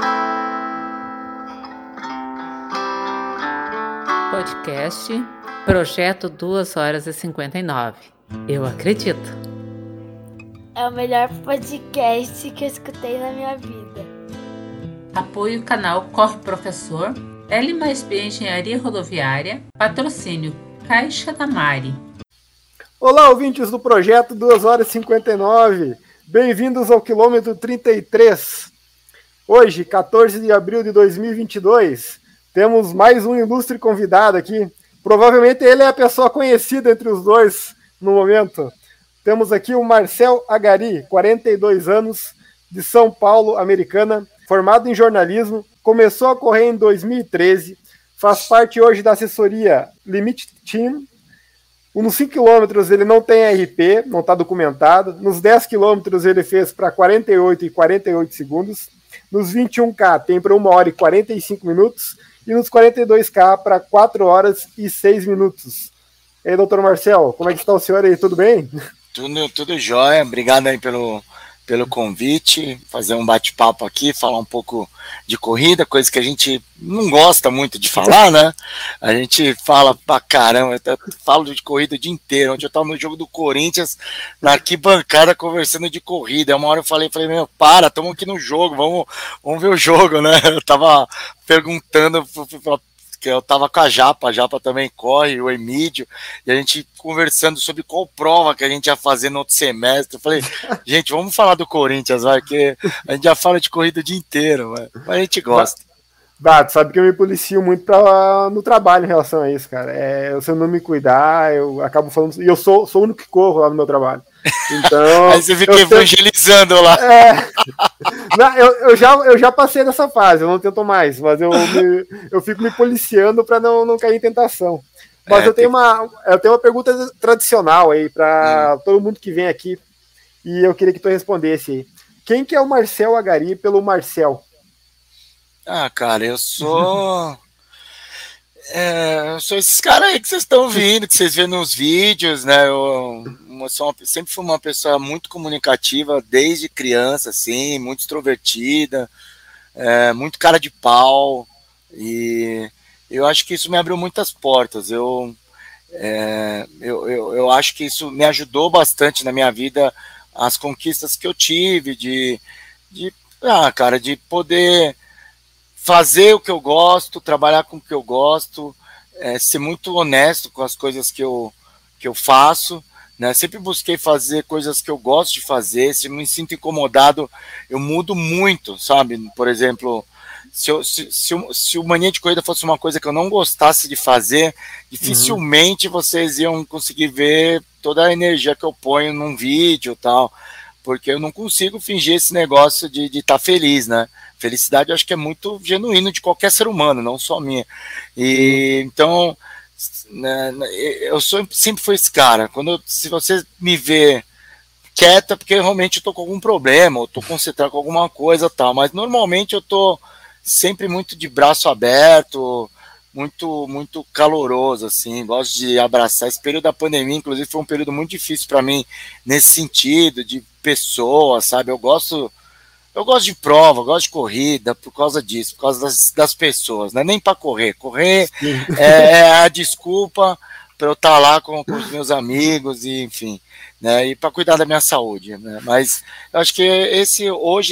Podcast Projeto 2h59. Eu acredito. É o melhor podcast que eu escutei na minha vida. Apoio canal Corre Professor, L+B Engenharia Rodoviária, patrocínio Caixa da Mari. Olá, ouvintes do Projeto 2h59. Bem-vindos ao quilômetro 33. Hoje, 14 de abril de 2022, temos mais um ilustre convidado aqui. Provavelmente ele é a pessoa conhecida entre os dois no momento. Temos aqui o Marcel Agari, 42 anos, de São Paulo, Americana, formado em jornalismo, começou a correr em 2013, faz parte hoje da assessoria Limite Team. Nos 5 km ele não tem RP, não está documentado. Nos 10 km ele fez para 48 e 48 segundos. Nos 21K tem para 1 hora e 45 minutos. E nos 42K para 4 horas e 6 minutos. E aí, doutor Marcel, como é que está o senhor aí? Tudo bem? Tudo jóia. Obrigado aí pelo convite, fazer um bate-papo aqui, falar um pouco de corrida, coisa que a gente não gosta muito de falar, né? A gente fala pra caramba, eu falo de corrida o dia inteiro. Ontem eu tava no jogo do Corinthians, na arquibancada, conversando de corrida. Uma hora eu falei, meu, estamos aqui no jogo, vamos ver o jogo, né? Eu tava perguntando que eu tava com a Japa também corre, o Emílio, e a gente conversando sobre qual prova que a gente ia fazer no outro semestre. Eu falei, gente, vamos falar do Corinthians, vai, que a gente já fala de corrida o dia inteiro, mas a gente gosta. Tu sabe que eu me policio muito no trabalho em relação a isso, cara. Se eu não me cuidar, eu acabo falando. E eu sou o único que corro lá no meu trabalho. Então. Aí você fica evangelizando lá. Não, eu já passei dessa fase, eu não tento mais, mas eu fico me policiando para não cair em tentação. Mas eu tenho uma pergunta tradicional aí para todo mundo que vem aqui, e eu queria que tu respondesse aí. Quem que é o Marcel Agari pelo Marcel? Cara, eu sou esses caras aí que vocês estão vindo, que vocês vêem nos vídeos, né? Sempre fui uma pessoa muito comunicativa desde criança, assim, muito extrovertida, muito cara de pau, e eu acho que isso me abriu muitas portas. Eu acho que isso me ajudou bastante na minha vida, as conquistas que eu tive, de poder fazer o que eu gosto, trabalhar com o que eu gosto, ser muito honesto com as coisas que eu faço, né? Sempre busquei fazer coisas que eu gosto de fazer. Se eu me sinto incomodado, eu mudo muito, sabe? Por exemplo, se o Mania de Corrida fosse uma coisa que eu não gostasse de fazer, dificilmente vocês iam conseguir ver toda a energia que eu ponho num vídeo e tal, porque eu não consigo fingir esse negócio de estar feliz, né? Felicidade eu acho que é muito genuíno de qualquer ser humano, não só minha. E então, né, eu sempre fui esse cara. Se você me vê quieto, é porque realmente eu tô com algum problema, ou tô concentrado com alguma coisa, tal. Mas normalmente eu tô sempre muito de braço aberto, muito caloroso, assim. Gosto de abraçar. Esse período da pandemia, inclusive, foi um período muito difícil para mim nesse sentido de pessoas, sabe? Eu gosto de prova, eu gosto de corrida por causa disso, por causa das pessoas, não é nem para correr. Correr é a desculpa para eu estar lá com os meus amigos, e enfim, né, e para cuidar da minha saúde, né? Mas eu acho que esse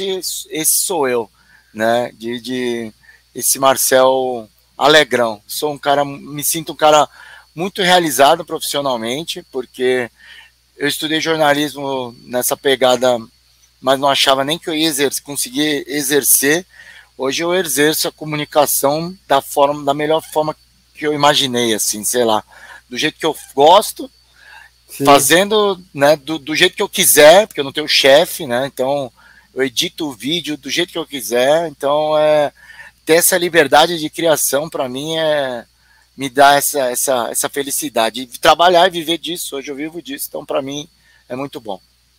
sou eu, né, de esse Marcel Alegrão. Me sinto um cara muito realizado profissionalmente, porque eu estudei jornalismo nessa pegada, mas não achava nem que eu ia conseguir exercer. Hoje eu exerço a comunicação da melhor forma que eu imaginei, assim, sei lá, do jeito que eu gosto, sim, fazendo, né, do jeito que eu quiser, porque eu não tenho chefe, né, então eu edito o vídeo do jeito que eu quiser. Então ter essa liberdade de criação para mim me dá essa felicidade, e trabalhar e viver disso. Hoje eu vivo disso, então para mim é muito bom.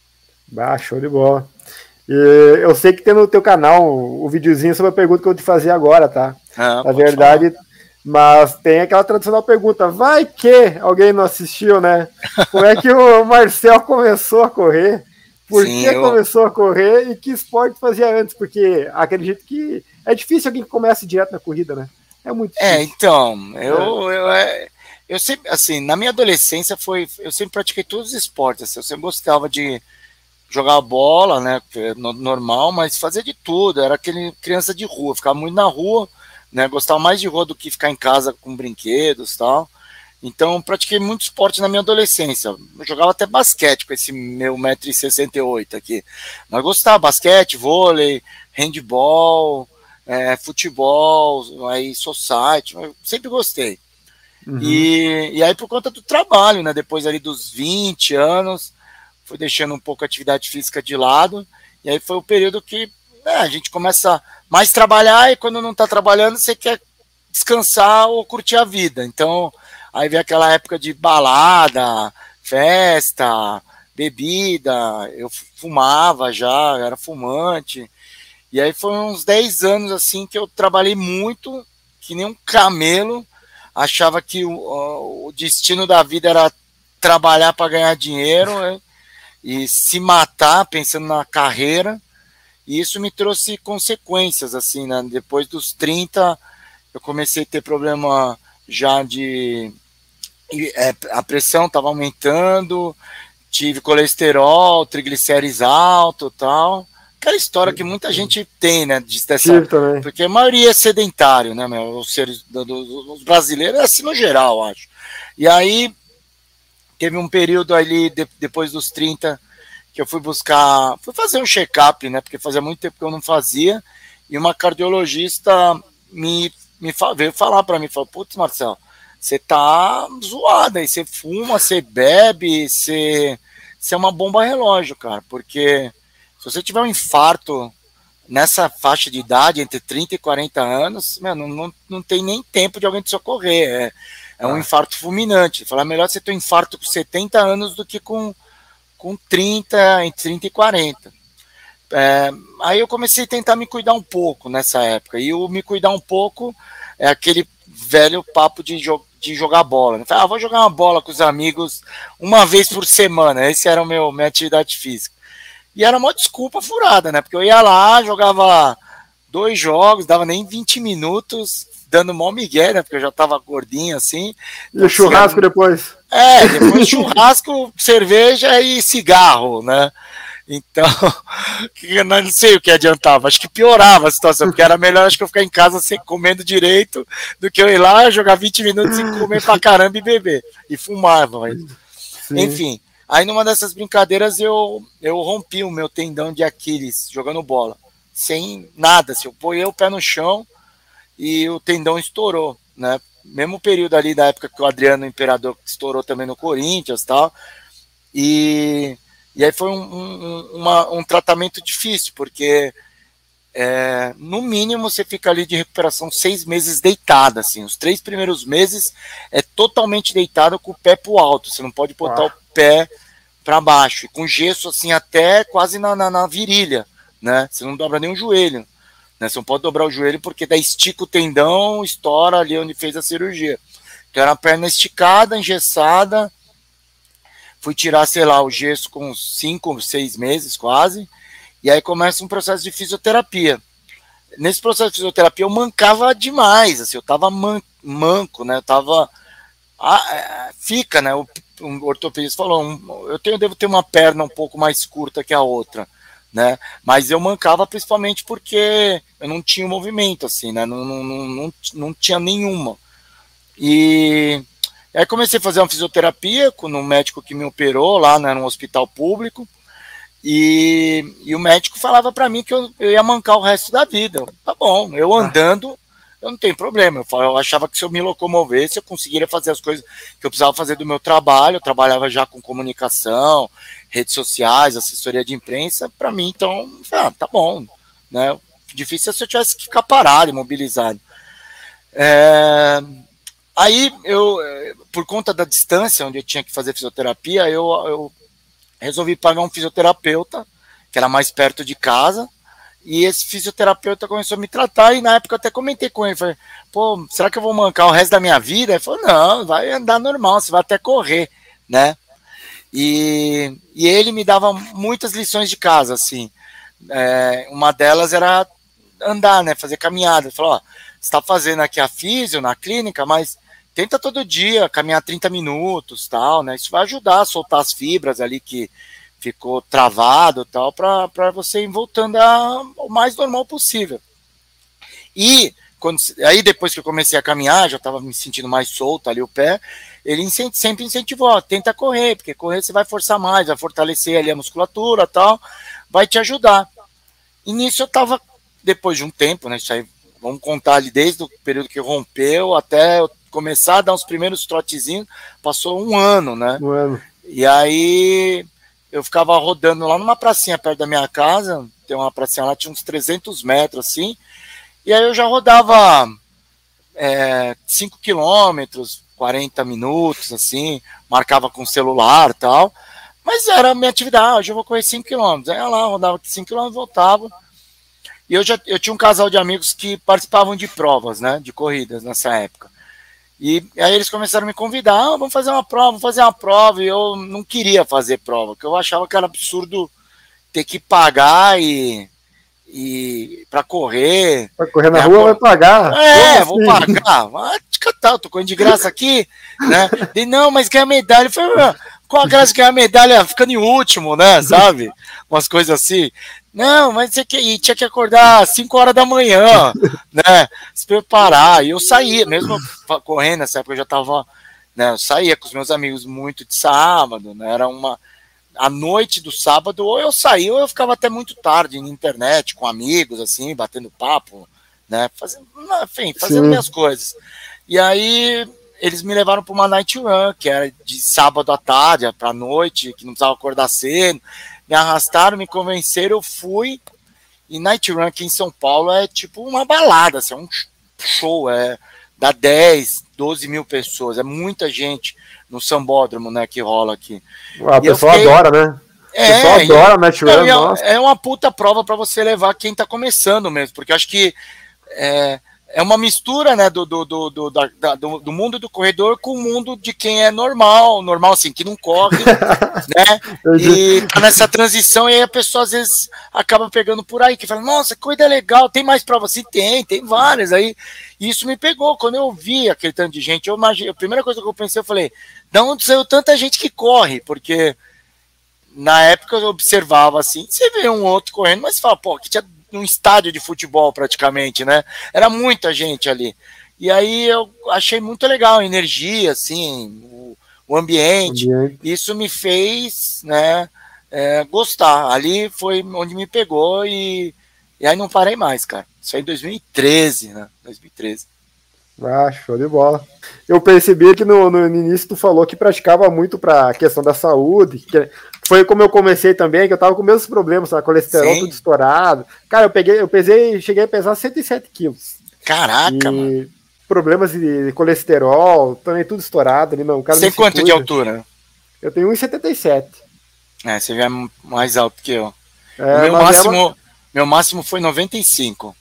Show de bola. E eu sei que tem no teu canal o videozinho sobre a pergunta que eu vou te fazer agora, tá? Na verdade, falar. Mas tem aquela tradicional pergunta, vai que alguém não assistiu, né? Como é que o Marcel começou a correr? Por Sim, que começou a correr e que esporte fazia antes? Porque acredito que é difícil alguém que comece direto na corrida, né? É muito difícil. Então, eu sempre, assim, na minha adolescência eu sempre pratiquei todos os esportes, assim, eu sempre gostava de jogar bola, né, normal, mas fazia de tudo, era aquele criança de rua, ficava muito na rua, né, gostava mais de rua do que ficar em casa com brinquedos e tal. Então, pratiquei muito esporte na minha adolescência. Eu jogava até basquete com esse meu 1,68 m aqui. Mas gostava, basquete, vôlei, handball, futebol, aí society, eu sempre gostei. Uhum. E aí, por conta do trabalho, né, depois ali dos 20 anos, fui deixando um pouco a atividade física de lado, e aí foi o período que a gente começa mais trabalhar, e quando não está trabalhando, você quer descansar ou curtir a vida. Então, aí vem aquela época de balada, festa, bebida, eu fumava já, era fumante, e aí foi uns 10 anos assim que eu trabalhei muito, que nem um camelo, achava que o destino da vida era trabalhar para ganhar dinheiro, né? E se matar pensando na carreira, e isso me trouxe consequências, assim, né? Depois dos 30, eu comecei a ter problema já a pressão estava aumentando, tive colesterol, triglicérides alto, tal. Aquela história que muita gente tem, né? Porque a maioria é sedentário, né, meu? Os brasileiros é assim no geral, acho. E aí teve um período ali, depois dos 30, que eu fui fazer um check-up, né? Porque fazia muito tempo que eu não fazia, e uma cardiologista veio falar para mim, falou, putz, Marcelo, você tá zoado aí, você fuma, você bebe, você é uma bomba relógio, cara, porque se você tiver um infarto nessa faixa de idade, entre 30 e 40 anos, não tem nem tempo de alguém te socorrer, é um infarto fulminante. Falar melhor você ter um infarto com 70 anos do que com 30, entre 30 e 40. Aí eu comecei a tentar me cuidar um pouco nessa época, e o me cuidar um pouco é aquele velho papo de jogar bola, né? Vou jogar uma bola com os amigos uma vez por semana, esse era minha atividade física. E era uma desculpa furada, né? Porque eu ia lá, jogava 2 jogos, dava nem 20 minutos, dando mó migué, né? Porque eu já tava gordinho assim. E o churrasco depois? Depois churrasco, cerveja e cigarro, né? Então, não sei o que adiantava, acho que piorava a situação, porque era melhor acho que eu ficar em casa sem comendo direito do que eu ir lá, jogar 20 minutos sem comer pra caramba e beber. E fumava. Enfim, aí numa dessas brincadeiras eu rompi o meu tendão de Aquiles jogando bola, sem nada, assim, eu ponhei o pé no chão e o tendão estourou, né? Mesmo período ali da época que o Adriano Imperador estourou também no Corinthians e tal, e aí foi um tratamento difícil, porque no mínimo você fica ali de recuperação 6 meses deitado, assim, os 3 primeiros meses é totalmente deitado com o pé pro alto, você não pode botar o pé para baixo, e com gesso assim até quase na virilha, né? Você não dobra nem o joelho, né? Você não pode dobrar o joelho porque daí estica o tendão, estoura ali onde fez a cirurgia. Então era a perna esticada, engessada. Fui tirar, sei lá, o gesso com 5, 6 meses quase, e aí começa um processo de fisioterapia. Nesse processo de fisioterapia eu mancava demais, assim, eu tava manco, né? Eu tava fica, né? O ortopedista falou, eu devo ter uma perna um pouco mais curta que a outra, né? Mas eu mancava principalmente porque eu não tinha movimento, assim, né? Não tinha nenhuma. E aí comecei a fazer uma fisioterapia com um médico que me operou lá, né, num hospital público, e o médico falava para mim que eu ia mancar o resto da vida. Tá bom, eu andando, eu não tenho problema. Eu achava que se eu me locomovesse, eu conseguiria fazer as coisas que eu precisava fazer do meu trabalho. Eu trabalhava já com comunicação, redes sociais, assessoria de imprensa. Para mim, então, tá bom, né? Difícil é se eu tivesse que ficar parado, imobilizado. Aí, por conta da distância onde eu tinha que fazer fisioterapia, eu resolvi pagar um fisioterapeuta, que era mais perto de casa, e esse fisioterapeuta começou a me tratar, e na época eu até comentei com ele, falei, pô, será que eu vou mancar o resto da minha vida? Ele falou, não, vai andar normal, você vai até correr, né? E ele me dava muitas lições de casa, assim. Uma delas era andar, né, fazer caminhada. Ele falou, ó, você está fazendo aqui a físio na clínica, mas tenta todo dia caminhar 30 minutos, tal, né? Isso vai ajudar a soltar as fibras ali que ficou travado, tal, para você ir voltando ao mais normal possível. E aí depois que eu comecei a caminhar, já estava me sentindo mais solto ali o pé, ele sempre incentivou, ó, tenta correr, porque correr você vai forçar mais, vai fortalecer ali a musculatura, tal, vai te ajudar. E nisso eu estava, depois de um tempo, né, isso aí, vamos contar ali desde o período que rompeu até eu começar a dar uns primeiros trotezinhos, passou um ano, né? Um ano. E aí eu ficava rodando lá numa pracinha perto da minha casa, tem uma pracinha lá, tinha uns 300 metros, assim, e aí eu já rodava 5 quilômetros, 40 minutos, assim, marcava com o celular e tal, mas era a minha atividade, hoje eu vou correr 5 quilômetros, aí eu lá, rodava 5 quilômetros, voltava, e eu tinha um casal de amigos que participavam de provas, né, de corridas nessa época. E aí eles começaram a me convidar, vamos fazer uma prova, e eu não queria fazer prova, porque eu achava que era absurdo ter que pagar e para correr. Vai correr na rua, vai pagar. Vou pagar. Vai te catar, eu tô correndo de graça aqui, né? E não, mas ganhar medalha. Eu falei, qual a graça de ganhar medalha ficando em último, né? Sabe? Umas coisas assim. Não, mas tinha que acordar às 5 horas da manhã, né? Se preparar. E eu saía, mesmo correndo nessa época, eu já tava, né? Eu saía com os meus amigos muito de sábado, né? Era a noite do sábado, ou eu saía, ou eu ficava até muito tarde na internet, com amigos, assim, batendo papo, né? Fazendo minhas coisas. E aí eles me levaram para uma night run, que era de sábado à tarde, para noite, que não precisava acordar cedo. Me arrastaram, me convenceram, eu fui. E night run aqui em São Paulo é tipo uma balada, assim, é um show, dá 10, 12 mil pessoas, é muita gente no sambódromo, né, que rola aqui. A pessoa adora, né? O pessoal adora night run, é uma puta prova para você levar quem tá começando mesmo, porque eu acho que é uma mistura, né, do mundo do corredor com o mundo de quem é normal assim, que não corre, né, e tá nessa transição, e aí a pessoa às vezes acaba pegando por aí, que fala, nossa, que coisa legal, tem mais prova? Sim, tem várias, aí, e isso me pegou, quando eu vi aquele tanto de gente, eu imaginei, a primeira coisa que eu pensei, eu falei, de onde saiu tanta gente que corre? Porque na época eu observava assim, você vê um outro correndo, mas você fala, pô, que tinha um estádio de futebol praticamente, né? Era muita gente ali. E aí eu achei muito legal a energia, assim, o ambiente. Isso me fez, né, gostar. Ali foi onde me pegou e aí não parei mais, cara. Isso aí em 2013, né? 2013. Show de bola. Eu percebi que no início tu falou que praticava muito para a questão da saúde, que foi como eu comecei também, que eu tava com os mesmos problemas, tá? Colesterol tudo estourado. Cara, cheguei a pesar 107 quilos. Caraca, mano. Problemas de colesterol, também tudo estourado ali, não. Você tem quanto de altura? Eu tenho 1,77. Você já é mais alto que eu. Meu máximo foi 95.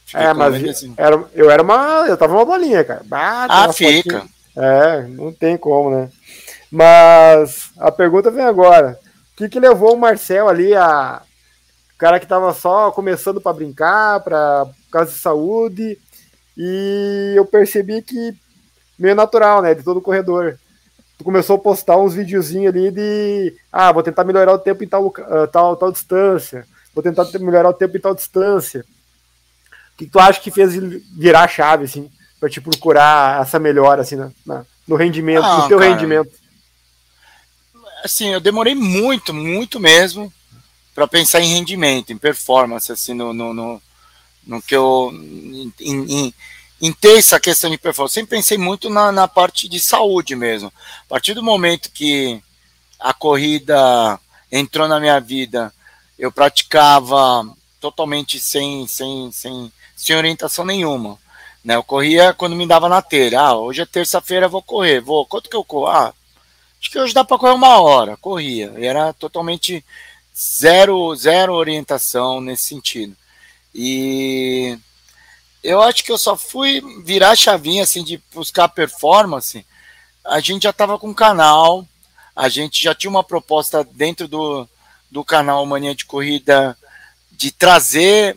Eu tava uma bolinha, cara. Fica. Não tem como, né? Mas a pergunta vem agora. O que levou o Marcel ali o cara que tava só começando para brincar, por causa de saúde, e eu percebi que meio natural, né, de todo corredor. Tu começou a postar uns videozinhos ali de vou tentar melhorar o tempo em tal distância, vou tentar melhorar o tempo em tal distância. O que tu acha que fez virar a chave, assim, pra te procurar essa melhora, assim, no rendimento, no teu rendimento? Assim, eu demorei muito, muito mesmo para pensar em rendimento, em performance, assim, no que eu... Em ter essa questão de performance. Eu sempre pensei muito na parte de saúde mesmo. A partir do momento que a corrida entrou na minha vida, eu praticava totalmente sem orientação nenhuma, né? Eu corria quando me dava na telha. Hoje é terça-feira, vou correr. Quanto que eu corro? Acho que hoje dá para correr 1 hora. Corria. E era totalmente zero orientação nesse sentido. E eu acho que eu só fui virar a chavinha assim, de buscar performance. A gente já estava com um canal, a gente já tinha uma proposta dentro do canal Mania de Corrida de trazer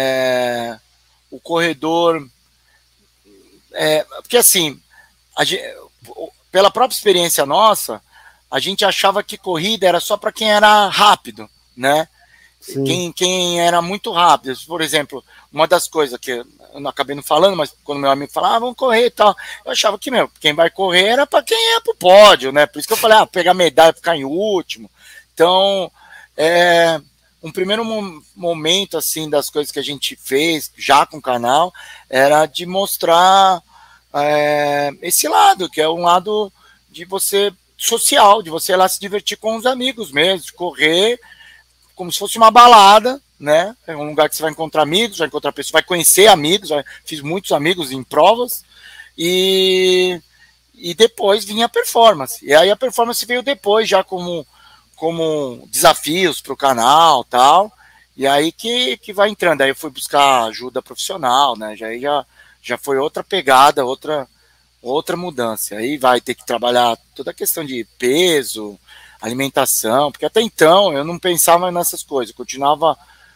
o corredor, porque assim, pela própria experiência nossa, a gente achava que corrida era só para quem era rápido, né? Quem era muito rápido. Por exemplo, uma das coisas que eu não acabei não falando, mas quando meu amigo falava, vamos correr e tal, eu achava que, quem vai correr era para quem é pro pódio, né? Por isso que eu falei, pegar medalha, ficar em último. Então, um primeiro momento, assim, das coisas que a gente fez, já com o canal, era de mostrar esse lado, que é um lado de você social, de você ir lá se divertir com os amigos mesmo, de correr como se fosse uma balada, né? É um lugar que você vai encontrar amigos, vai encontrar pessoas, vai conhecer amigos, fiz muitos amigos em provas, e depois vinha a performance. E aí a performance veio depois, já como desafios para o canal, tal, e aí que vai entrando. Aí eu fui buscar ajuda profissional, né? Já foi outra pegada, outra mudança. Aí vai ter que trabalhar toda a questão de peso, alimentação, porque até então eu não pensava nessas coisas, eu continuava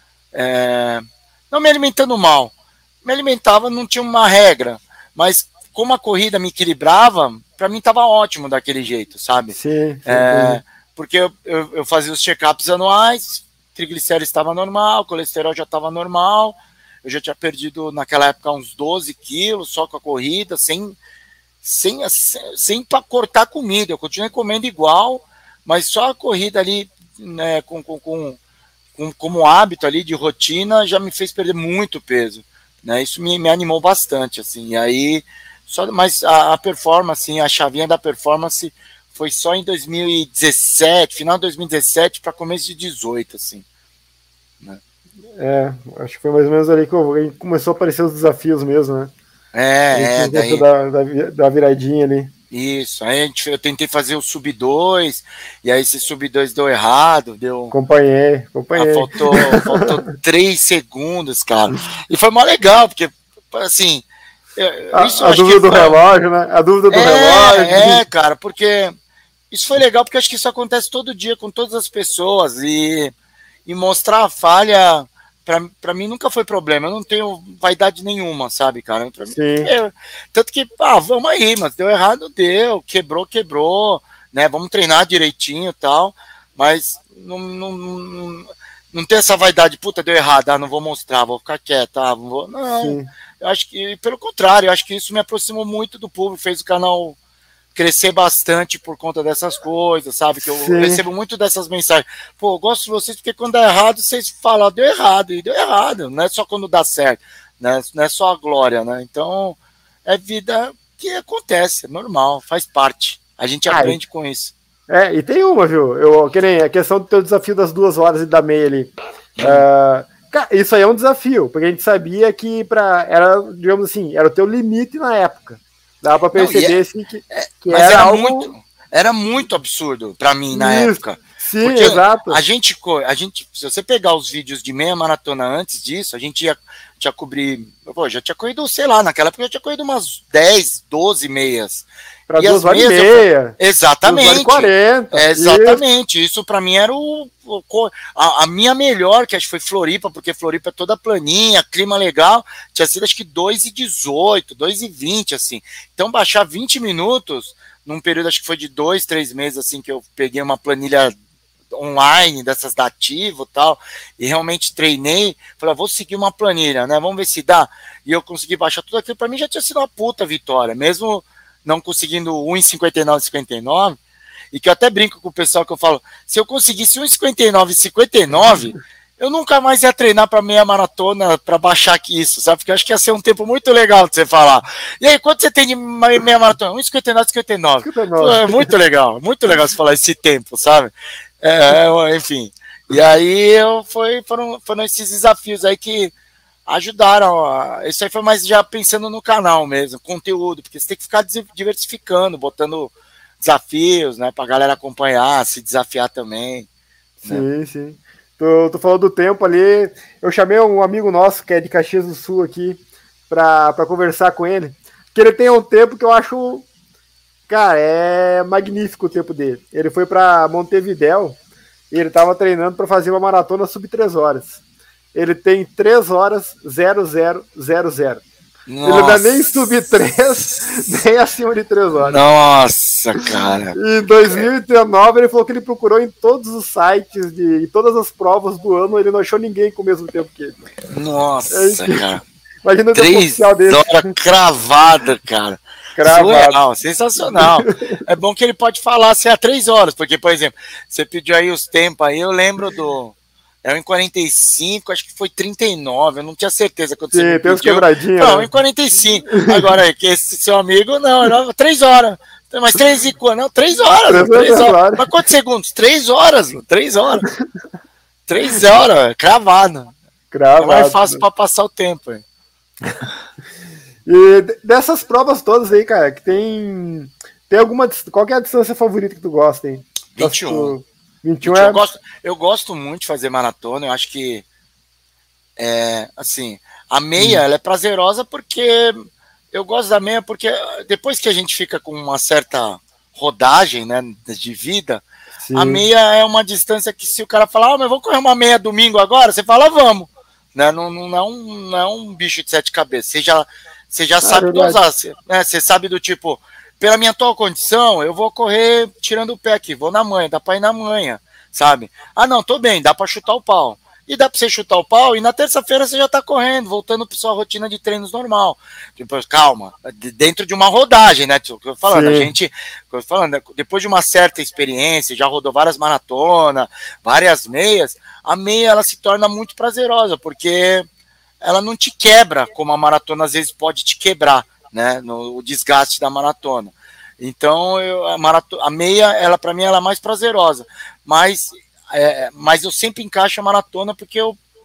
não me alimentando mal, me alimentava, não tinha uma regra, mas como a corrida me equilibrava, para mim estava ótimo daquele jeito, sabe? Sim. Porque eu fazia os check-ups anuais, triglicéridos estava normal, colesterol já estava normal, eu já tinha perdido naquela época uns 12 quilos só com a corrida, sem para cortar comida, eu continuei comendo igual, mas só a corrida ali, né, como hábito ali de rotina, já me fez perder muito peso, né? Isso me animou bastante, assim. E aí, mas a performance, assim, a chavinha da performance foi só em 2017, final de 2017 para começo de 2018, assim. Né? Acho que foi mais ou menos ali que começou a aparecer os desafios mesmo, né? Daí da viradinha ali. Isso, aí eu tentei fazer o sub-2, e aí esse sub-2 deu errado, Acompanhei. Faltou 3 segundos, cara. E foi mó legal, porque, assim... a dúvida do relógio, né? A dúvida do relógio. Cara, porque... Isso foi legal, porque acho que isso acontece todo dia com todas as pessoas, e mostrar a falha... Pra mim nunca foi problema, eu não tenho vaidade nenhuma, sabe, cara? Pra mim, tanto que, vamos aí, mas deu errado, quebrou, né? Vamos treinar direitinho e tal, mas não tem essa vaidade, puta, deu errado, não vou mostrar, vou ficar quieto, não. Eu acho que, pelo contrário, eu acho que isso me aproximou muito do público, fez o canal crescer bastante por conta dessas coisas, sabe? Que eu recebo muito dessas mensagens. Pô, eu gosto de vocês porque quando dá errado, vocês falam, deu errado, e deu errado. Não é só quando dá certo, né? Não é só a glória, né? Então, é vida que acontece, é normal, faz parte. A gente aprende com isso. E tem uma, viu? Que nem a questão do teu desafio das 2 horas e da meia ali. Cara, isso aí é um desafio, porque a gente sabia que era, digamos assim, era o teu limite na época. Dá pra perceber assim, que era algo... Era muito absurdo pra mim na época. Sim, porque exato. A gente, se você pegar os vídeos de meia maratona antes disso, a gente ia cobrir... já tinha corrido, sei lá, naquela época eu já tinha corrido umas 10, 12 meias. Pra 2 horas e meia. Exatamente. 40. Exatamente. Isso pra mim era a minha melhor, que acho que foi Floripa, porque Floripa é toda planinha, clima legal. Tinha sido acho que 2:18, 2:20, assim. Então baixar 20 minutos, num período acho que foi de 2, 3 meses, assim, que eu peguei uma planilha online dessas da Ativo e tal, e realmente treinei, falei, vou seguir uma planilha, né? Vamos ver se dá. E eu consegui baixar tudo aquilo, pra mim já tinha sido uma puta vitória, mesmo não conseguindo 1:59, e que eu até brinco com o pessoal que eu falo, se eu conseguisse 1:59, eu nunca mais ia treinar para meia maratona para baixar que isso, sabe? Porque eu acho que ia ser um tempo muito legal de você falar. E aí, quanto você tem de meia maratona? 1:59. É muito legal você falar esse tempo, sabe? Enfim. E aí foram esses desafios aí que ajudaram. Isso aí foi mais já pensando no canal mesmo, conteúdo, porque você tem que ficar diversificando, botando desafios, né, pra galera acompanhar, se desafiar também. Sim. Tu falou do tempo ali, eu chamei um amigo nosso, que é de Caxias do Sul aqui, pra conversar com ele, que ele tem um tempo que eu acho, cara, é magnífico o tempo dele. Ele foi para Montevidéu e ele estava treinando para fazer uma maratona sub 3 horas. Ele tem 3 horas 0000. Ele não é nem sub 3, nem acima de 3 horas. Nossa, cara. Em 2019, ele falou que ele procurou em todos os sites, em todas as provas do ano, ele não achou ninguém com o mesmo tempo que ele. Nossa, cara. Imagina o 3 horas cravado, cara. Surreal, sensacional. É bom que ele pode falar se é 3 horas, porque, por exemplo, você pediu aí os tempos aí, eu lembro do... É 1,45, acho que foi 39, eu não tinha certeza quando você me tem uns pediu. quebradinhos. Não, 1,45. Agora, que esse seu amigo, não, 3 horas. Mas 3 e quando? Não, 3 horas. 3 horas. Mas quantos segundos? 3 horas, 3 horas. 3 horas, cravado. É mais fácil para passar o tempo. Hein? E dessas provas todas aí, cara, que tem alguma... Qual que é a distância favorita que tu gosta, hein? 21. 21 eu gosto muito de fazer maratona, eu acho que assim, a meia ela é prazerosa porque eu gosto da meia porque depois que a gente fica com uma certa rodagem, né, de vida, sim, a meia é uma distância que se o cara falar, mas eu vou correr uma meia domingo agora, você fala, vamos, né, não é um bicho de 7 cabeças, você já sabe dosar, né, você sabe do tipo, pela minha atual condição, eu vou correr tirando o pé aqui, vou na manha, dá pra ir na manha, sabe? Ah, não, tô bem, dá pra chutar o pau. E dá pra você chutar o pau, e na terça-feira você já tá correndo, voltando pra sua rotina de treinos normal. Tipo, calma, dentro de uma rodagem, né? Que eu falando, depois de uma certa experiência, já rodou várias maratonas, várias meias, a meia ela se torna muito prazerosa, porque ela não te quebra, como a maratona às vezes pode te quebrar, né, no desgaste da maratona. Então, a meia, ela para mim, ela é mais prazerosa. Mas eu sempre encaixo a maratona porque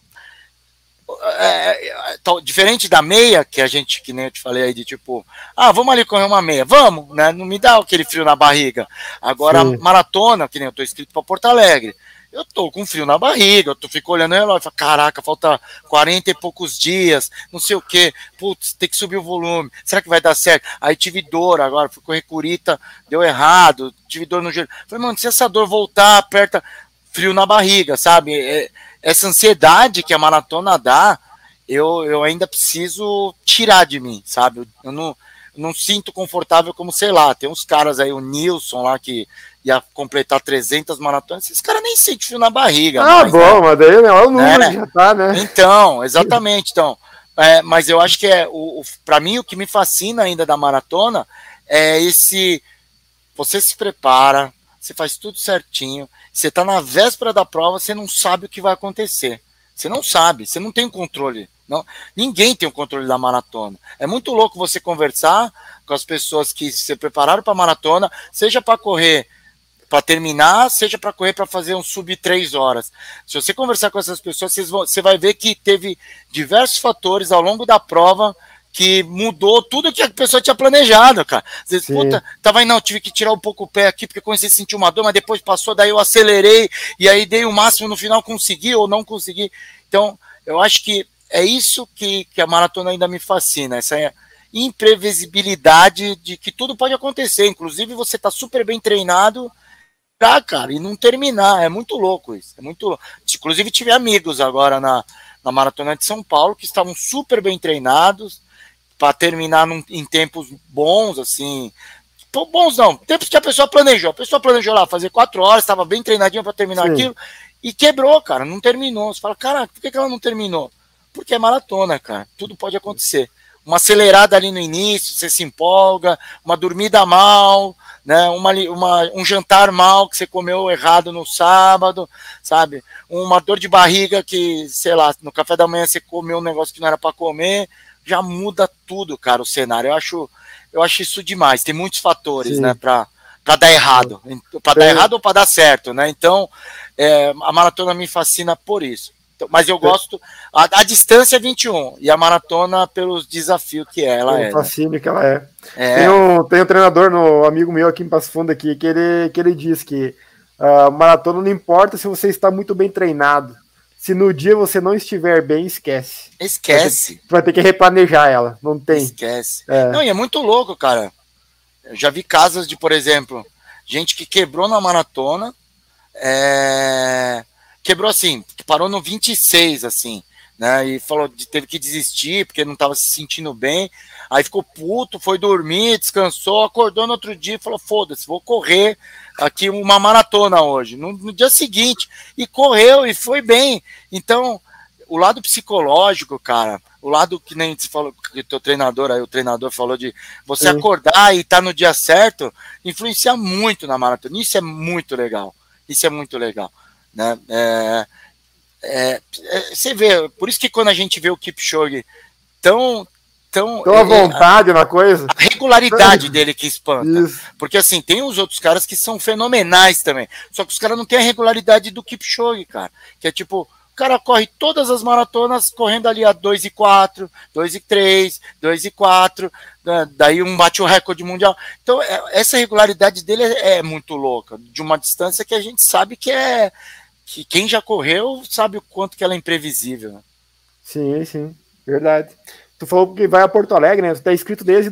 diferente da meia, que nem eu te falei aí, de tipo, vamos ali correr uma meia, vamos, né, não me dá aquele frio na barriga. Agora, sim, a maratona, que nem eu tô inscrito para Porto Alegre, eu tô com frio na barriga, eu fico olhando o relógio, falo, caraca, falta 40 e poucos dias, não sei o que, putz, tem que subir o volume, será que vai dar certo? Aí tive dor agora, fui correr Curitiba, deu errado, tive dor no joelho. Falei, mano, se essa dor voltar, aperta, frio na barriga, sabe? Essa ansiedade que a maratona dá, eu ainda preciso tirar de mim, sabe? Eu não sinto confortável como, sei lá, tem uns caras aí, o Nilson lá, que ia completar 300 maratonas, esses caras nem sentem frio na barriga. Mas daí é o número que já tá, né? Então, exatamente, mas eu acho que para mim o que me fascina ainda da maratona é você se prepara, você faz tudo certinho, você tá na véspera da prova, você não sabe o que vai acontecer. Você não sabe, você não tem controle. Não, ninguém tem o controle da maratona. É muito louco você conversar com as pessoas que se prepararam para a maratona, seja para correr, para terminar, seja para correr para fazer um sub 3 horas. Se você conversar com essas pessoas, você vai ver que teve diversos fatores ao longo da prova que mudou tudo que a pessoa tinha planejado, cara. Às vezes, puta, tive que tirar um pouco o pé aqui, porque comecei a sentir uma dor, mas depois passou, daí eu acelerei, e aí dei o máximo no final, consegui ou não consegui. Então, eu acho que é isso que a maratona ainda me fascina, essa imprevisibilidade de que tudo pode acontecer, inclusive você tá super bem treinado, cara, e não terminar, é muito louco isso, é muito louco. Inclusive tive amigos agora na maratona de São Paulo que estavam super bem treinados para terminar em tempos bons, assim, bons não, tempos que a pessoa planejou lá fazer 4 horas, estava bem treinadinho para terminar aquilo, e quebrou, cara, não terminou. Você fala, caraca, por que ela não terminou? Porque é maratona, cara, tudo pode acontecer. Uma acelerada ali no início, você se empolga, uma dormida mal, né, um jantar mal que você comeu errado no sábado, sabe? Uma dor de barriga que, sei lá, no café da manhã você comeu um negócio que não era para comer, já muda tudo, cara, o cenário. Eu acho isso demais. Tem muitos fatores, né, para dar errado, para dar errado ou para dar certo, né? Então, a maratona me fascina por isso. Mas eu gosto, a distância é 21 e a maratona pelos desafios que ela é. O fascínio que ela é. Tem um treinador, um amigo meu aqui em Passo Fundo, aqui, que ele diz que a maratona não importa se você está muito bem treinado. Se no dia você não estiver bem, esquece. Esquece. Vai ter que replanejar ela, não tem. Esquece. Não, e é muito louco, cara. Eu já vi casos de, por exemplo, gente que quebrou na maratona, quebrou assim, parou no 26, assim, né? E falou que teve que desistir porque não estava se sentindo bem. Aí ficou puto, foi dormir, descansou, acordou no outro dia e falou: foda-se, vou correr aqui uma maratona hoje. No dia seguinte, e correu e foi bem. Então, o lado psicológico, cara, o lado que nem você falou, que o treinador falou de você acordar e estar tá no dia certo, influencia muito na maratona. Isso é muito legal. Isso é muito legal, né? Você vê, por isso que quando a gente vê o Kipchoge tão à vontade na coisa, a regularidade dele que espanta. Isso. Porque assim, tem os outros caras que são fenomenais também, só que os caras não têm a regularidade do Kipchoge, cara, que é tipo, o cara corre todas as maratonas correndo ali a 2:04, 2:03, 2:04, daí bate o recorde mundial. Então, essa regularidade dele é muito louca, de uma distância que a gente sabe que quem já correu sabe o quanto que ela é imprevisível. Né? Sim, verdade. Tu falou que vai a Porto Alegre, né? Tu tá inscrito desde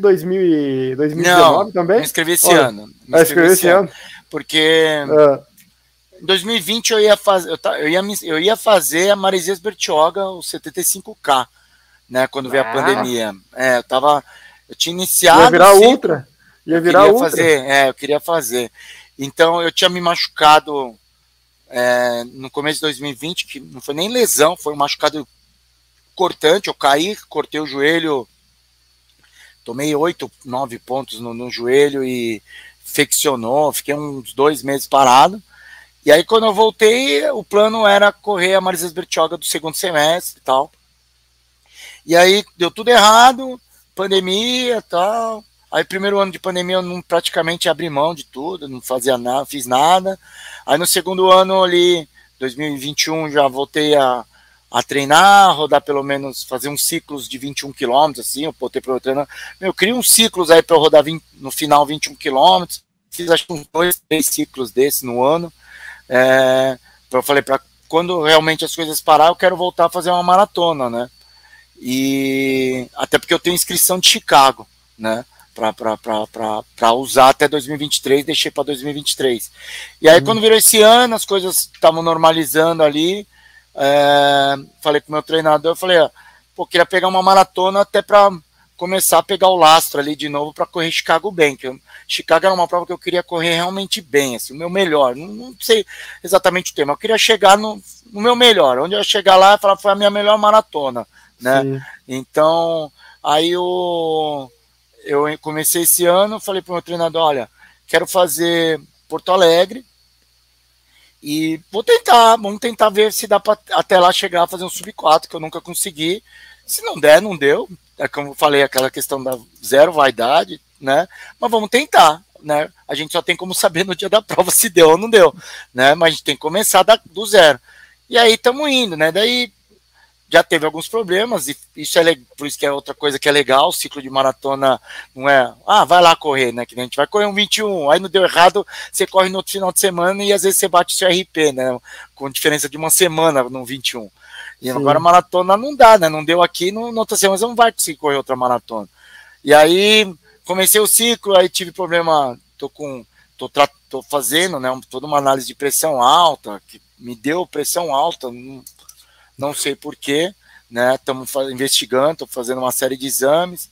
2019 também? Me inscrevi esse ano. Me inscrevi esse ano. Porque em 2020 eu ia fazer a Maresias Bertioga, o 75K, né? Quando veio a pandemia. Eu tinha iniciado. Ia virar ultra. Eu queria fazer. Então eu tinha me machucado no começo de 2020, que não foi nem lesão, foi um machucado cortante, eu caí, cortei o joelho, tomei 8, 9 pontos no joelho e infeccionou, fiquei uns 2 meses parado. E aí quando eu voltei, o plano era correr a Maresias Bertioga do segundo semestre e tal. E aí deu tudo errado, pandemia e tal. Aí primeiro ano de pandemia eu praticamente abri mão de tudo, não fazia nada, fiz nada. Aí no segundo ano ali, 2021, já voltei a treinar, rodar pelo menos, fazer uns ciclos de 21 km, assim, eu botei para eu treinar. Eu criei uns ciclos aí para eu rodar no final 21 km, fiz acho que uns 2, 3 ciclos desses no ano. Eu falei, para quando realmente as coisas parar, eu quero voltar a fazer uma maratona, né? E até porque eu tenho inscrição de Chicago, né? Para usar até 2023, deixei para 2023. E aí, quando virou esse ano, as coisas estavam normalizando ali. Falei pro meu treinador, falei, queria pegar uma maratona até para começar a pegar o lastro ali de novo para correr Chicago bem, que Chicago era uma prova que eu queria correr realmente bem, assim, o meu melhor, não sei exatamente o tema, eu queria chegar no meu melhor, onde eu ia chegar lá e falar, foi a minha melhor maratona, né? Sim. Então, aí eu comecei esse ano, falei pro meu treinador, olha, quero fazer Porto Alegre, e vamos tentar ver se dá para até lá chegar a fazer um sub-4, que eu nunca consegui. Se não der, não deu. É como eu falei, aquela questão da zero vaidade, né? Mas vamos tentar, né? A gente só tem como saber no dia da prova se deu ou não deu, né? Mas a gente tem que começar do zero. E aí estamos indo, né? Daí já teve alguns problemas, e isso por isso que é outra coisa que é legal, o ciclo de maratona não é, vai lá correr, né, que a gente vai correr um 21, aí não deu errado, você corre no outro final de semana e às vezes você bate o seu RP, né, com diferença de uma semana no 21, e Sim. Agora a maratona não dá, né, não deu aqui, no outra semana você não vai conseguir correr outra maratona, e aí comecei o ciclo, aí tive problema, tô fazendo, né, toda uma análise de pressão alta, que me deu pressão alta, não sei porquê, né? Estamos investigando, estou fazendo uma série de exames.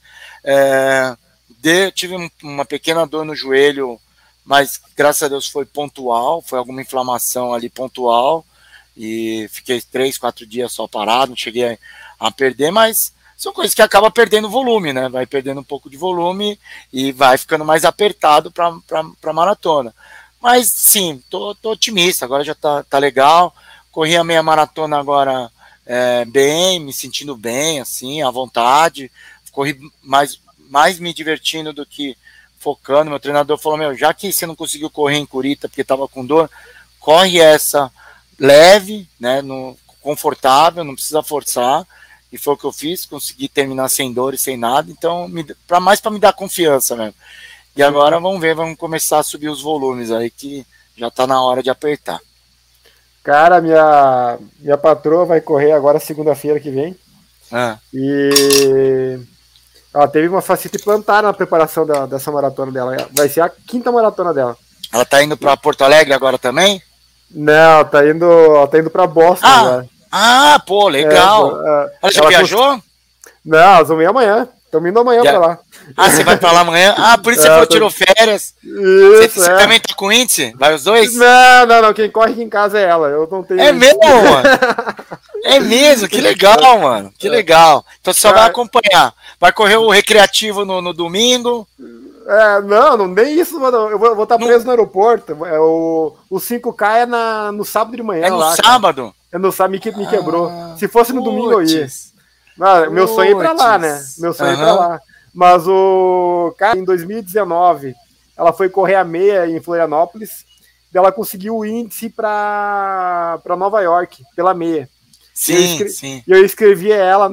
Tive uma pequena dor no joelho, mas graças a Deus foi pontual, foi alguma inflamação ali pontual, e fiquei 3, 4 dias só parado, não cheguei a perder, mas são coisas que acabam perdendo volume, né? Vai perdendo um pouco de volume e vai ficando mais apertado para maratona. Mas sim, tô otimista, agora já tá legal. Corri a meia maratona agora bem, me sentindo bem, assim, à vontade. Corri mais me divertindo do que focando. Meu treinador falou, já que você não conseguiu correr em Curitiba porque estava com dor, corre essa leve, né, confortável, não precisa forçar. E foi o que eu fiz, consegui terminar sem dor e sem nada. Então, mais para me dar confiança mesmo. E agora vamos começar a subir os volumes aí, que já está na hora de apertar. Cara, minha patroa vai correr agora segunda-feira que vem. E Ela teve uma fascite plantar na preparação dessa maratona dela. Vai ser a 5ª maratona dela. Ela tá indo para Porto Alegre agora também? Não, ela tá indo pra Boston agora. Pô, legal. Ela já viajou? Não, elas vão ir amanhã. Estão indo amanhã pra lá. Você vai pra lá amanhã? Por isso você tirou férias. Isso, você também tá com índice? Vai os dois? Não. Quem corre aqui em casa é ela. Eu não tenho. É mesmo, mano? É mesmo, que legal, mano. Que legal. Então você só vai acompanhar. Vai correr o recreativo no domingo. Não, nem isso, mano. Eu vou estar preso no aeroporto. O 5K é no sábado de manhã. É no sábado? Cara. É no sábado, me quebrou. Se fosse no domingo, eu ia. Meu sonho é ir pra lá, né? Meu sonho é ir pra lá. Mas cara, em 2019, ela foi correr a meia em Florianópolis. Ela conseguiu o índice pra Nova York, pela meia. Sim. E eu escrevi ela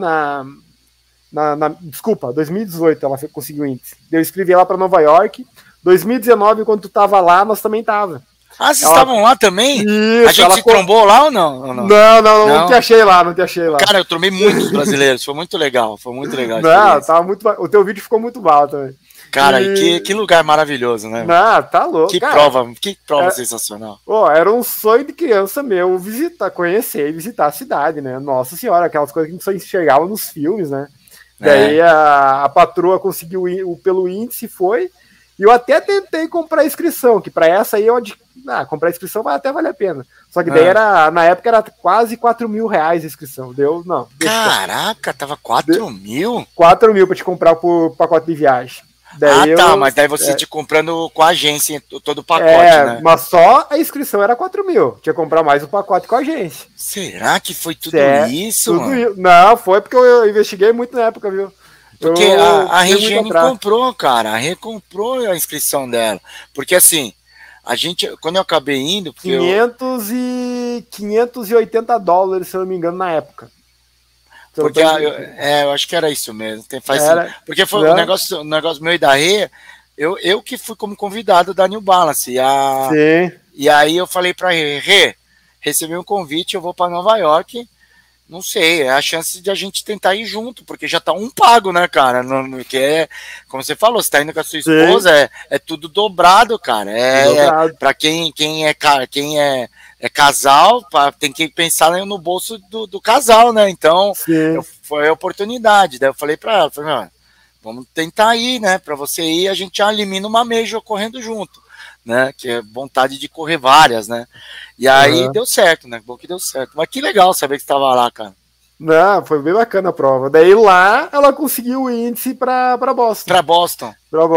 desculpa, 2018 ela conseguiu o índice. Eu escrevi ela para Nova York. 2019, quando tu tava lá, nós também tava. Vocês estavam lá também? Isso, a gente se trombou lá ou não? Não te achei lá, Cara, eu trombei muitos brasileiros, foi muito legal. Tava muito. O teu vídeo ficou muito mal também. Cara, que lugar maravilhoso, né? Tá louco. Que prova sensacional. Era um sonho de criança meu conhecer e visitar a cidade, né? Nossa senhora, aquelas coisas que a gente só enxergava nos filmes, né? Daí a patroa conseguiu pelo índice, foi. E eu até tentei comprar a inscrição, que para essa aí comprar a inscrição vai até valer a pena. Só que daí na época era quase R$4.000 a inscrição. Caraca, tava 4 mil? 4 mil pra te comprar por pacote de viagem. Mas daí você te comprando com a agência todo o pacote, né? Mas só a inscrição era 4 mil. Tinha que comprar mais o pacote com a agência. Será que foi tudo isso? Não, foi porque eu investiguei muito na época, viu? Porque a Regiane comprou, cara. A Rê comprou a inscrição dela. Porque assim, quando eu acabei indo... $580, se eu não me engano, na época. Porque eu acho que era isso mesmo. Porque foi um negócio meu e da Rê, eu que fui como convidado da New Balance. E aí eu falei pra Rê, recebi um convite, eu vou pra Nova York. Não sei, é a chance de a gente tentar ir junto, porque já tá um pago, né, cara? Que como você falou, você tá indo com a sua esposa, é tudo dobrado, cara. Pra quem é casal, tem que pensar no bolso do casal, né? Então, foi a oportunidade. Daí eu falei pra ela, vamos tentar ir, né? Pra você ir, a gente já elimina uma major correndo junto, né? Que é vontade de correr várias, né? E aí deu certo, né? Bom que deu certo. Mas que legal saber que você estava lá, cara. Não, foi bem bacana a prova. Daí lá ela conseguiu o índice para Boston. Para Boston.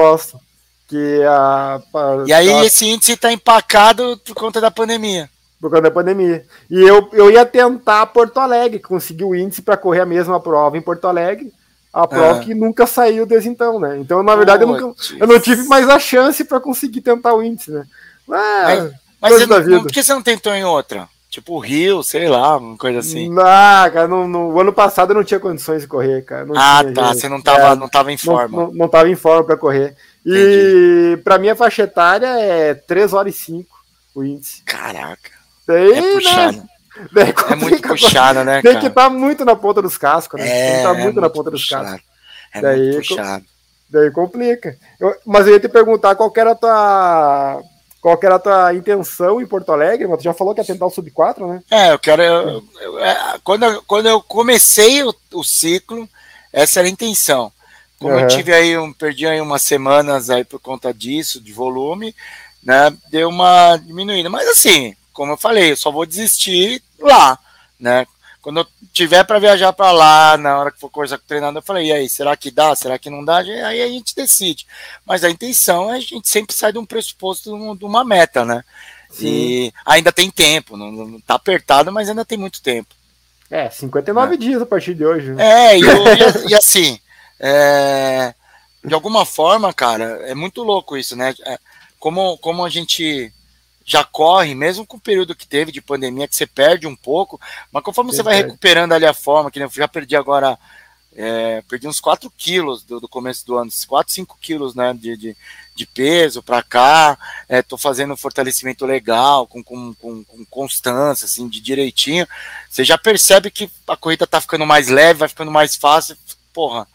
E aí esse índice tá empacado por conta da pandemia. Por conta da pandemia. E eu ia tentar Porto Alegre, conseguir o índice para correr a mesma prova em Porto Alegre. A prova que nunca saiu desde então, né? Então, na verdade, eu não tive mais a chance para conseguir tentar o índice, né? Mas por que você não tentou em outra? Tipo o Rio, sei lá, uma coisa assim. Cara, no ano passado eu não tinha condições de correr, cara. Você não tava em forma. Não tava em forma para correr. E para minha faixa etária é 3h05 o índice. Caraca. É puxado. É muito puxado, né, Tem que estar muito na ponta dos cascos, né? Tem que estar muito na ponta dos cascos. Muito puxado. Daí complica. Mas eu ia te perguntar qual que era a tua intenção em Porto Alegre, mas tu já falou que ia tentar o Sub-4, né? Eu quero... Quando eu comecei o ciclo, essa era a intenção. Como eu perdi aí umas semanas aí por conta disso, de volume, né? Deu uma diminuída. Mas assim, como eu falei, eu só vou desistir lá, né? Quando eu tiver para viajar para lá, na hora que for conversar com o treinador, eu falei, e aí, será que dá? Será que não dá? Aí a gente decide. Mas a intenção é a gente sempre sai de um pressuposto de uma meta, né? Sim. E ainda tem tempo, não tá apertado, mas ainda tem muito tempo. 59 dias a partir de hoje. Né? E assim, de alguma forma, cara, é muito louco isso, né? Como a gente já corre, mesmo com o período que teve de pandemia, que você perde um pouco, mas conforme você vai recuperando ali a forma, que eu já perdi agora, perdi uns 4 quilos do começo do ano, 4, 5 quilos, né, de peso para cá, tô fazendo um fortalecimento legal, com constância, assim, de direitinho, você já percebe que a corrida tá ficando mais leve, vai ficando mais fácil, porra,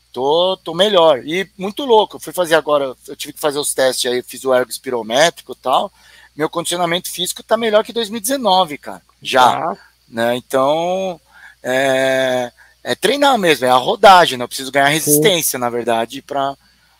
Tô melhor. E muito louco. Eu fui fazer agora, eu tive que fazer os testes aí, fiz o ergo espirométrico e tal. Meu condicionamento físico tá melhor que 2019, cara. Já. Né? Então, é treinar mesmo, é a rodagem, né? Eu preciso ganhar resistência, na verdade, para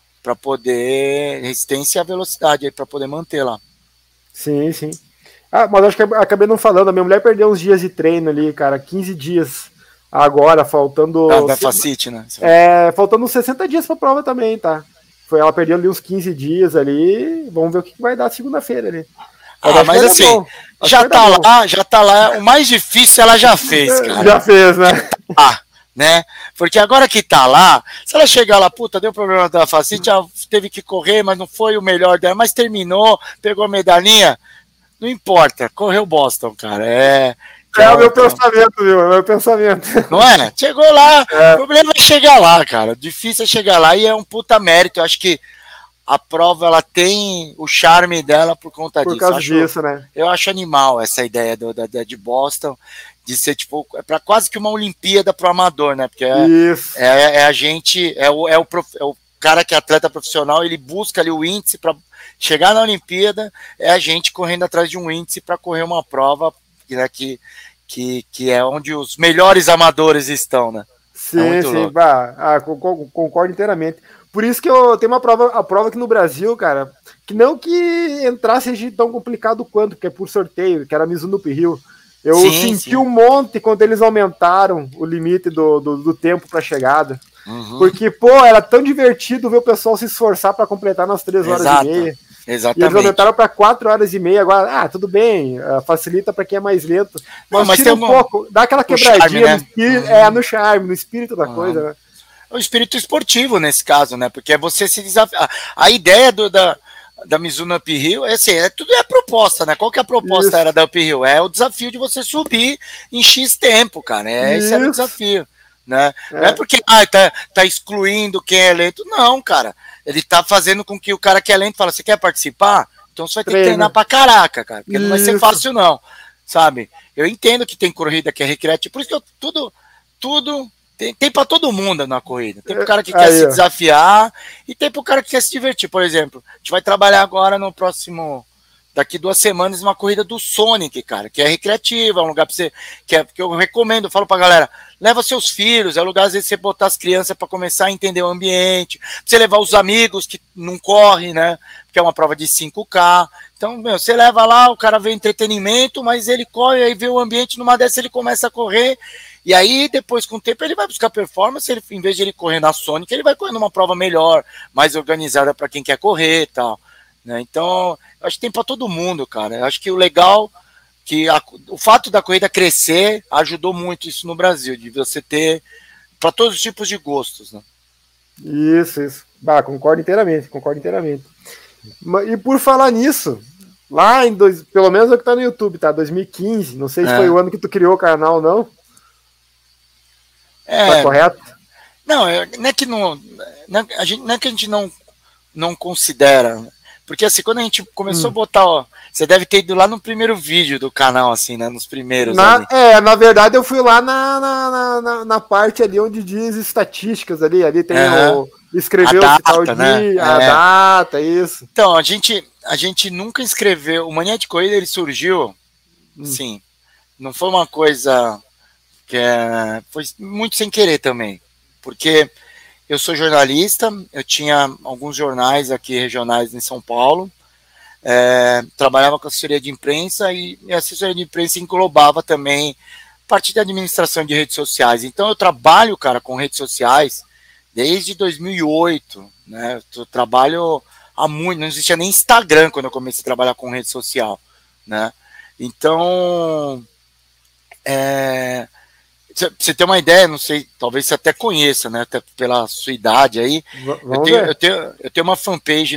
poder. Resistência e a velocidade aí, para poder manter lá. Sim, sim. Mas acho que acabei não falando, a minha mulher perdeu uns dias de treino ali, cara, 15 dias agora, faltando... Da Facite, né? Faltando uns 60 dias pra prova também, tá? Ela perdeu ali uns 15 dias ali, vamos ver o que vai dar segunda-feira ali. Mas assim, já tá lá, o mais difícil ela já fez, cara. Já fez, né? Né? Porque agora que tá lá, se ela chegar lá, puta, deu problema da Facite, já teve que correr, mas não foi o melhor dela, mas terminou, pegou a medalhinha, não importa, correu Boston, cara. É o meu pensamento, viu? É o meu pensamento. Não é? Chegou lá, o problema é chegar lá, cara. Difícil é chegar lá e é um puta mérito. Eu acho que a prova, ela tem o charme dela por conta disso. Por causa disso, né? Eu acho animal essa ideia de Boston, de ser tipo, para quase que uma Olimpíada pro amador, né? Porque a gente, é o cara que é atleta profissional, ele busca ali o índice para chegar na Olimpíada, é a gente correndo atrás de um índice para correr uma prova, né, que é onde os melhores amadores estão, né? Sim, sim, concordo inteiramente. Por isso que eu tenho a prova aqui no Brasil, cara, que não que entrar seja tão complicado quanto, que é por sorteio, que era a Mizuno Uphill. Eu senti um monte quando eles aumentaram o limite do tempo para chegada. Porque, era tão divertido ver o pessoal se esforçar para completar nas 3 horas e meia. Exatamente. E eles aumentaram para 4 horas e meia. Agora, tudo bem, facilita para quem é mais lento. Mas tira um pouco, dá aquela quebradinha charme, no charme, no espírito da coisa, né? O espírito esportivo nesse caso, né? Porque é você se desafiar. A ideia da Mizuno Uphill é assim, tudo é proposta, né? Qual que é a proposta era da Uphill? É o desafio de você subir em X tempo, cara. Esse era o desafio, né? Não é porque tá excluindo quem é lento, não, cara. Ele tá fazendo com que o cara que é lento fala, você quer participar? Então você vai ter que treinar pra caraca, cara. Porque não vai ser fácil, não. Sabe? Eu entendo que tem corrida que é recreativa, por isso que tudo tem para todo mundo na corrida. Tem pro cara que quer se desafiar e tem pro cara que quer se divertir. Por exemplo, a gente vai trabalhar agora no próximo, daqui 2 semanas, uma corrida do Sonic, cara, que é recreativa, é um lugar pra você, que eu recomendo, eu falo pra galera, leva seus filhos, é um lugar às vezes você botar as crianças para começar a entender o ambiente, pra você levar os amigos que não correm, né, porque é uma prova de 5K. Então, você leva lá, o cara vê entretenimento, mas ele corre, aí vê o ambiente, numa dessas ele começa a correr. E aí, depois, com o tempo, ele vai buscar performance, em vez de ele correr na Sonic, ele vai correr numa prova melhor, mais organizada para quem quer correr e tal. Né? Então, eu acho que tem para todo mundo, cara. Eu acho que o legal, o fato da corrida crescer, ajudou muito isso no Brasil, de você ter para todos os tipos de gostos. Né? Isso. Concordo inteiramente. E por falar nisso, lá pelo menos é o que tá no YouTube, tá? 2015, não sei se foi o ano que tu criou o canal, não? Tá correto? Não é que não é que a gente não considera, porque assim, quando a gente começou a botar, você deve ter ido lá no primeiro vídeo do canal, assim, né, nos primeiros. Na verdade eu fui lá na parte ali onde diz estatísticas ali tem escreveu a data, né? A data, isso. Então, a gente nunca escreveu, o Mania de Corrida, ele surgiu, sim, não foi uma coisa... foi muito sem querer também, porque eu sou jornalista, eu tinha alguns jornais aqui regionais em São Paulo, trabalhava com assessoria de imprensa e a assessoria de imprensa englobava também parte de administração de redes sociais. Então eu trabalho, cara, com redes sociais desde 2008, né? Eu trabalho há muito, não existia nem Instagram quando eu comecei a trabalhar com rede social, né? Então, você tem uma ideia, não sei, talvez você até conheça, né? Até pela sua idade aí. Eu tenho uma fanpage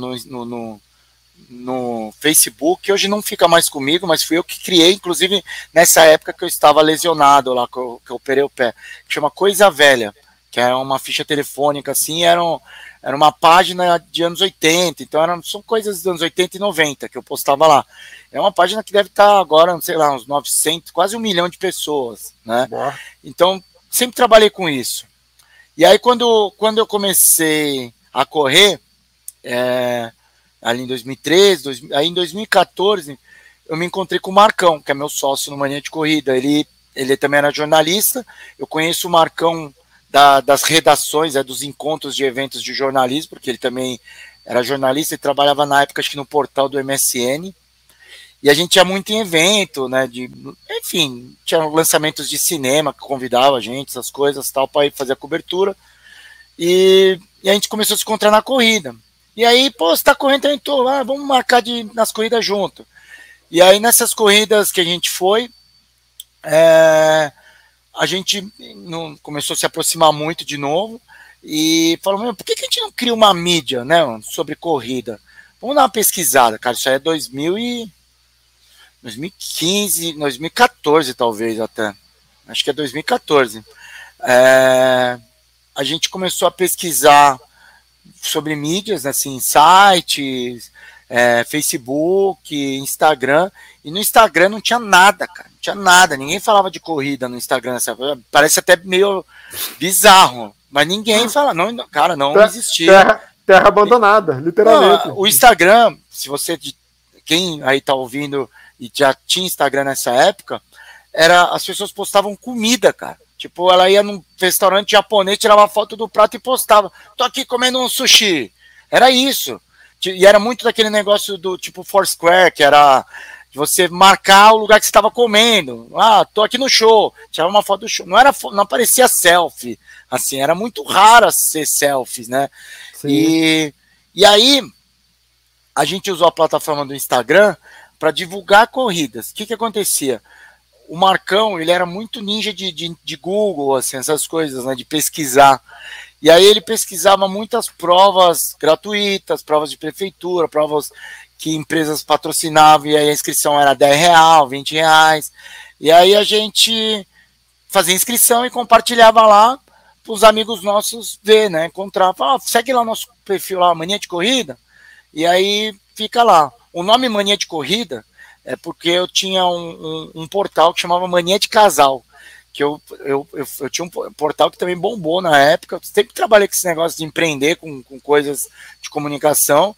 no Facebook, que hoje não fica mais comigo, mas fui eu que criei, inclusive nessa época que eu estava lesionado lá, que eu operei o pé, que chama Coisa Velha, que é uma ficha telefônica, assim, era uma página de anos 80, então são coisas dos anos 80 e 90 que eu postava lá. É uma página que deve estar agora, sei lá, uns 900, quase 1 milhão de pessoas, né? Boa. Então, sempre trabalhei com isso. E aí, quando eu comecei a correr, ali em 2013, aí em 2014, eu me encontrei com o Marcão, que é meu sócio no Mania de Corrida. Ele também era jornalista. Eu conheço o Marcão das redações, dos encontros de eventos de jornalismo, porque ele também era jornalista e trabalhava na época, acho que no portal do MSN. E a gente ia muito em evento, né? Enfim, tinha lançamentos de cinema que convidava a gente, essas coisas, tal, para ir fazer a cobertura. E a gente começou a se encontrar na corrida. E aí, pô, você tá correndo, então, vamos marcar nas corridas junto. E aí, nessas corridas que a gente foi, a gente começou a se aproximar muito de novo e falou, por que a gente não cria uma mídia, né, sobre corrida? Vamos dar uma pesquisada, cara, isso aí é 2015, 2014 talvez até, acho que é 2014. A gente começou a pesquisar sobre mídias, assim, sites, Facebook, Instagram, e no Instagram não tinha nada, cara, não tinha nada, ninguém falava de corrida no Instagram, parece até meio bizarro, mas ninguém fala, não, cara, não existia. Terra abandonada, literalmente. Não, o Instagram, se você, quem aí tá ouvindo e já tinha Instagram nessa época, as pessoas postavam comida, cara. Tipo, ela ia num restaurante japonês, tirava foto do prato e postava. Tô aqui comendo um sushi. Era isso. E era muito daquele negócio do tipo Foursquare, que era de você marcar o lugar que você estava comendo. Tô aqui no show. Tirava uma foto do show. Não aparecia selfie. Assim, era muito raro ser selfies, né? E aí, a gente usou a plataforma do Instagram para divulgar corridas. O que acontecia? O Marcão, ele era muito ninja de Google, assim, essas coisas, né, de pesquisar. E aí ele pesquisava muitas provas gratuitas, provas de prefeitura, provas que empresas patrocinavam, e aí a inscrição era R$10, R$20. E aí a gente fazia inscrição e compartilhava lá para os amigos nossos ver, né, encontrar. Falava, segue lá o nosso perfil lá, Mania de Corrida, e aí fica lá. O nome Mania de Corrida é porque eu tinha um portal que chamava Mania de Casal, que eu tinha um portal que também bombou na época. Eu sempre trabalhei com esse negócio de empreender com coisas de comunicação,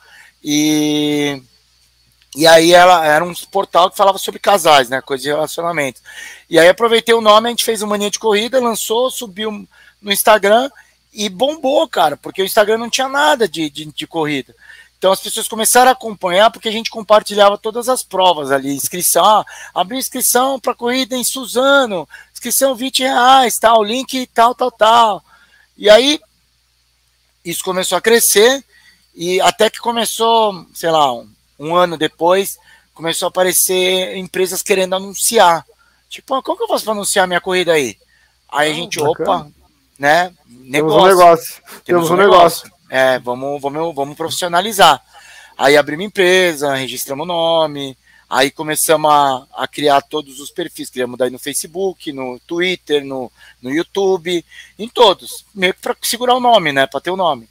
e aí ela era um portal que falava sobre casais, né, coisa de relacionamento. E aí aproveitei o nome, a gente fez o Mania de Corrida, lançou, subiu no Instagram e bombou, cara, porque o Instagram não tinha nada de corrida. Então as pessoas começaram a acompanhar porque a gente compartilhava todas as provas ali, inscrição, abriu inscrição para corrida em Suzano, inscrição R$20, tal, link tal. E aí isso começou a crescer, e até que começou, sei lá, um ano depois, começou a aparecer empresas querendo anunciar. Tipo, como que eu faço para anunciar minha corrida aí? Aí a gente, opa, né? Temos um negócio. Vamos profissionalizar. Aí abrimos empresa, registramos o nome, aí começamos a criar todos os perfis, criamos daí no Facebook, no Twitter, no YouTube, em todos, meio que para segurar o nome, né, para ter o nome.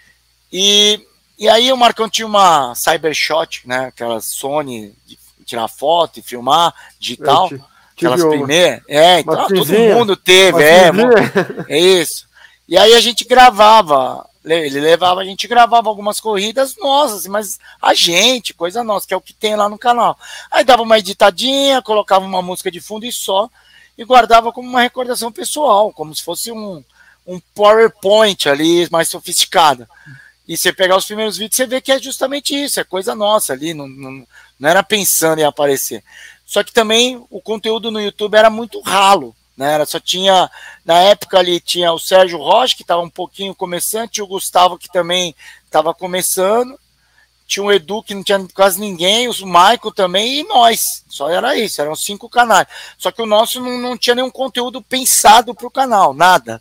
E aí o Marcão tinha uma Cybershot, né, aquela Sony de tirar foto e filmar, digital, aquelas primeiras, então todo mundo teve, é isso. E aí a gente gravava, ele levava, a gente gravava algumas corridas nossas, mas coisa nossa, que é o que tem lá no canal. Aí dava uma editadinha, colocava uma música de fundo e guardava como uma recordação pessoal, como se fosse um PowerPoint ali, mais sofisticado. E você pegar os primeiros vídeos, você vê que é justamente isso, é coisa nossa ali, não era pensando em aparecer. Só que também o conteúdo no YouTube era muito ralo, né? Só tinha, na época ali, tinha o Sérgio Rocha, que estava um pouquinho começando, tinha o Gustavo, que também estava começando, tinha o Edu, que não tinha quase ninguém, o Michael também, e nós. Só era isso, eram 5 canais. Só que o nosso não tinha nenhum conteúdo pensado para o canal, nada.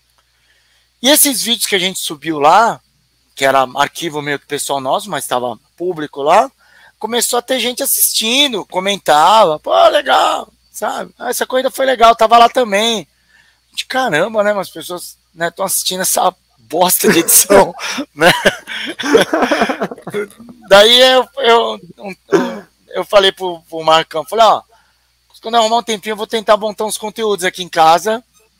E esses vídeos que a gente subiu lá, que era arquivo meio que pessoal nosso, mas estava público lá, começou a ter gente assistindo, comentava, pô, legal, sabe? Essa corrida foi legal, tava lá também. De caramba, né? As pessoas estão assistindo essa bosta de edição, né? Daí eu falei pro Marcão, falei, quando eu arrumar um tempinho, eu vou tentar montar uns conteúdos aqui em casa.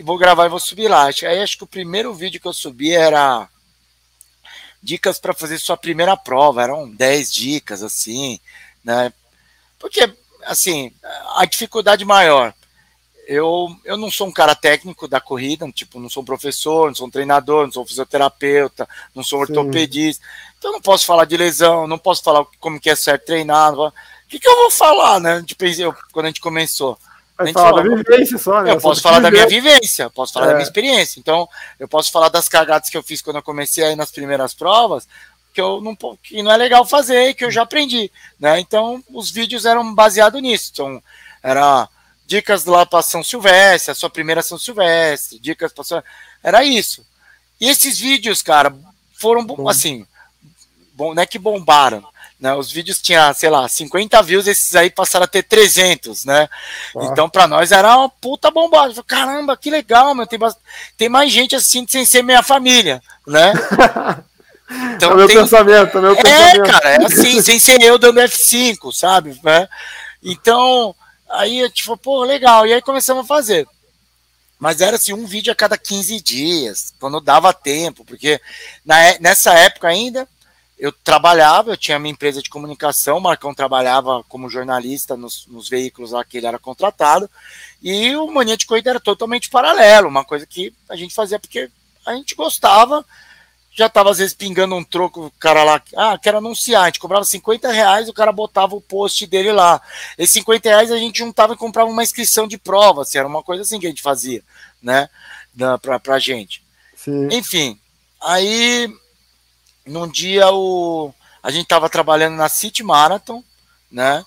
e vou gravar e vou subir lá. Aí acho que o primeiro vídeo que eu subi era dicas para fazer sua primeira prova, eram 10 dicas, assim, né? Porque, assim, a dificuldade maior, eu não sou um cara técnico da corrida, tipo, não sou um professor, não sou um treinador, não sou um fisioterapeuta, não sou um ortopedista, então não posso falar de lesão, não posso falar como que é certo treinar, o que eu vou falar, né? Quando a gente começou. Vai falar da vivência só, né? Eu posso falar da minha vivência, posso falar da minha experiência. Então, eu posso falar das cagadas que eu fiz quando eu comecei aí nas primeiras provas, que não é legal fazer e que eu já aprendi, né? Então, os vídeos eram baseados nisso. Então, era dicas lá para São Silvestre, a sua primeira São Silvestre, dicas para era isso. E esses vídeos, cara, foram assim, não é que bombaram. Né, os vídeos tinham, sei lá, 50 views, esses aí passaram a ter 300, né? Então, pra nós era uma puta bombada. Caramba, que legal, meu, tem mais gente assim sem ser minha família, né? Então, é meu pensamento, é meu pensamento. Cara, é assim, sem ser eu dando F5, sabe? Né? Então, aí a gente falou, pô, legal. E aí começamos a fazer. Mas era assim, um vídeo a cada 15 dias, quando dava tempo, porque nessa época ainda, eu trabalhava, eu tinha minha empresa de comunicação, o Marcão trabalhava como jornalista nos veículos lá que ele era contratado, e o Mania de Corrida era totalmente paralelo, uma coisa que a gente fazia porque a gente gostava, já estava às vezes pingando um troco, o cara lá, quero anunciar, a gente cobrava R$50, o cara botava o post dele lá, esses R$50 a gente juntava e comprava uma inscrição de prova, assim, era uma coisa assim que a gente fazia, né, pra gente. Sim. Enfim, aí... Num dia a gente estava trabalhando na City Marathon, né?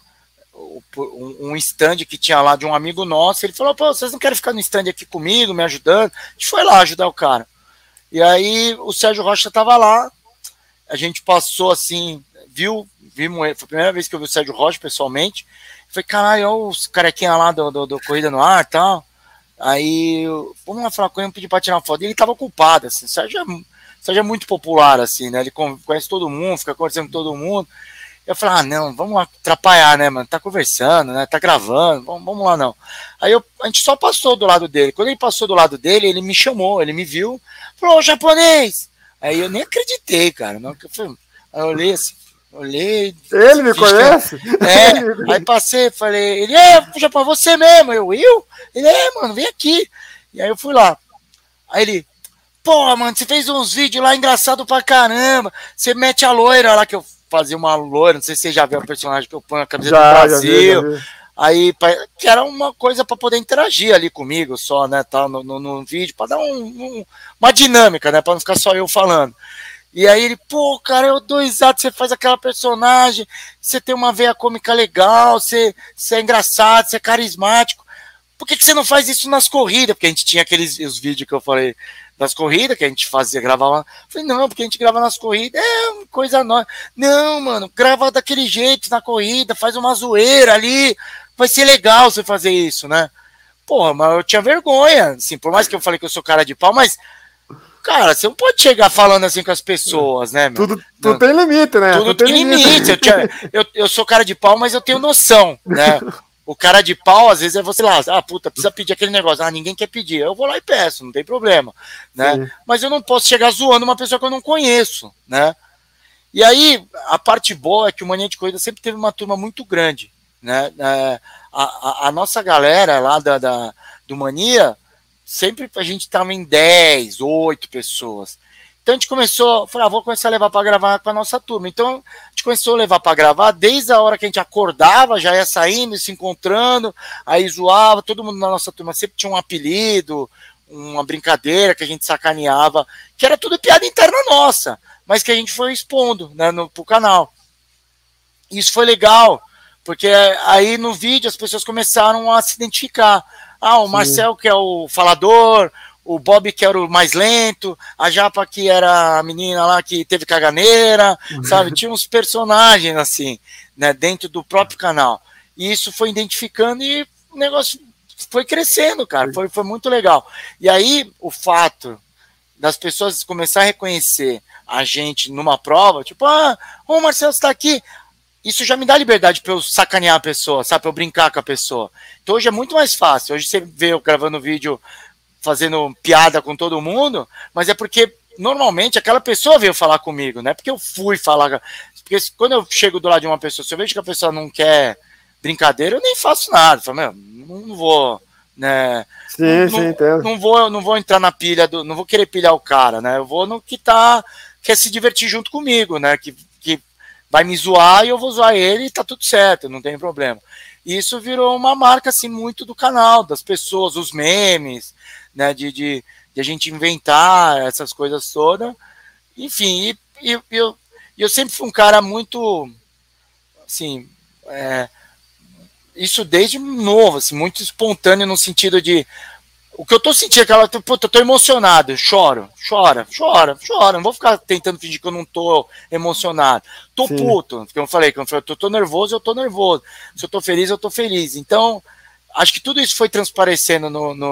Um stand que tinha lá de um amigo nosso. Ele falou: pô, vocês não querem ficar no stand aqui comigo, me ajudando? A gente foi lá ajudar o cara. E aí o Sérgio Rocha estava lá. A gente passou assim, vimos, foi a primeira vez que eu vi o Sérgio Rocha pessoalmente. Falei: caralho, olha os carequinha lá do Corrida no Ar e tal. Aí, vamos lá falar com ele, pedir para tirar uma foto. E ele estava ocupado, assim. O Sérgio é muito popular, assim, né? Ele conhece todo mundo, fica conversando com todo mundo. Eu falei, não, vamos lá atrapalhar, né, mano? Tá conversando, né? Tá gravando, vamos lá, não. Aí a gente só passou do lado dele. Quando ele passou do lado dele, ele me chamou, ele me viu, falou, ô, japonês! Aí eu nem acreditei, cara. Não, aí eu olhei assim, Ele me conhece? Aí passei, falei, ele, Japão, você mesmo. Eu? Ele, mano, vem aqui. E aí eu fui lá. Aí ele, pô, mano, você fez uns vídeos lá engraçado pra caramba. Você mete a loira lá, que eu fazia uma loira, não sei se você já viu o personagem que eu ponho a camiseta do Brasil. Já vi. Aí, que era uma coisa pra poder interagir ali comigo só, né, tal, no vídeo, pra dar uma dinâmica, né, pra não ficar só eu falando. E aí ele, pô, cara, eu dou risada, você faz aquela personagem, você tem uma veia cômica legal, você é engraçado, você é carismático. Por que você não faz isso nas corridas? Porque a gente tinha os vídeos que eu falei das corridas, que a gente gravava. Eu falei, não, porque a gente grava nas corridas, uma coisa nova. Não, mano, grava daquele jeito na corrida, faz uma zoeira ali, vai ser legal você fazer isso, né? Porra, mas eu tinha vergonha, assim, por mais que eu falei que eu sou cara de pau, mas, cara, você não pode chegar falando assim com as pessoas, né, meu? Tudo tem limite, né? Tudo tem limite. Eu sou cara de pau, mas eu tenho noção, né? O cara de pau, às vezes, é você lá, puta, precisa pedir aquele negócio. Ninguém quer pedir. Eu vou lá e peço, não tem problema, né? Sim. Mas eu não posso chegar zoando uma pessoa que eu não conheço, né? E aí, a parte boa é que o Mania de Corrida sempre teve uma turma muito grande, né? A nossa galera lá do Mania, sempre a gente estava em 10, 8 pessoas. Então a gente começou, vou começar a levar para gravar com a nossa turma. Então a gente começou a levar para gravar, desde a hora que a gente acordava, já ia saindo, se encontrando, aí zoava, todo mundo na nossa turma sempre tinha um apelido, uma brincadeira que a gente sacaneava, que era tudo piada interna nossa, mas que a gente foi expondo, né, pro canal. Isso foi legal, porque aí no vídeo as pessoas começaram a se identificar. O Marcel, que é o falador, o Bob, que era o mais lento, a Japa, que era a menina lá que teve caganeira, sabe? Tinha uns personagens assim, né, dentro do próprio canal. E isso foi identificando e o negócio foi crescendo, cara. Foi muito legal. E aí, o fato das pessoas começarem a reconhecer a gente numa prova, tipo, o Marcelo está aqui. Isso já me dá liberdade para eu sacanear a pessoa, sabe? Para eu brincar com a pessoa. Então hoje é muito mais fácil. Hoje você vê eu gravando vídeo fazendo piada com todo mundo, mas é porque normalmente aquela pessoa veio falar comigo, né? Porque eu fui falar. Porque quando eu chego do lado de uma pessoa, se eu vejo que a pessoa não quer brincadeira, eu nem faço nada. Eu falo, meu, não vou, né? Não vou entrar na pilha não vou querer pilhar o cara, né? Eu vou no que quer se divertir junto comigo, né? Que vai me zoar e eu vou zoar ele e tá tudo certo, não tem problema. E isso virou uma marca, assim, muito do canal, das pessoas, os memes, né? De a gente inventar essas coisas todas. Enfim, eu sempre fui um cara muito, assim, isso desde novo, assim, muito espontâneo no sentido de o que eu tô sentindo é que eu tô emocionado, choro, não vou ficar tentando fingir que eu não tô emocionado. Tô Sim. puto, porque eu falei, eu tô nervoso, se eu tô feliz, eu tô feliz. Então, acho que tudo isso foi transparecendo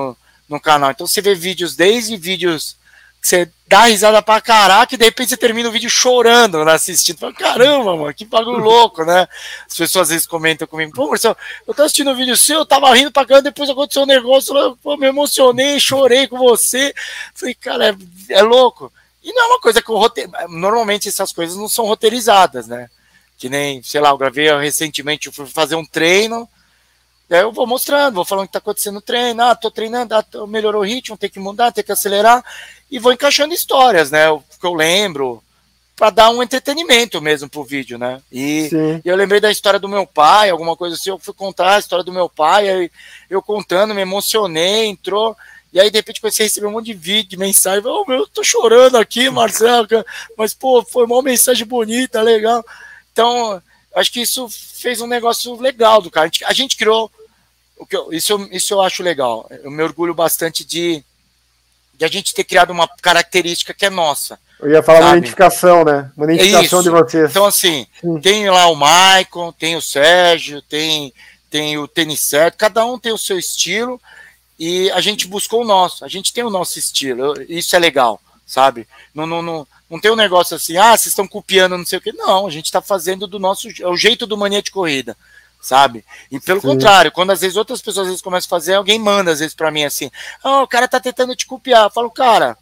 no canal. Então você vê vídeos, desde vídeos que você dá risada pra caraca e de repente você termina o vídeo chorando, né, assistindo. Fala, caramba, mano, que bagulho louco, né? As pessoas às vezes comentam comigo, pô, Marcelo, eu tô assistindo o vídeo seu, eu tava rindo pra caramba, depois aconteceu um negócio, eu me emocionei, chorei com você. Falei, cara, é louco. E não é uma coisa que normalmente essas coisas não são roteirizadas, né? Que nem, sei lá, eu gravei recentemente, eu fui fazer um treino, aí eu vou mostrando, vou falando o que tá acontecendo no treino, tô treinando, melhorou o ritmo, tem que mudar, tem que acelerar, e vou encaixando histórias, né, o que eu lembro, para dar um entretenimento mesmo pro vídeo, né, e eu lembrei da história do meu pai, alguma coisa assim, eu fui contar a história do meu pai, aí eu contando, me emocionei, entrou, e aí de repente comecei a receber um monte de vídeo, de mensagem, eu tô chorando aqui, Marcelo, mas pô, foi uma mensagem bonita, legal, então, acho que isso fez um negócio legal do cara, a gente criou, isso eu acho legal, eu me orgulho bastante de a gente ter criado uma característica que é nossa. Eu ia falar uma identificação, né? Uma identificação de vocês. Então, assim, tem lá o Maicon, tem o Sérgio, tem o Tênis Certo, cada um tem o seu estilo e a gente buscou o nosso, a gente tem o nosso estilo, isso é legal, sabe? Não tem um negócio assim, vocês estão copiando não sei o quê. Não, a gente está fazendo do nosso, é o jeito do Mania de Corrida, sabe? E pelo contrário, quando às vezes outras pessoas às vezes começam a fazer, alguém manda às vezes pra mim assim, o cara tá tentando te copiar. Eu falo, cara,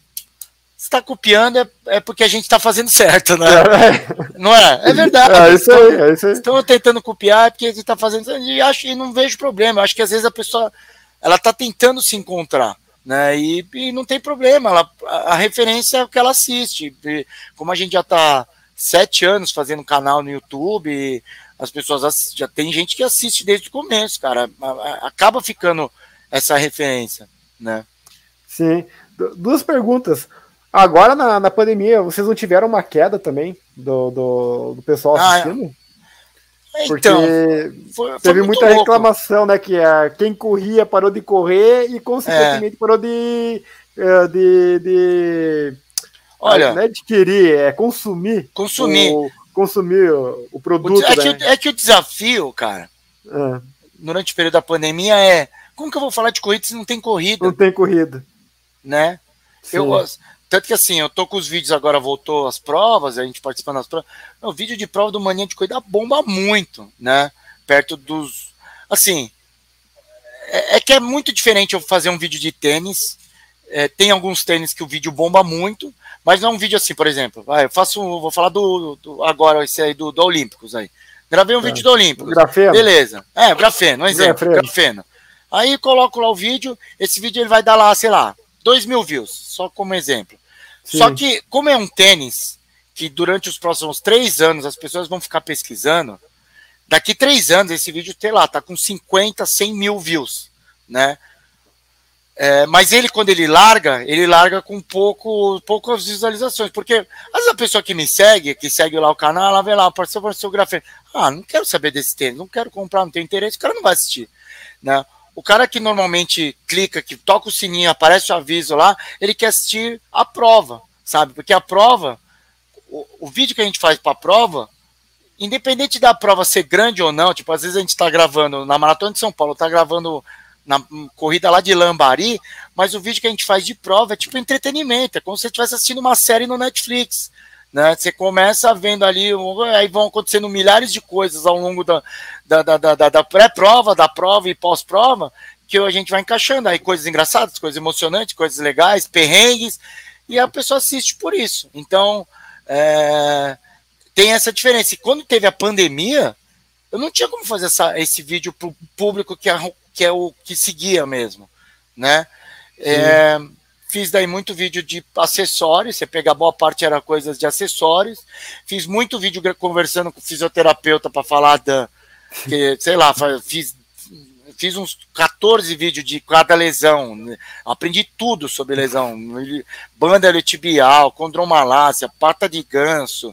se tá copiando é porque a gente tá fazendo certo, né? Não é? É verdade. É isso aí. Estão tentando copiar é porque a gente tá fazendo certo. E não vejo problema. Eu acho que às vezes a pessoa, ela tá tentando se encontrar, né? E não tem problema. A referência é o que ela assiste. E como a gente já tá 7 anos fazendo canal no YouTube, as pessoas já tem gente que assiste desde o começo, cara. Acaba ficando essa referência, né? Sim. 2 perguntas. Agora, na pandemia, vocês não tiveram uma queda também do pessoal assistindo? Então, porque teve muita reclamação, né? Que quem corria parou de correr e, consequentemente, parou de olha, não é adquirir, consumir. Consumir o produto. É que o desafio, cara, durante o período da pandemia como que eu vou falar de corrida se não tem corrida? Não tem corrida. Né? Tanto que assim, eu tô com os vídeos agora, voltou as provas, a gente participando das provas. O vídeo de prova do Mania de Corrida bomba muito, né? Perto dos... Assim, que é muito diferente eu fazer um vídeo de tênis. Tem alguns tênis que o vídeo bomba muito, mas não é um vídeo assim, por exemplo. Vou falar agora esse aí do Olímpicos aí. Gravei um vídeo do Olímpicos. Grafeno. Beleza. Grafeno, um exemplo. Grafeno. Aí coloco lá o vídeo, esse vídeo ele vai dar lá, sei lá, 2.000 views, só como exemplo. Sim. Só que, como é um tênis, que durante os próximos 3 anos as pessoas vão ficar pesquisando, daqui 3 anos esse vídeo, sei lá, tá com 50, 100 mil views, né? Mas quando ele larga com poucas visualizações, porque às vezes a pessoa que me segue, lá o canal, ela vê lá, apareceu o Grafeno. Não quero saber desse tênis, não quero comprar, não tenho interesse, o cara não vai assistir, né? O cara que normalmente clica, que toca o sininho, aparece o aviso lá, ele quer assistir a prova, sabe? Porque a prova, o vídeo que a gente faz para a prova, independente da prova ser grande ou não, tipo, às vezes a gente está gravando na Maratona de São Paulo, está gravando na corrida lá de Lambari, mas o vídeo que a gente faz de prova é tipo entretenimento, é como se você estivesse assistindo uma série no Netflix, né? Você começa vendo ali, aí vão acontecendo milhares de coisas ao longo da pré-prova, da prova e pós-prova, que a gente vai encaixando aí coisas engraçadas, coisas emocionantes, coisas legais, perrengues, e a pessoa assiste por isso. Então, tem essa diferença. E quando teve a pandemia, eu não tinha como fazer esse vídeo para o público que é o que seguia mesmo, né? Fiz daí muito vídeo de acessórios, você pega, a boa parte era coisas de acessórios. Fiz muito vídeo conversando com o fisioterapeuta para falar sei lá, fiz uns 14 vídeos de cada lesão, aprendi tudo sobre lesão, banda iliotibial, condromalácia, pata de ganso.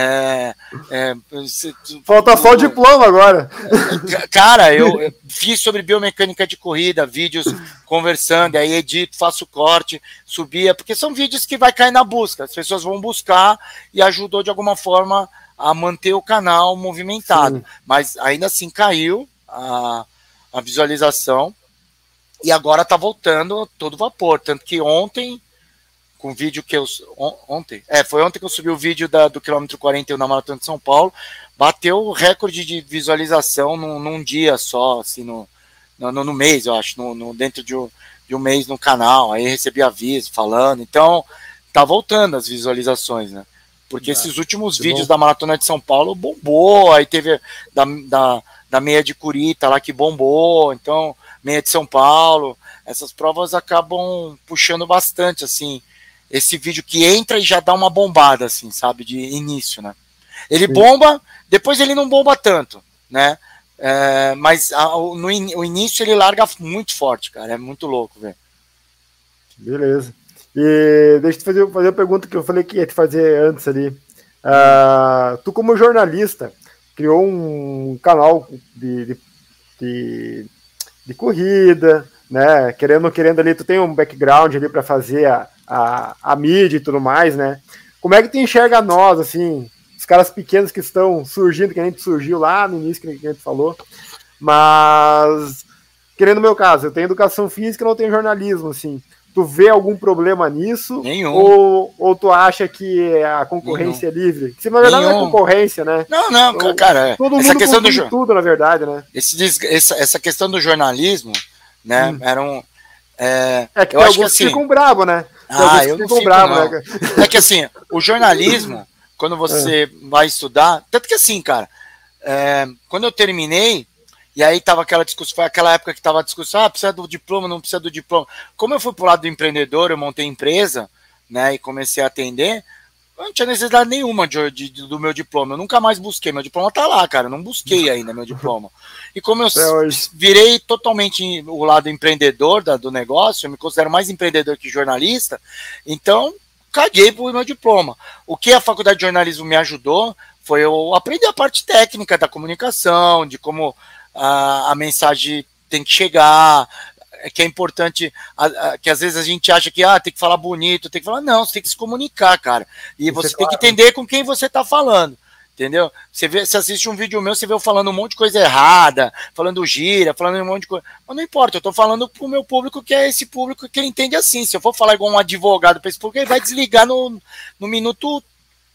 Falta só o diploma agora. Cara, eu fiz sobre biomecânica de corrida, vídeos conversando, aí edito, faço corte, subia, porque são vídeos que vai cair na busca, as pessoas vão buscar e ajudou de alguma forma a manter o canal movimentado. Sim. Mas ainda assim caiu a visualização, e agora tá voltando todo vapor, tanto que ontem, com o vídeo que foi ontem que eu subi o vídeo do quilômetro 41 na Maratona de São Paulo, bateu o recorde de visualização num dia só, assim, no mês, eu acho, dentro de um mês no canal, aí recebi aviso falando, então tá voltando as visualizações, né, porque esses últimos vídeos da Maratona de São Paulo bombou, aí teve da meia de Curitiba lá que bombou, então meia de São Paulo, essas provas acabam puxando bastante, assim, esse vídeo que entra e já dá uma bombada, assim, sabe, de início, né? Ele bomba, depois ele não bomba tanto, né? Mas no início ele larga muito forte, cara, é muito louco, velho. Beleza. E deixa eu te fazer a pergunta que eu falei que ia te fazer antes ali. Tu como jornalista, criou um canal de corrida, né? Querendo ali, tu tem um background ali para fazer a mídia e tudo mais, né? Como é que tu enxerga nós, assim, os caras pequenos que estão surgindo, que a gente surgiu lá no início, que a gente falou, mas, querendo no meu caso, eu tenho educação física e não tenho jornalismo, assim. Tu vê algum problema nisso? Nenhum. Ou tu acha que a concorrência é livre? Que na verdade não é concorrência, né? Não, cara. Todo mundo questão tudo, na verdade, né? Essa questão do jornalismo, né? Que eu acho que assim, ficam bravos, né? Eu não fico, não. Né? É que assim, o jornalismo, quando você vai estudar, tanto que assim, cara, quando eu terminei, e aí tava aquela discussão, foi aquela época que tava a discussão, precisa do diploma, não precisa do diploma. Como eu fui pro lado do empreendedor, eu montei empresa, né, e comecei a atender, eu não tinha necessidade nenhuma do meu diploma, eu nunca mais busquei, meu diploma tá lá, cara, eu não busquei ainda meu diploma. E como eu virei totalmente o lado empreendedor do negócio, eu me considero mais empreendedor que jornalista, então caguei pro meu diploma. O que a faculdade de jornalismo me ajudou foi eu aprender a parte técnica da comunicação, de como a mensagem tem que chegar, que é importante, que às vezes a gente acha que tem que falar bonito, tem que falar, não, você tem que se comunicar, cara, e você tem que entender com quem você tá falando, entendeu? Você assiste um vídeo meu, você vê eu falando um monte de coisa errada, falando gíria, falando um monte de coisa, mas não importa, eu tô falando pro meu público, que é esse público que ele entende assim. Se eu for falar igual um advogado pra esse público, ele vai desligar no minuto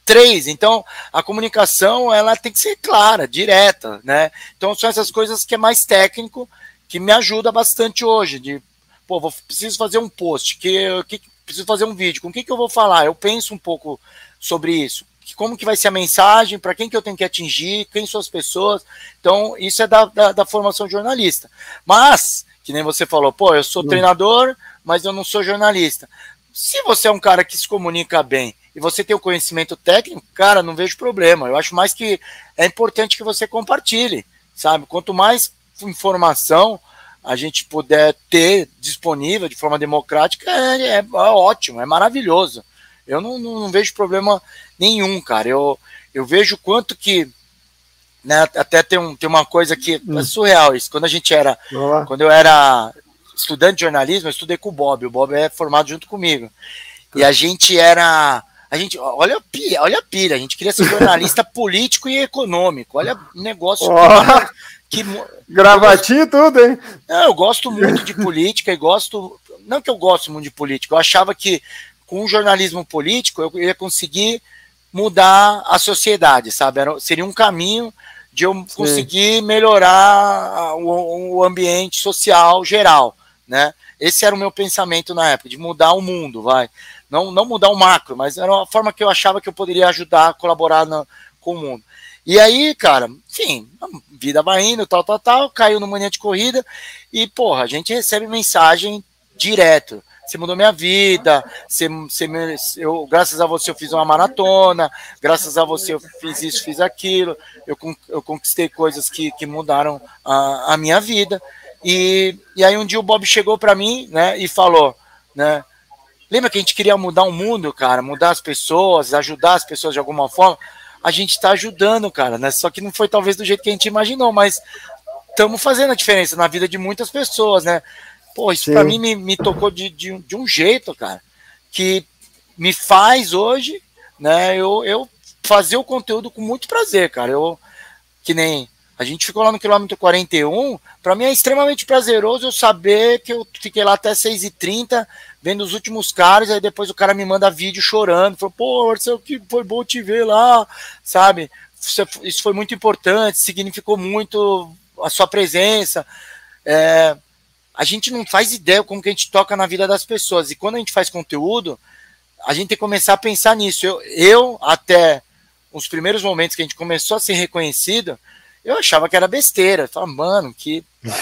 3, então a comunicação ela tem que ser clara, direta, né? Então são essas coisas que é mais técnico, que me ajuda bastante hoje, preciso fazer um post, preciso fazer um vídeo, com o que eu vou falar? Eu penso um pouco sobre isso, como que vai ser a mensagem, para quem que eu tenho que atingir, quem são as pessoas, então isso é da formação jornalista. Mas, que nem você falou, eu sou treinador, mas eu não sou jornalista. Se você é um cara que se comunica bem, e você tem o conhecimento técnico, cara, não vejo problema. Eu acho mais que é importante que você compartilhe, sabe? Quanto mais informação a gente puder ter disponível de forma democrática, é ótimo, é maravilhoso. Eu não vejo problema nenhum, cara. Eu vejo quanto que, né, até tem uma coisa que é surreal isso. Quando eu era estudante de jornalismo, eu estudei com o Bob. O Bob é formado junto comigo. E olha a pilha, a gente queria ser jornalista político e econômico. Olha o negócio. Gravatinho e tudo, hein? Eu gosto muito de política e não que eu gosto muito de política, eu achava que com o jornalismo político eu ia conseguir mudar a sociedade, sabe? Seria um caminho de eu conseguir melhorar o ambiente social geral, né? Esse era o meu pensamento na época, de mudar o mundo, vai. Não mudar o macro, mas era uma forma que eu achava que eu poderia ajudar, colaborar com o mundo. E aí, cara, enfim, a vida vai indo, tal, caiu no Mania de Corrida e, porra, a gente recebe mensagem direto. Você mudou minha vida, graças a você eu fiz uma maratona, graças a você eu fiz isso, fiz aquilo, eu conquistei coisas que mudaram a minha vida. E aí um dia o Bob chegou para mim, né, e falou, né, lembra que a gente queria mudar o mundo, cara, mudar as pessoas, ajudar as pessoas de alguma forma? A gente está ajudando, cara, né? Só que não foi talvez do jeito que a gente imaginou, mas estamos fazendo a diferença na vida de muitas pessoas, né? Pô, isso para mim me tocou de um jeito, cara, que me faz hoje, né, eu fazer o conteúdo com muito prazer, cara. Que nem a gente ficou lá no quilômetro 41, para mim é extremamente prazeroso eu saber que eu fiquei lá até 6h30, vendo os últimos caras, aí depois o cara me manda vídeo chorando, falou, pô, Marcelo, que foi bom te ver lá, sabe? Isso foi muito importante, significou muito a sua presença. A gente não faz ideia como que a gente toca na vida das pessoas, e quando a gente faz conteúdo, a gente tem que começar a pensar nisso. Eu até os primeiros momentos que a gente começou a ser reconhecido, eu achava que era besteira. Eu falava, mano, que...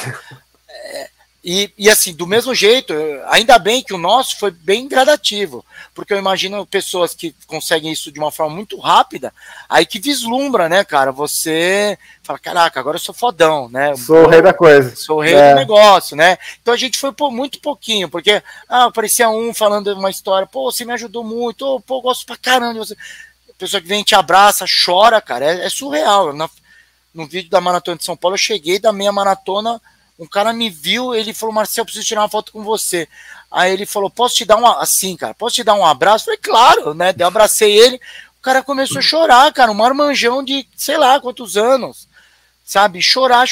E assim, do mesmo jeito, ainda bem que o nosso foi bem gradativo, porque eu imagino pessoas que conseguem isso de uma forma muito rápida, aí que vislumbra, né, cara, você fala, caraca, agora eu sou fodão, né? Sou o rei da coisa. Sou o rei do negócio, né? Então a gente foi por muito pouquinho, porque aparecia um falando uma história, pô, você me ajudou muito, pô, eu gosto pra caramba de você. A pessoa que vem, te abraça, chora, cara, é surreal. No vídeo da Maratona de São Paulo, eu cheguei da meia maratona, um cara me viu, ele falou, Marcelo, eu preciso tirar uma foto com você. Aí ele falou, posso te dar posso te dar um abraço? Eu falei, claro, né? Eu abracei ele, o cara começou a chorar, cara, um marmanjão de sei lá quantos anos, sabe? Chorar.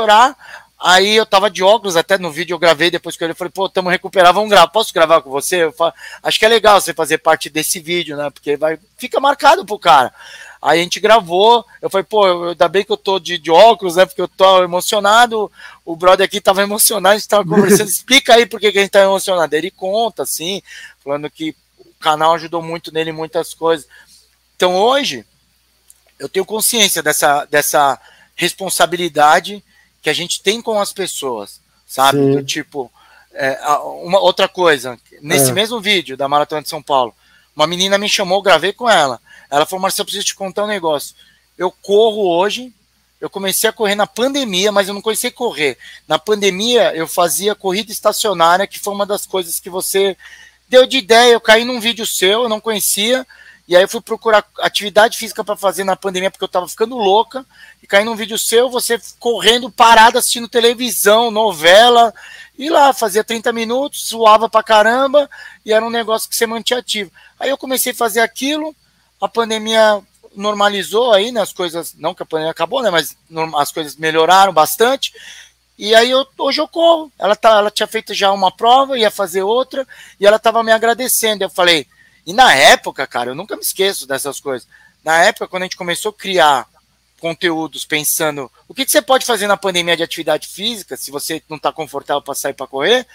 Aí eu tava de óculos, até no vídeo eu gravei depois que ele falei, pô, tamo recuperando, vamos gravar, posso gravar com você? Acho que é legal você fazer parte desse vídeo, né? Porque fica marcado pro cara. Aí a gente gravou, eu falei, pô, ainda bem que eu tô de óculos, né, porque eu tô emocionado, o brother aqui tava emocionado, a gente tava conversando, explica aí por que a gente tá emocionado. Aí ele conta, assim, falando que o canal ajudou muito nele em muitas coisas. Então hoje, eu tenho consciência dessa responsabilidade que a gente tem com as pessoas, sabe? Do tipo, uma outra coisa, nesse mesmo vídeo da Maratona de São Paulo, uma menina me chamou, gravei com ela. Ela falou, Marcelo, eu preciso te contar um negócio. Eu corro hoje, eu comecei a correr na pandemia, mas eu não comecei a correr. Na pandemia, eu fazia corrida estacionária, que foi uma das coisas que você deu de ideia. Eu caí num vídeo seu, eu não conhecia, e aí eu fui procurar atividade física para fazer na pandemia, porque eu tava ficando louca, e caí num vídeo seu, você correndo, parado, assistindo televisão, novela, e lá, fazia 30 minutos, suava pra caramba, e era um negócio que você mantinha ativo. Aí eu comecei a fazer aquilo, a pandemia normalizou aí, né, as coisas, não que a pandemia acabou, né, mas as coisas melhoraram bastante, e aí hoje eu corro, ela tinha feito já uma prova, ia fazer outra, e ela estava me agradecendo, eu falei, e na época, cara, eu nunca me esqueço dessas coisas, na época, quando a gente começou a criar conteúdos pensando, o que você pode fazer na pandemia de atividade física, se você não está confortável para sair para correr,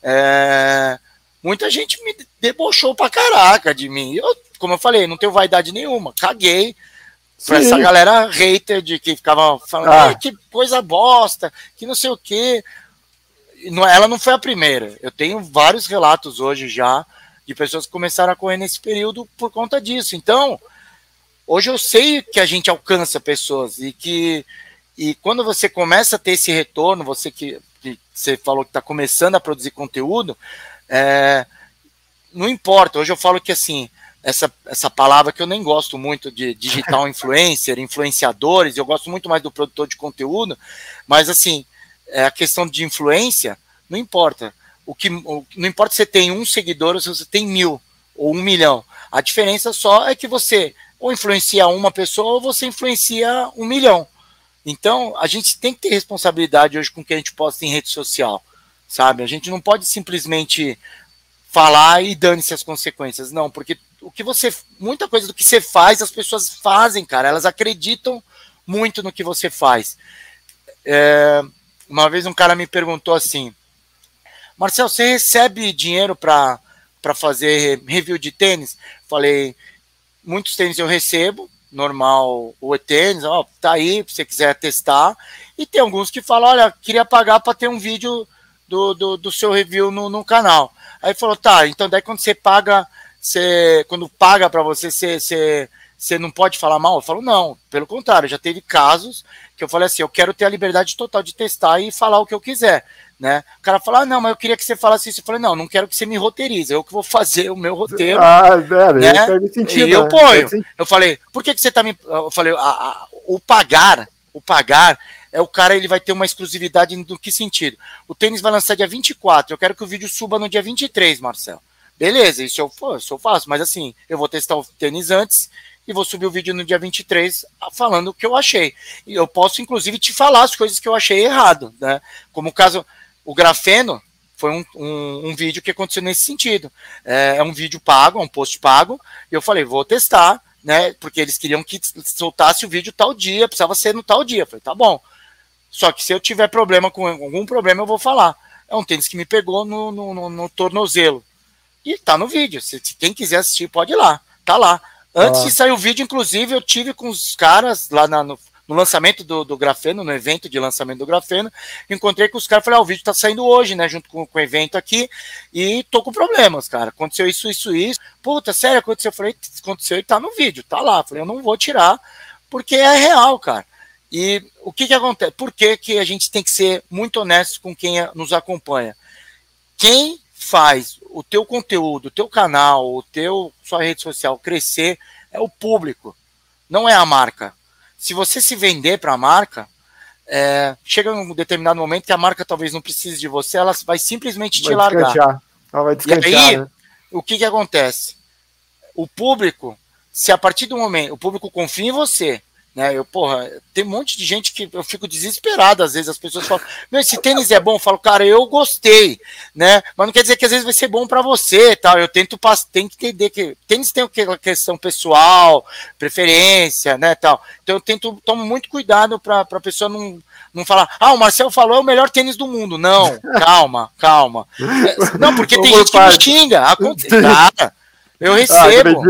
muita gente me debochou pra caraca de mim. Eu, como eu falei, não tenho vaidade nenhuma. Caguei pra essa galera hater de que ficava falando que coisa bosta, que não sei o quê. Ela não foi a primeira. Eu tenho vários relatos hoje já de pessoas que começaram a correr nesse período por conta disso. Então, hoje eu sei que a gente alcança pessoas e quando você começa a ter esse retorno, você que você falou que está começando a produzir conteúdo, não importa, hoje eu falo que assim, essa palavra que eu nem gosto muito de digital influencer, influenciadores, eu gosto muito mais do produtor de conteúdo, mas assim, a questão de influência, não importa, não importa se você tem 1 seguidor ou se você tem 1000 ou 1 milhão, a diferença só é que você ou influencia uma pessoa ou você influencia 1 milhão, então a gente tem que ter responsabilidade hoje com o que a gente posta em rede social, sabe? A gente não pode simplesmente falar e dane-se as consequências, não, porque muita coisa do que você faz, as pessoas fazem, cara, elas acreditam muito no que você faz. Uma vez um cara me perguntou assim, Marcel, você recebe dinheiro para fazer review de tênis? Falei, muitos tênis eu recebo, normal, o tênis, ó, tá aí, se você quiser testar. E tem alguns que falam, olha, queria pagar para ter um vídeo do seu review no canal. Aí falou, tá, então daí quando você paga, quando paga para você, você não pode falar mal? Eu falo, não, pelo contrário, já teve casos que eu falei assim, eu quero ter a liberdade total de testar e falar o que eu quiser, né? O cara fala, não, mas eu queria que você falasse isso. Eu falei, não quero que você me roteirize, eu que vou fazer o meu roteiro, né? Sentido, e eu ponho. Eu falei, por que você tá me... Eu falei, o pagar é o cara, ele vai ter uma exclusividade do que sentido? O tênis vai lançar dia 24, eu quero que o vídeo suba no dia 23, Marcelo. Beleza, isso eu faço, mas assim, eu vou testar o tênis antes e vou subir o vídeo no dia 23 falando o que eu achei. E eu posso, inclusive, te falar as coisas que eu achei errado, né? Como o caso, o grafeno foi um vídeo que aconteceu nesse sentido. É um vídeo pago, um post pago, e eu falei, vou testar, né? Porque eles queriam que soltasse o vídeo tal dia, precisava ser no tal dia. Eu falei, tá bom. Só que se eu tiver problema com algum problema, eu vou falar. É um tênis que me pegou no tornozelo. E tá no vídeo. Se quem quiser assistir, pode ir lá. Tá lá. Antes de sair o vídeo, inclusive, eu tive com os caras lá no lançamento do grafeno, no evento de lançamento do grafeno. Encontrei com os caras e falei, o vídeo tá saindo hoje, né? Junto com o evento aqui. E tô com problemas, cara. Aconteceu isso. Puta, sério, aconteceu. Eu falei, aconteceu e tá no vídeo, tá lá. Eu falei, eu não vou tirar, porque é real, cara. E o que acontece? Por que a gente tem que ser muito honesto com quem nos acompanha? Quem faz o teu conteúdo, o teu canal, sua rede social crescer é o público, não é a marca. Se você se vender para a marca, chega um determinado momento que a marca talvez não precise de você, ela vai simplesmente te largar. Ela vai descantear, e aí, né? O que acontece? O público, se a partir do momento, o público confia em você, né? Tem um monte de gente que eu fico desesperado, às vezes as pessoas falam, esse tênis é bom, eu falo, cara, eu gostei, né? Mas não quer dizer que às vezes vai ser bom para você, tal. Eu tem que entender que tênis tem aquela questão pessoal, preferência, né, tal. Então eu tomo muito cuidado para a pessoa não falar, o Marcel falou, é o melhor tênis do mundo. Não, calma. Não, porque tem gente que me xinga, cara, eu recebo.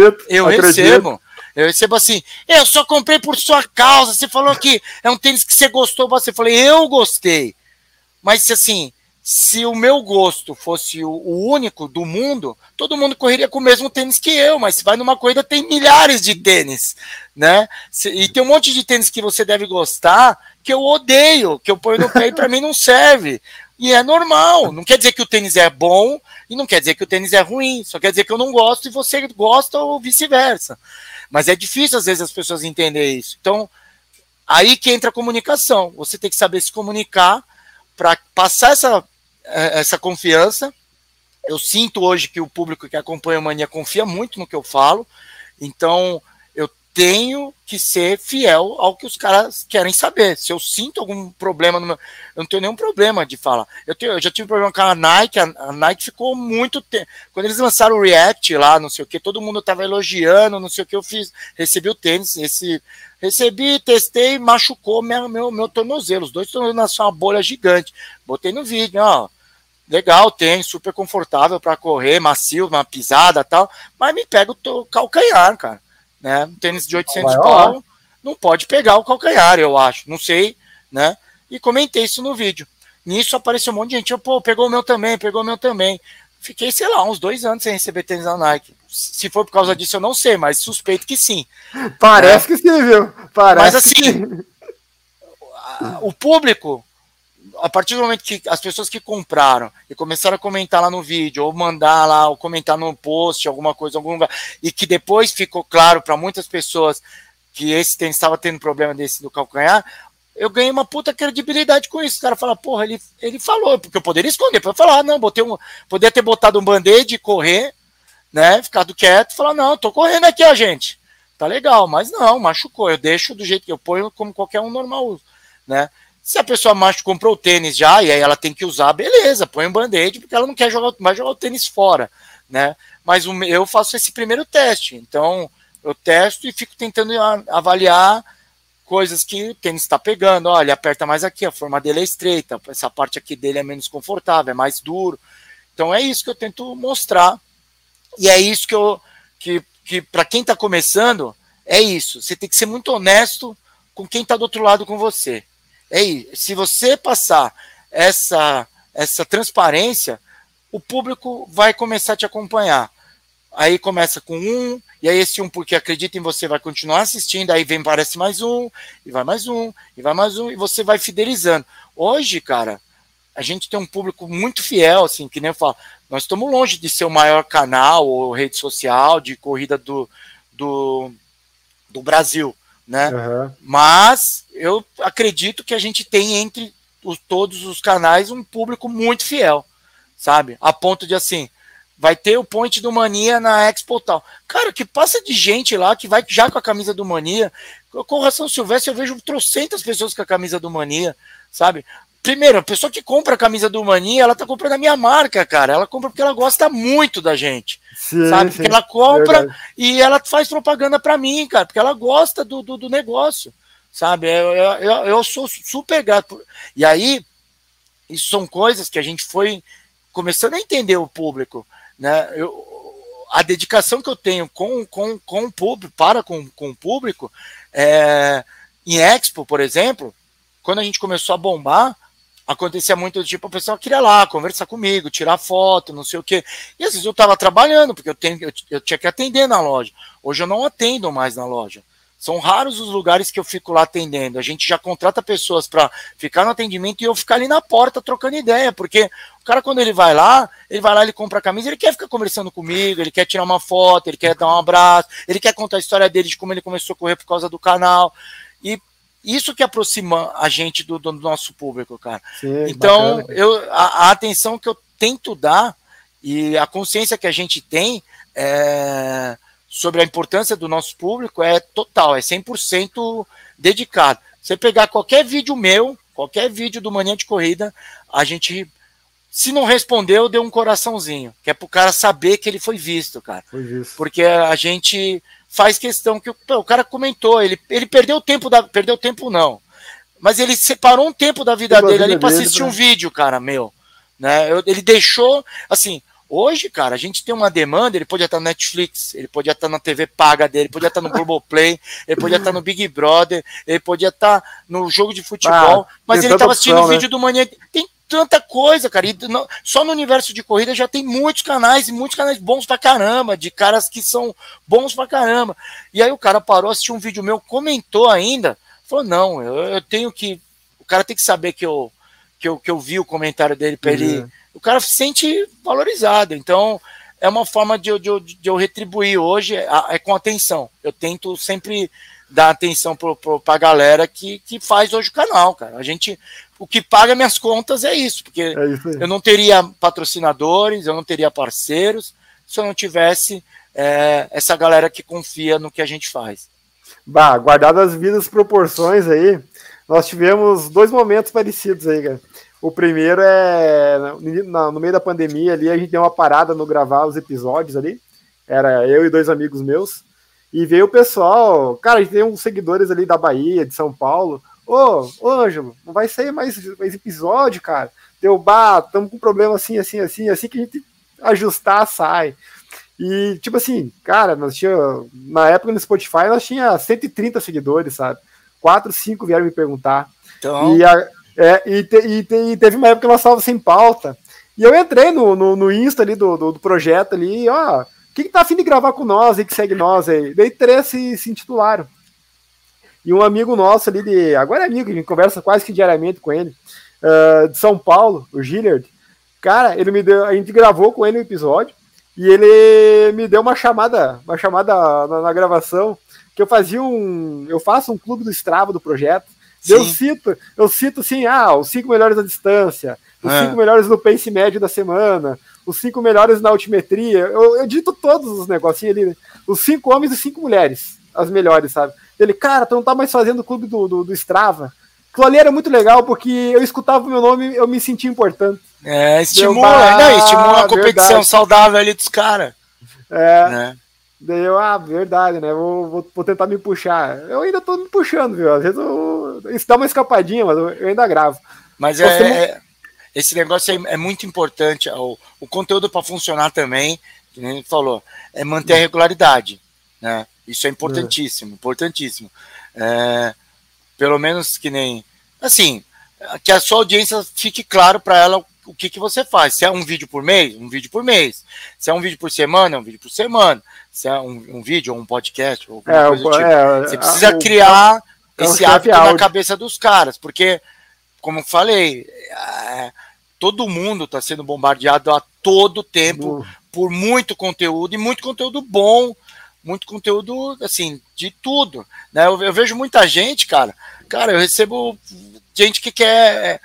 Eu recebo assim, eu só comprei por sua causa, você falou que é um tênis que você gostou, você falou, eu gostei. Mas assim, se o meu gosto fosse o único do mundo, todo mundo correria com o mesmo tênis que eu, mas se vai numa corrida tem milhares de tênis, né? E tem um monte de tênis que você deve gostar, que eu odeio, que eu ponho no pé e pra mim não serve. E é normal, não quer dizer que o tênis é bom e não quer dizer que o tênis é ruim, só quer dizer que eu não gosto e você gosta ou vice-versa. Mas é difícil, às vezes, as pessoas entenderem isso. Então, aí que entra a comunicação. Você tem que saber se comunicar para passar essa confiança. Eu sinto hoje que o público que acompanha a Mania confia muito no que eu falo. Então, eu tenho que ser fiel ao que os caras querem saber. Se eu sinto algum problema, eu não tenho nenhum problema de falar. Eu já tive problema com a Nike. A Nike ficou muito tempo. Quando eles lançaram o React lá, não sei o que, todo mundo estava elogiando, não sei o que eu fiz. Recebi o tênis, recebi, testei, machucou meu tornozelo. Os dois tornozelos nasceram uma bolha gigante. Botei no vídeo, ó. Legal, tênis, super confortável para correr, macio, uma pisada e tal. Mas me pega o calcanhar, cara. Né? Um tênis de 800 pau não pode pegar o calcanhar, eu acho, não sei, né? E comentei isso no vídeo. Nisso apareceu um monte de gente, pegou o meu também. Fiquei, sei lá, uns 2 anos sem receber tênis da Nike. Se for por causa disso, eu não sei, mas suspeito que sim. Parece que sim, viu? Mas assim, o público, a partir do momento que as pessoas que compraram e começaram a comentar lá no vídeo, ou mandar lá, ou comentar no post, alguma coisa, algum lugar, e que depois ficou claro para muitas pessoas que esse tênis estava tendo problema desse do calcanhar, eu ganhei uma puta credibilidade com isso. O cara fala, porra, ele falou, porque eu poderia esconder, para falar, não, poderia ter botado um band-aid e correr, né, ficado quieto, e falar, não, tô correndo aqui, ó, gente, tá legal, mas não, machucou, eu deixo do jeito que eu ponho, como qualquer um normal uso, né. Se a pessoa comprou o tênis já, e aí ela tem que usar, beleza, põe um band-aid, porque ela não quer vai jogar o tênis fora, né? Mas eu faço esse primeiro teste, então eu testo e fico tentando avaliar coisas que o tênis está pegando. Olha, ele aperta mais aqui, a forma dele é estreita, essa parte aqui dele é menos confortável, é mais duro. Então é isso que eu tento mostrar. E é isso que para quem está começando, é isso. Você tem que ser muito honesto com quem está do outro lado com você. É isso. Se você passar essa transparência, o público vai começar a te acompanhar. Aí começa com um, e aí esse um, porque acredita em você, vai continuar assistindo, aí vem, parece mais um, e vai mais um, e vai mais um, e você vai fidelizando. Hoje, cara, a gente tem um público muito fiel, assim, que nem eu falo, nós estamos longe de ser o maior canal ou rede social de corrida do Brasil, né? Uhum. Mas eu acredito que a gente tem entre todos os canais um público muito fiel, sabe? A ponto de, assim, vai ter o point do Mania na Expo tal. Cara, que passa de gente lá que vai já com a camisa do Mania. Com o São Silvestre eu vejo trocentas pessoas com a camisa do Mania, sabe? Primeiro, a pessoa que compra a camisa do Mania, ela tá comprando a minha marca, cara. Ela compra porque ela gosta muito da gente, sim, sabe? Porque ela compra, verdade, e ela faz propaganda pra mim, cara, porque ela gosta do negócio, sabe? Eu sou super grato. E aí, isso são coisas que a gente foi começando a entender o público, né? A dedicação que eu tenho com o público, com o público, em Expo, por exemplo, quando a gente começou a bombar, acontecia muito do tipo, a pessoa queria lá conversar comigo, tirar foto, não sei o quê. E às vezes eu estava trabalhando, porque eu tinha que atender na loja. Hoje eu não atendo mais na loja. São raros os lugares que eu fico lá atendendo. A gente já contrata pessoas para ficar no atendimento e eu ficar ali na porta trocando ideia, porque o cara, quando ele vai lá, ele compra a camisa, ele quer ficar conversando comigo, ele quer tirar uma foto, ele quer dar um abraço, ele quer contar a história dele, de como ele começou a correr por causa do canal. E isso que aproxima a gente do nosso público, cara. Sim, então, a atenção que eu tento dar e a consciência que a gente tem sobre a importância do nosso público é total, é 100% dedicado. Você pegar qualquer vídeo meu, qualquer vídeo do Mania de Corrida, a gente, se não respondeu, deu um coraçãozinho, que é pro cara saber que ele foi visto, cara. Foi visto. Porque a gente faz questão que o cara comentou, ele perdeu tempo, perdeu tempo não, mas ele separou um tempo da vida dele ali para assistir um vídeo, cara, meu, né? Ele deixou, assim, hoje, cara, a gente tem uma demanda, ele podia estar no Netflix, ele podia estar na TV paga dele, ele podia estar no Globoplay, ele podia estar no Big Brother, ele podia estar no jogo de futebol, mas ele estava assistindo o vídeo do Mania. Tem tanta coisa, cara, e só no universo de corrida já tem muitos canais, e muitos canais bons pra caramba, de caras que são bons pra caramba. E aí o cara parou, assistiu um vídeo meu, comentou ainda, falou, não, eu tenho que, o cara tem que saber que eu vi o comentário dele pra ele, o cara se sente valorizado. Então é uma forma de eu retribuir hoje, é com atenção. Eu tento sempre dar atenção pra galera que faz hoje o canal, cara. O que paga minhas contas é isso, porque eu não teria patrocinadores, eu não teria parceiros, se eu não tivesse essa galera que confia no que a gente faz. Guardadas as devidas proporções aí, nós tivemos 2 momentos parecidos aí, cara. O primeiro no meio da pandemia ali, a gente deu uma parada no gravar os episódios ali, era eu e 2 amigos meus, e veio o pessoal, cara, a gente tem uns seguidores ali da Bahia, de São Paulo, ô Ângelo, não vai sair mais episódio, cara, estamos com problema assim que a gente ajustar, sai. E, tipo assim, cara, na época no Spotify, nós tinha 130 seguidores, sabe? 4, 5 vieram me perguntar. Então... E teve uma época que nós estávamos sem pauta. E eu entrei no Insta ali do projeto ali, quem tá afim de gravar com nós aí, que segue nós aí? Daí 3 se intitularam. E um amigo nosso ali, agora é amigo, a gente conversa quase que diariamente com ele, de São Paulo, o Gillard, cara, a gente gravou com ele um episódio, e ele me deu uma chamada na gravação, que eu faço um clube do Strava do projeto. Eu cito assim, os 5 melhores da distância, os 5 melhores do pace médio da semana, os 5 melhores na altimetria, eu dito todos os negocinhos ali, os 5 homens e 5 mulheres, as melhores, sabe? Ele, cara, tu não tá mais fazendo o clube do Strava. Aquilo ali era muito legal, porque eu escutava o meu nome e eu me sentia importante. Estimula a competição saudável ali dos caras. Né? Daí eu, verdade, né? Vou tentar me puxar. Eu ainda tô me puxando, viu? Às vezes isso dá uma escapadinha, mas eu ainda gravo. Mas esse negócio aí é muito importante. O conteúdo para funcionar também, como a gente falou, é manter a regularidade, né? Isso é importantíssimo, importantíssimo. Pelo menos que nem... Assim, que a sua audiência fique claro para ela o que você faz. Se é um vídeo por mês, um vídeo por mês. Se é um vídeo por semana, é um vídeo por semana. Se é um vídeo ou um podcast, ou alguma coisa do tipo. Você precisa criar esse hábito na cabeça dos caras, porque, como eu falei, todo mundo está sendo bombardeado a todo tempo por muito conteúdo, e muito conteúdo bom, muito conteúdo, assim, de tudo, né? Eu vejo muita gente, cara, eu recebo gente que quer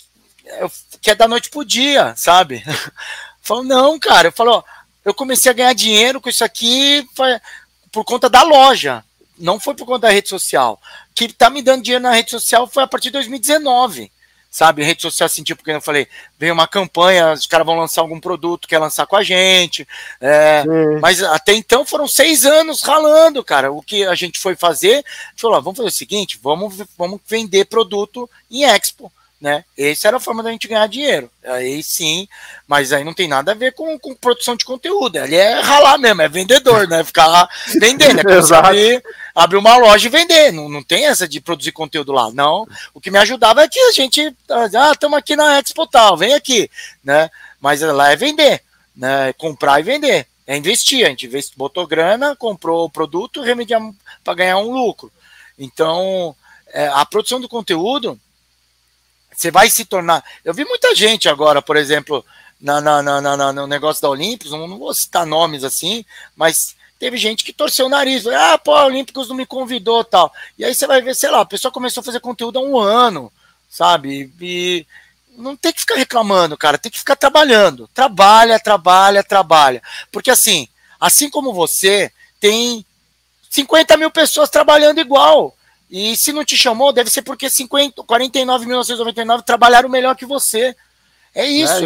da noite pro dia, sabe? Eu falo, não, cara, eu comecei a ganhar dinheiro com isso aqui por conta da loja, não foi por conta da rede social. O que tá me dando dinheiro na rede social foi a partir de 2019, sabe? Rede social, assim, tipo, porque eu falei, veio uma campanha, os caras vão lançar algum produto, quer lançar com a gente, mas até então foram 6 anos ralando, cara. O que a gente foi fazer, a gente falou, vamos fazer o seguinte, vamos vender produto em Expo, né? Essa era a forma da gente ganhar dinheiro. Aí sim, mas aí não tem nada a ver com produção de conteúdo. Ali é ralar mesmo, é vendedor, né? Ficar lá vendendo, é como se abrir uma loja e vender. Não tem essa de produzir conteúdo lá. Não. O que me ajudava é que a gente, estamos aqui na Expo tal, vem aqui, né? Mas lá é vender, né? Comprar e vender. É investir. A gente botou grana, comprou o produto, remediamos para ganhar um lucro. Então, a produção do conteúdo, você vai se tornar... Eu vi muita gente agora, por exemplo, no negócio da Olímpicos, não vou citar nomes assim, mas teve gente que torceu o nariz. Pô, a Olímpicos não me convidou, tal. E aí você vai ver, sei lá, a pessoa começou a fazer conteúdo há 1 ano, sabe? E não tem que ficar reclamando, cara, tem que ficar trabalhando. Trabalha. Porque assim como você, tem 50 mil pessoas trabalhando igual. E se não te chamou, deve ser porque 49.999 trabalharam melhor que você. É isso.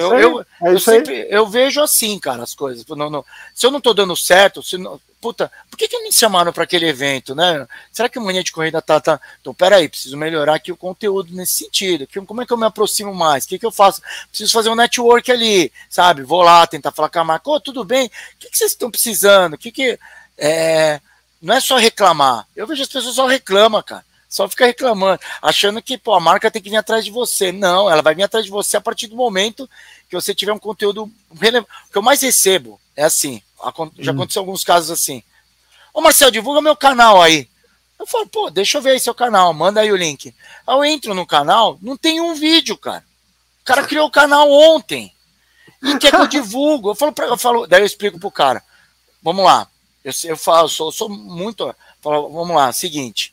Eu vejo assim, cara, as coisas. Se eu não tô dando certo, puta, por que me chamaram para aquele evento, né? Será que a Mania de Corrida tá... Então, peraí, preciso melhorar aqui o conteúdo nesse sentido. Como é que eu me aproximo mais? O que eu faço? Preciso fazer um network ali, sabe? Vou lá tentar falar com a marca. Tudo bem? O que vocês estão precisando? Não é só reclamar. Eu vejo as pessoas só reclamam, cara. Só fica reclamando, achando que a marca tem que vir atrás de você. Não, ela vai vir atrás de você a partir do momento que você tiver um conteúdo relevante. O que eu mais recebo é assim, já aconteceu alguns casos assim. Ô Marcelo, divulga meu canal aí. Eu falo, deixa eu ver aí seu canal, manda aí o link. Aí eu entro no canal, não tem um vídeo, cara. O cara criou o canal ontem e quer que eu divulgue. Daí eu explico pro cara, vamos lá. Eu falo, sou muito... Vamos lá, seguinte.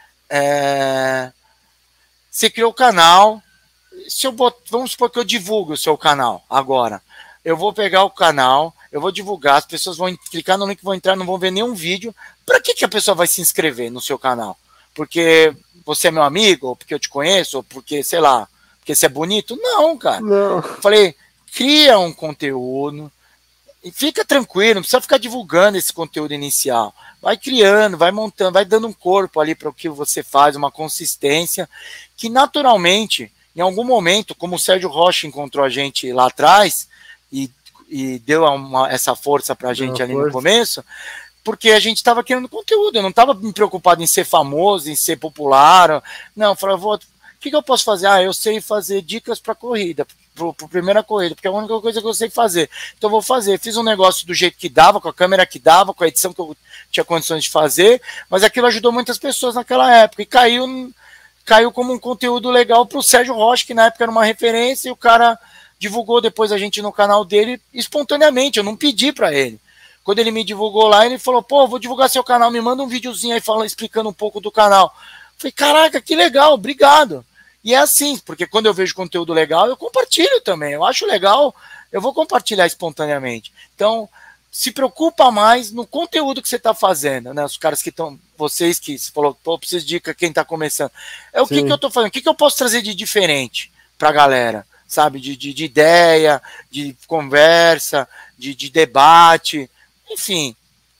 Você criou o canal. Vamos supor que eu divulgue o seu canal agora. Eu vou pegar o canal, eu vou divulgar, as pessoas vão clicar no link, vão entrar, não vão ver nenhum vídeo. Para que a pessoa vai se inscrever no seu canal? Porque você é meu amigo, ou porque eu te conheço, ou porque, sei lá, porque você é bonito? Não, cara. Não. Falei, cria um conteúdo. E fica tranquilo, não precisa ficar divulgando esse conteúdo inicial. Vai criando, vai montando, vai dando um corpo ali para o que você faz, uma consistência, que naturalmente, em algum momento, como o Sérgio Rocha encontrou a gente lá atrás e deu essa força para a gente ali no começo, porque a gente estava criando conteúdo, eu não estava me preocupado em ser famoso, em ser popular. Não, eu falei, o que eu posso fazer? Eu sei fazer dicas para corrida, para primeira corrida, porque é a única coisa que eu sei fazer. Então eu vou fazer. Fiz um negócio do jeito que dava, com a câmera que dava, com a edição que eu tinha condições de fazer, mas aquilo ajudou muitas pessoas naquela época e caiu como um conteúdo legal para o Sérgio Rocha, que na época era uma referência, e o cara divulgou depois a gente no canal dele espontaneamente, eu não pedi para ele. Quando ele me divulgou lá, ele falou, vou divulgar seu canal, me manda um videozinho aí explicando um pouco do canal. Falei, caraca, que legal, obrigado. E é assim, porque quando eu vejo conteúdo legal, eu compartilho também. Eu acho legal, eu vou compartilhar espontaneamente. Então, se preocupa mais no conteúdo que você está fazendo, né? Os caras que estão, vocês que você falou, preciso de dica, quem está começando. O que eu estou fazendo? O que eu posso trazer de diferente para a galera? Sabe? De ideia, de conversa, de debate. Enfim,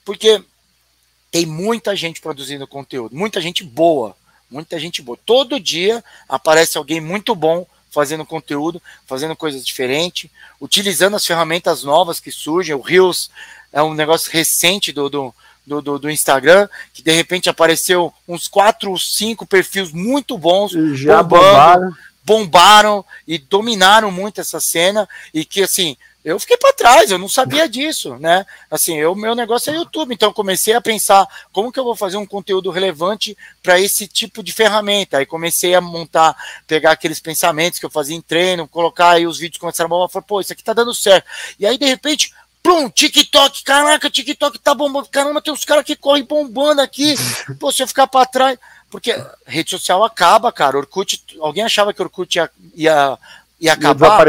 Porque tem muita gente produzindo conteúdo, muita gente boa. Todo dia aparece alguém muito bom fazendo conteúdo, fazendo coisas diferentes, utilizando as ferramentas novas que surgem. O Reels é um negócio recente do Instagram, que de repente apareceu uns 4 ou 5 perfis muito bons, e já bombaram e dominaram muito essa cena, e que assim, eu fiquei para trás, eu não sabia disso, né? Assim, meu negócio é YouTube, então eu comecei a pensar como que eu vou fazer um conteúdo relevante para esse tipo de ferramenta. Aí comecei a montar, pegar aqueles pensamentos que eu fazia em treino, colocar aí os vídeos, começaram a bombar, falei, pô, isso aqui tá dando certo. E aí, de repente, plum, TikTok, caraca, TikTok tá bombando, caramba, tem uns caras que correm bombando aqui, pô, se eu ficar para trás, porque rede social acaba, cara. Orkut, alguém achava que Orkut ia acabar?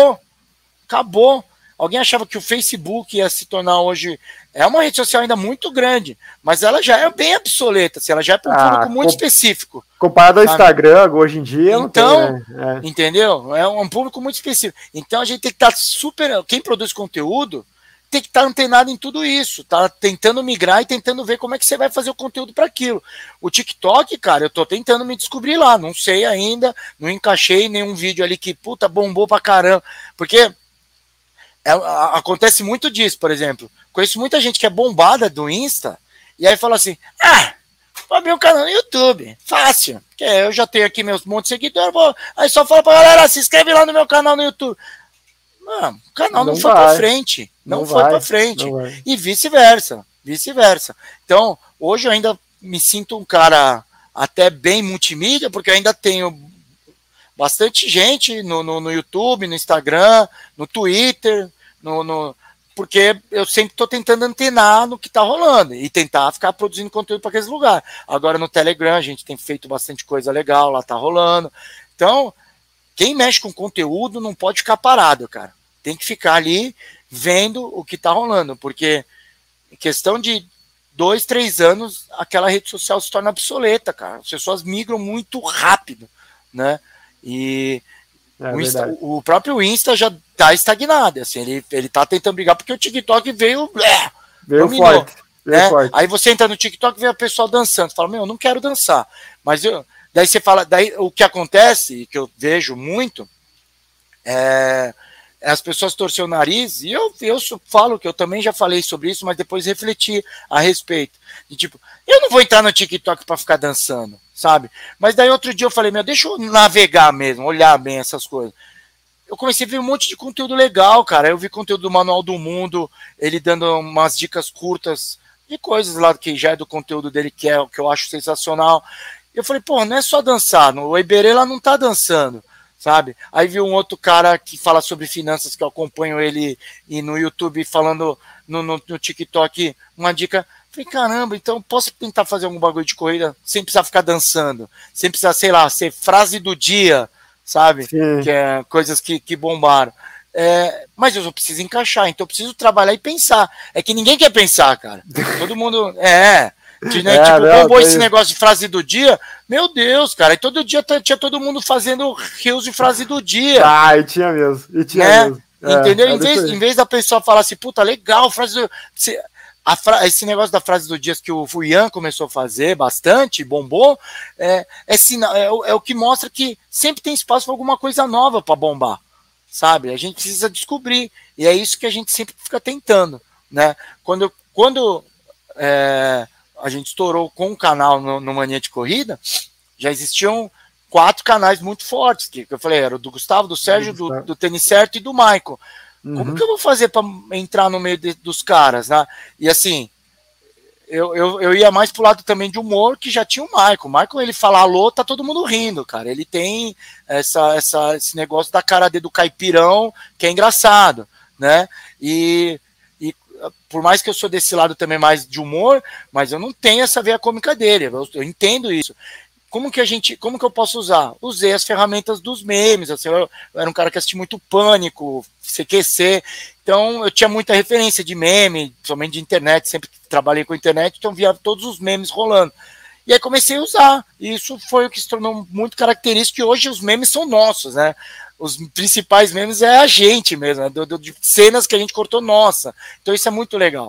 Acabou. Alguém achava que o Facebook ia se tornar hoje... É uma rede social ainda muito grande, mas ela já é bem obsoleta, assim, ela já é para um público muito específico. Comparado ao Instagram, hoje em dia, então, não tem, né? Entendeu? É um público muito específico. Então a gente tem que estar super... Quem produz conteúdo tem que estar antenado em tudo isso, tá tentando migrar e tentando ver como é que você vai fazer o conteúdo para aquilo. O TikTok, cara, eu tô tentando me descobrir lá, não sei ainda, não encaixei nenhum vídeo ali que, puta, bombou pra caramba, porque acontece muito disso, por exemplo. Conheço muita gente que é bombada do Insta, e aí fala assim, vou abrir um canal no YouTube, fácil, porque eu já tenho aqui meus montes de seguidores, aí só fala pra galera, se inscreve lá no meu canal no YouTube. Não, o canal não foi para frente, não foi para frente, e vice-versa. Então, hoje eu ainda me sinto um cara até bem multimídia, porque eu ainda tenho bastante gente no YouTube, no Instagram, no Twitter, porque eu sempre estou tentando antenar no que está rolando e tentar ficar produzindo conteúdo para aqueles lugares. Agora no Telegram a gente tem feito bastante coisa legal, lá está rolando. Então, quem mexe com conteúdo não pode ficar parado, cara. Tem que ficar ali vendo o que tá rolando, porque em questão de 2, 3 anos, aquela rede social se torna obsoleta, cara. As pessoas migram muito rápido, né? E o próprio Insta já tá estagnado, assim, ele tá tentando brigar porque o TikTok veio dominou, forte. Aí você entra no TikTok e vê a pessoa dançando, fala, eu não quero dançar, mas daí você fala, daí o que acontece, que eu vejo muito, as pessoas torcem o nariz, e eu falo que eu também já falei sobre isso, mas depois refleti a respeito. E tipo, eu não vou entrar no TikTok para ficar dançando, sabe? Mas daí outro dia eu falei, deixa eu navegar mesmo, olhar bem essas coisas. Eu comecei a ver um monte de conteúdo legal, cara. Eu vi conteúdo do Manual do Mundo, ele dando umas dicas curtas de coisas lá que já é do conteúdo dele, que eu acho sensacional. Eu falei, não é só dançar, o Iberê lá não tá dançando, sabe? Aí vi um outro cara que fala sobre finanças, que eu acompanho ele e no YouTube falando no TikTok uma dica. Falei, caramba, então posso tentar fazer algum bagulho de corrida sem precisar ficar dançando, sem precisar, sei lá, ser frase do dia, sabe? Sim. Que é coisas que bombaram. Mas eu preciso encaixar, então eu preciso trabalhar e pensar. É que ninguém quer pensar, cara. Todo mundo... bombou esse negócio de frase do dia, meu Deus, cara, e todo dia tinha todo mundo fazendo rios de frase do dia. E tinha mesmo, mesmo. Entendeu? Em vez da pessoa falar assim, puta, legal, frase do... Esse negócio da frase do dia que o Ian começou a fazer bastante, bombou, é o que mostra que sempre tem espaço para alguma coisa nova para bombar, sabe? A gente precisa descobrir, e é isso que a gente sempre fica tentando, né? Quando a gente estourou com um canal no Mania de Corrida, já existiam 4 canais muito fortes, que eu falei, era o do Gustavo, do Sérgio, do Tênis Certo e do Michael. Como que eu vou fazer para entrar no meio dos caras, né? E assim, eu ia mais pro lado também de humor, que já tinha o Michael. O Michael, ele fala alô, tá todo mundo rindo, cara. Ele tem esse negócio da cara do caipirão, que é engraçado, né? E por mais que eu sou desse lado também mais de humor, mas eu não tenho essa veia cômica dele, eu entendo isso. Como que eu posso usar? Usei as ferramentas dos memes, assim, eu era um cara que assistia muito Pânico, CQC, então eu tinha muita referência de meme, somente de internet, sempre trabalhei com internet, então via todos os memes rolando. E aí comecei a usar, e isso foi o que se tornou muito característico, e hoje os memes são nossos, né? Os principais memes é a gente mesmo, né? De cenas que a gente cortou nossa. Então isso é muito legal,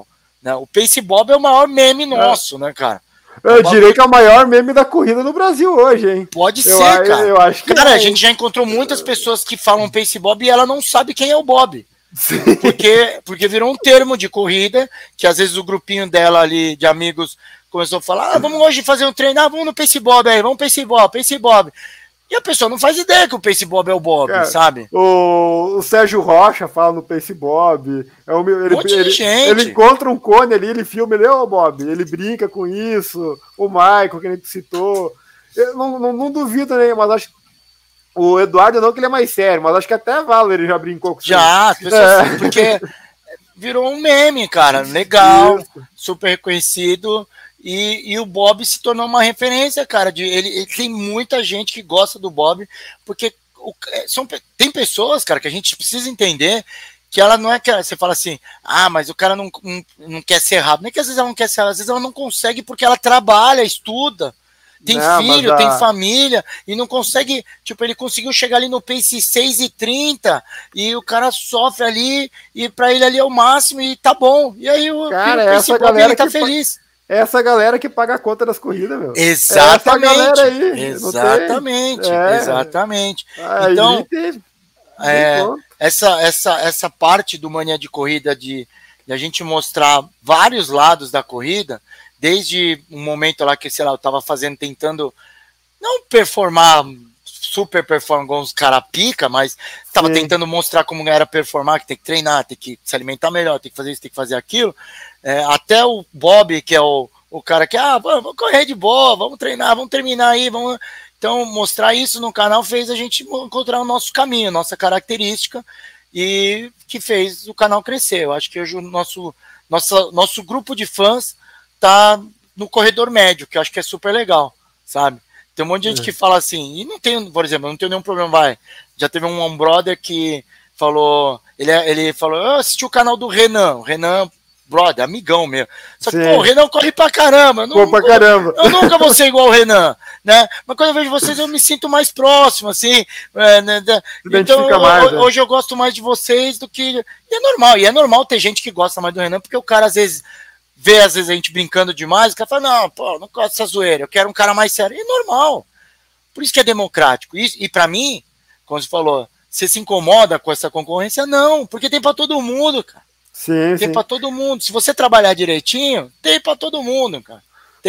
né? O Pace Bob é o maior meme nosso, né, cara? Eu diria que é o maior meme da corrida no Brasil hoje, hein? Pode ser, cara. Eu acho que cara, a gente já encontrou muitas pessoas que falam Pace Bob e ela não sabe quem é o Bob. Porque virou um termo de corrida, que às vezes o grupinho dela ali, de amigos, começou a falar, vamos hoje fazer um treino, vamos no Pace Bob aí, vamos Pace Bob. E a pessoa não faz ideia que o Pace Bob é o Bob, cara, sabe? O Sérgio Rocha fala no Pace Bob. Ele encontra um cone ali, ele filma, ele é o Bob. Ele brinca com isso. O Michael, que a gente citou. Eu não duvido, né? Mas acho que o Eduardo não, que ele é mais sério, mas acho que até Valerie já brincou com isso. Já, porque virou um meme, cara. Legal, super reconhecido. E o Bob se tornou uma referência, cara. Ele tem muita gente que gosta do Bob, porque tem pessoas, cara, que a gente precisa entender que ela não é que você fala assim, mas o cara não quer ser rápido. Nem que às vezes ela não quer ser rápido, às vezes ela não consegue porque ela trabalha, estuda, tem filho, tem família, e não consegue. Tipo, ele conseguiu chegar ali no pace 6:30 e o cara sofre ali, e pra ele ali é o máximo, e tá bom. E aí o pace Bob, ele tá feliz. Essa galera que paga a conta das corridas, meu. Exatamente. Essa galera aí. Exatamente. Então, essa parte do Mania de Corrida, de a gente mostrar vários lados da corrida, desde um momento lá que, sei lá, eu tava tentando não super performar com os caras pica, mas tava tentando mostrar como era performar, que tem que treinar, tem que se alimentar melhor, tem que fazer isso, tem que fazer aquilo. Até o Bob, que é o cara que, vamos correr de boa, vamos treinar, vamos terminar aí, vamos. Então, mostrar isso no canal fez a gente encontrar o nosso caminho, nossa característica, e que fez o canal crescer. Eu acho que hoje o nosso grupo de fãs tá no corredor médio, que eu acho que é super legal, sabe? Tem um monte de gente que fala assim, e não tem, por exemplo, não tenho nenhum problema, já teve um brother que falou, ele falou, eu assisti o canal do Renan, brother, amigão meu. Só que, o Renan corre pra caramba. Eu nunca vou ser igual o Renan, né? Mas quando eu vejo vocês, eu me sinto mais próximo, assim. Né? Então, hoje eu gosto mais de vocês do que... E é normal ter gente que gosta mais do Renan, porque o cara, às vezes a gente brincando demais, o cara fala, não gosto dessa zoeira, eu quero um cara mais sério. É normal. Por isso que é democrático. E pra mim, como você falou, você se incomoda com essa concorrência? Não, porque tem pra todo mundo, cara. Tem pra todo mundo. Se você trabalhar direitinho, tem pra todo mundo, cara.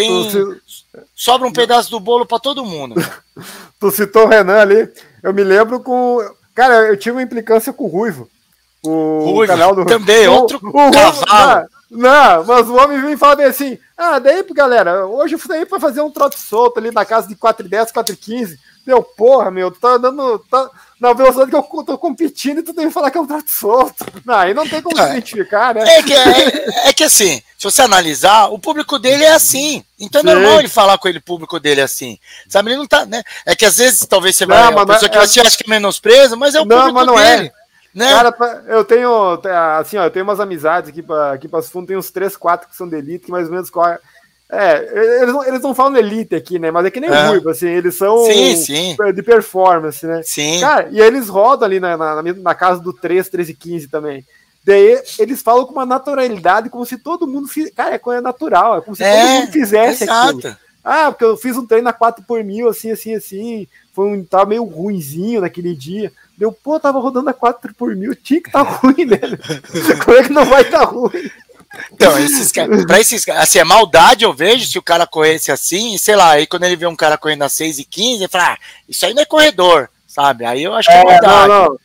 Sobra um pedaço do bolo pra todo mundo. Tu citou o Renan ali. Eu me lembro cara, eu tive uma implicância com o Ruivo. O canal do também, outro cavalo. Não, mas o homem vem e fala bem assim, daí, galera, hoje eu fui aí pra fazer um trote solto ali na casa de 4:10, 4:15. Porra, tu tá dando... na velocidade que eu tô competindo e tu tem que falar que é um trote solto. Não, aí não tem como se identificar, né? É que assim, se você analisar, o público dele é assim. Então é normal ele falar com o público dele assim. Sabe, ele não tá, né? É que às vezes talvez você vai... A pessoa que vai assistir acha que é menosprezo, mas é o público dele. Né? Cara, eu tenho eu tenho umas amizades aqui pra fundo, tem uns 3, 4 que são de elite, que mais ou menos correm. Eles não falam elite aqui, né? Mas é que nem o Ruivo, assim, eles são de performance, né? Sim. Cara, e aí eles rodam ali na casa do 13:15 também. Daí eles falam com uma naturalidade, como se todo mundo cara, é natural, é como se todo mundo fizesse aquilo. Porque eu fiz um treino a 4/1000, assim. Tava meio ruinzinho naquele dia. Tava rodando a 4/1000, tinha que tá ruim, né? Como é que não vai estar ruim? Então, pra esses caras, assim, é maldade, eu vejo, se o cara corresse assim, sei lá, aí quando ele vê um cara correndo a 6:15, ele fala, isso aí não é corredor, sabe? Aí eu acho que é maldade.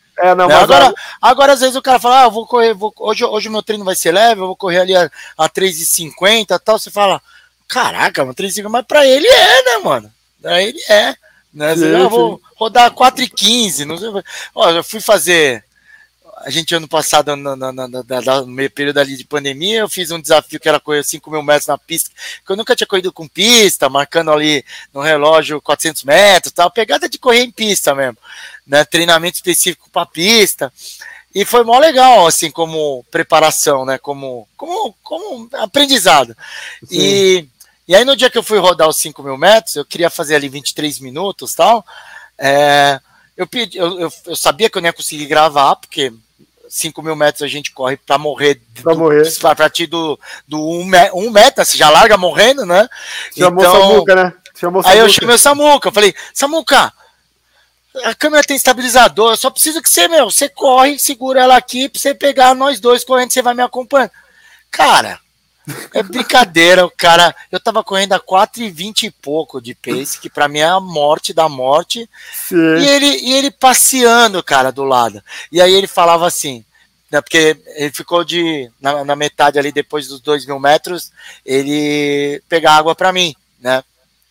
Agora, às vezes o cara fala, vou correr, hoje o meu treino vai ser leve, eu vou correr ali a 3:50 e tal, você fala, caraca, mano, 3:50, mas pra ele né, mano? Pra ele né? Eu vou rodar a 4:15, não sei. Ó, eu fui fazer... A gente, ano passado, no meio período ali de pandemia, eu fiz um desafio que era correr 5.000 metros na pista, que eu nunca tinha corrido com pista, marcando ali no relógio 400 metros, tal, pegada de correr em pista mesmo, né? Treinamento específico para pista, e foi mó legal, assim, como preparação, né? Como aprendizado. E aí, no dia que eu fui rodar os 5.000 metros, eu queria fazer ali 23 minutos e tal, eu sabia que eu não ia conseguir gravar, porque 5 mil metros a gente corre para morrer. A partir do 1 metro, você já larga morrendo, né? Chamou então, Samuca, né? Aí eu chamei o Samuca, eu falei, Samuca, a câmera tem estabilizador, eu só preciso que você corre, segura ela aqui pra você pegar nós dois correndo, você vai me acompanhando. Cara, é brincadeira, o cara, eu tava correndo a 4,20 e pouco de pace, que pra mim é a morte da morte, e ele passeando, cara, do lado. E aí ele falava assim, né, porque ele ficou na metade ali, depois dos 2 mil metros, ele pegar água pra mim, né?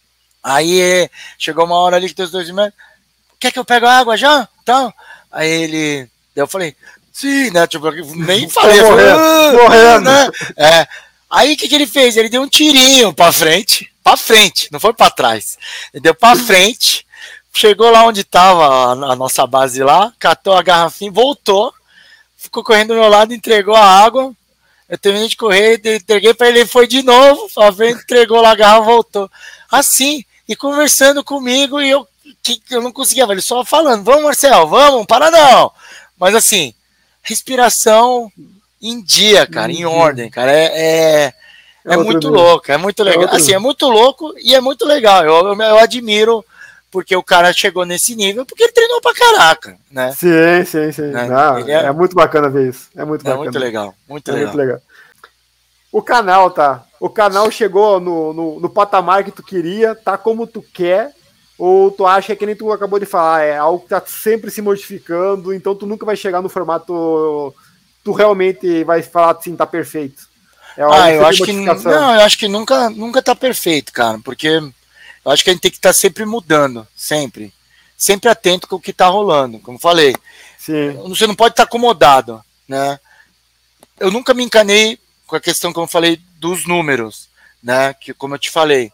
Aí chegou uma hora ali que deu os 2 mil metros, quer que eu pegue a água já? Então, aí eu falei, sim, né? Tipo, nem falei, morrendo, né? Aí o que ele fez? Ele deu um tirinho pra frente, não foi pra trás. Ele deu pra frente, chegou lá onde tava a nossa base lá, catou a garrafinha, voltou, ficou correndo do meu lado, entregou a água. Eu terminei de correr, entreguei pra ele foi de novo, pra frente, entregou lá a garrafa, voltou. Assim, e conversando comigo, e eu não conseguia, ele só falando, vamos, Marcel, vamos, para não. Mas assim, respiração em dia, cara, em ordem, cara, é muito louco, é muito legal. Assim, é muito louco e é muito legal. Eu admiro porque o cara chegou nesse nível, porque ele treinou pra caraca, né? Sim. Né? Não, é muito bacana ver isso. É muito bacana. Muito legal. Muito legal. O canal chegou no patamar que tu queria, tá como tu quer, ou tu acha que nem tu acabou de falar, é algo que tá sempre se modificando, então tu nunca vai chegar no formato, tu realmente vai falar assim, tá perfeito. Eu acho que nunca tá perfeito, cara, porque eu acho que a gente tem que estar sempre mudando, sempre atento com o que tá rolando, como falei. Sim. Você não pode estar acomodado, né? Eu nunca me encanei com a questão, como eu falei, dos números, né? Que, como eu te falei,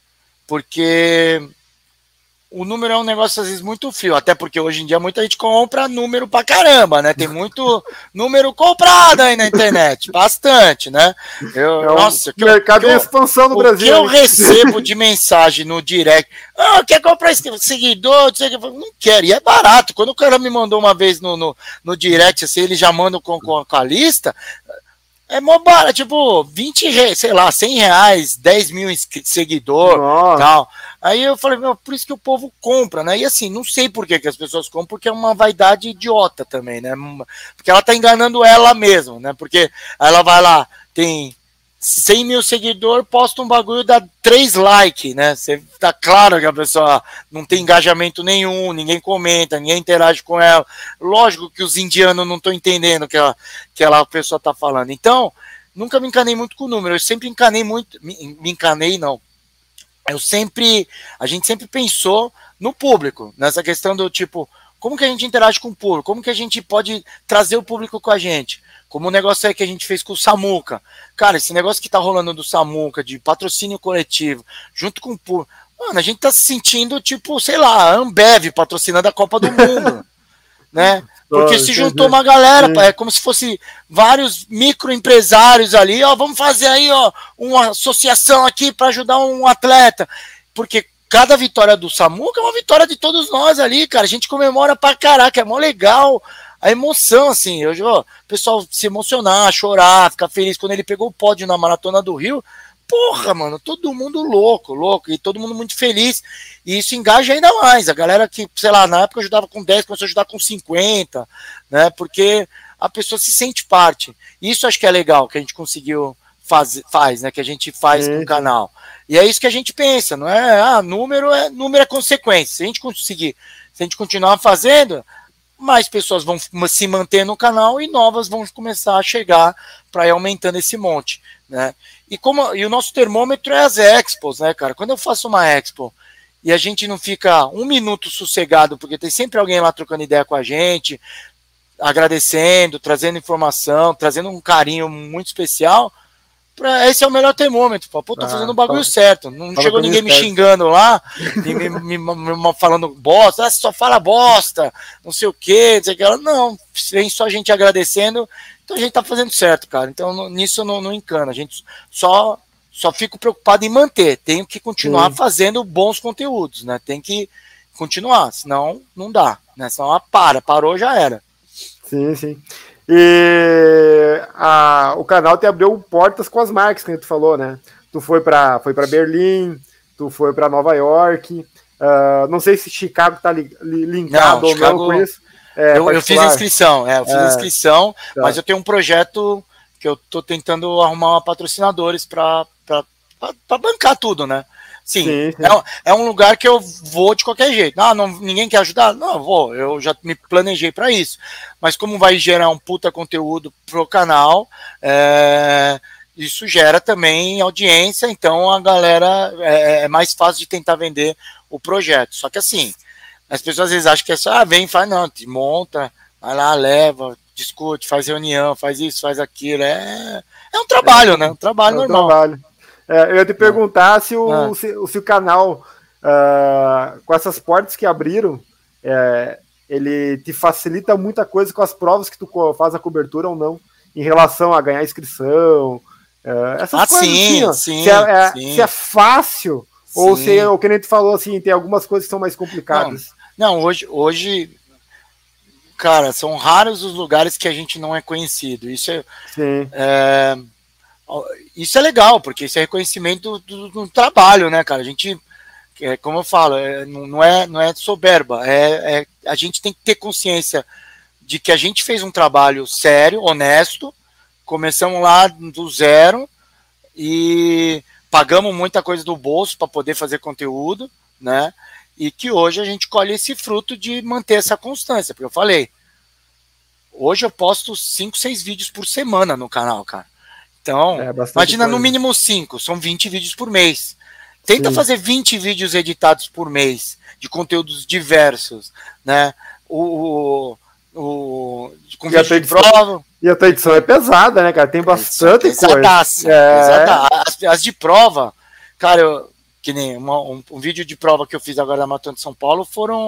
porque o número é um negócio às vezes muito frio, até porque hoje em dia muita gente compra número pra caramba, né? Tem muito número comprado aí na internet, bastante, né? O mercado em expansão no Brasil. O que eu recebo de mensagem no direct, quer comprar esse seguidor? Não quero, e é barato. Quando o cara me mandou uma vez no direct, assim, ele já manda com a lista, é mó barato, tipo, 20 reais, sei lá, 100 reais, 10 mil seguidor, tal. Aí eu falei, por isso que o povo compra, né? E assim, não sei por que as pessoas compram, porque é uma vaidade idiota também, né? Porque ela tá enganando ela mesma, né? Porque ela vai lá, tem 100 mil seguidores, posta um bagulho, dá 3 likes, né? Você tá claro que a pessoa não tem engajamento nenhum, ninguém comenta, ninguém interage com ela. Lógico que os indianos não estão entendendo o que a pessoa tá falando. Então, nunca me encanei muito com o número, eu sempre encanei muito, a gente sempre pensou no público, nessa questão do tipo, como que a gente interage com o público, como que a gente pode trazer o público com a gente, como o negócio aí que a gente fez com o Samuca. Cara, esse negócio que tá rolando do Samuca, de patrocínio coletivo, junto com o público, mano, a gente tá se sentindo tipo, sei lá, a Ambev patrocinando a Copa do Mundo, né? Porque se juntou uma galera, é como se fosse vários microempresários ali, vamos fazer aí, uma associação aqui para ajudar um atleta. Porque cada vitória do Samuca é uma vitória de todos nós ali, cara. A gente comemora pra caraca, é mó legal. A emoção, assim, o pessoal se emocionar, chorar, ficar feliz. Quando ele pegou o pódio na Maratona do Rio, porra, mano, todo mundo louco, e todo mundo muito feliz, e isso engaja ainda mais, a galera que, sei lá, na época ajudava com 10, começou a ajudar com 50, né, porque a pessoa se sente parte, isso acho que é legal, que a gente conseguiu faz, né, que a gente faz com o canal, e é isso que a gente pensa, não é, número é consequência, se a gente continuar fazendo, mais pessoas vão se manter no canal e novas vão começar a chegar para ir aumentando esse monte, né? E o nosso termômetro é as expos, né, cara? Quando eu faço uma expo e a gente não fica um minuto sossegado, porque tem sempre alguém lá trocando ideia com a gente, agradecendo, trazendo informação, trazendo um carinho muito especial, esse é o melhor termômetro. Pô, tô fazendo o bagulho certo. Não chegou ninguém me xingando lá, me falando bosta, você só fala bosta, não sei o quê, não sei o que. Não, vem só a gente agradecendo, então a gente tá fazendo certo, cara. Então nisso não encana. A gente só fico preocupado em manter. Tenho que continuar fazendo bons conteúdos, né? Tem que continuar, senão não dá, né? Senão parou, já era. Sim. E o canal te abriu portas com as marcas que tu falou, né? Tu foi para Berlim, tu foi para Nova York. Não sei se Chicago tá linkado ou não com isso. Eu fiz a inscrição, mas eu tenho um projeto que eu tô tentando arrumar patrocinadores para bancar tudo, né? Sim. É um lugar que eu vou de qualquer jeito. Ninguém quer ajudar? Não, eu vou. Eu já me planejei para isso. Mas como vai gerar um puta conteúdo pro canal, isso gera também audiência, então a galera é mais fácil de tentar vender o projeto. Só que assim, as pessoas às vezes acham que é só, vem, faz, não, te monta, vai lá, leva, discute, faz reunião, faz isso, faz aquilo. É um trabalho, né? Um trabalho normal. Trabalho. Eu ia te perguntar se o canal, com essas portas que abriram, ele te facilita muita coisa com as provas que tu faz a cobertura ou não, em relação a ganhar inscrição, essas coisas sim, se é fácil, sim. Ou se, o que a gente falou, assim, tem algumas coisas que são mais complicadas. Não, hoje, cara, são raros os lugares que a gente não é conhecido. Isso isso é legal, porque isso é reconhecimento do trabalho, né, cara? A gente, como eu falo, não é soberba, a gente tem que ter consciência de que a gente fez um trabalho sério, honesto, começamos lá do zero e pagamos muita coisa do bolso para poder fazer conteúdo, né? E que hoje a gente colhe esse fruto de manter essa constância, porque eu falei, hoje eu posto 5, 6 vídeos por semana no canal, cara. Então, imagina no mínimo 5, são 20 vídeos por mês. Tenta fazer 20 vídeos editados por mês, de conteúdos diversos, né? Com vídeo de prova. E a tua edição é pesada, né, cara? Tem bastante coisa. As de prova, cara, que nem um vídeo de prova que eu fiz agora na Maratona de São Paulo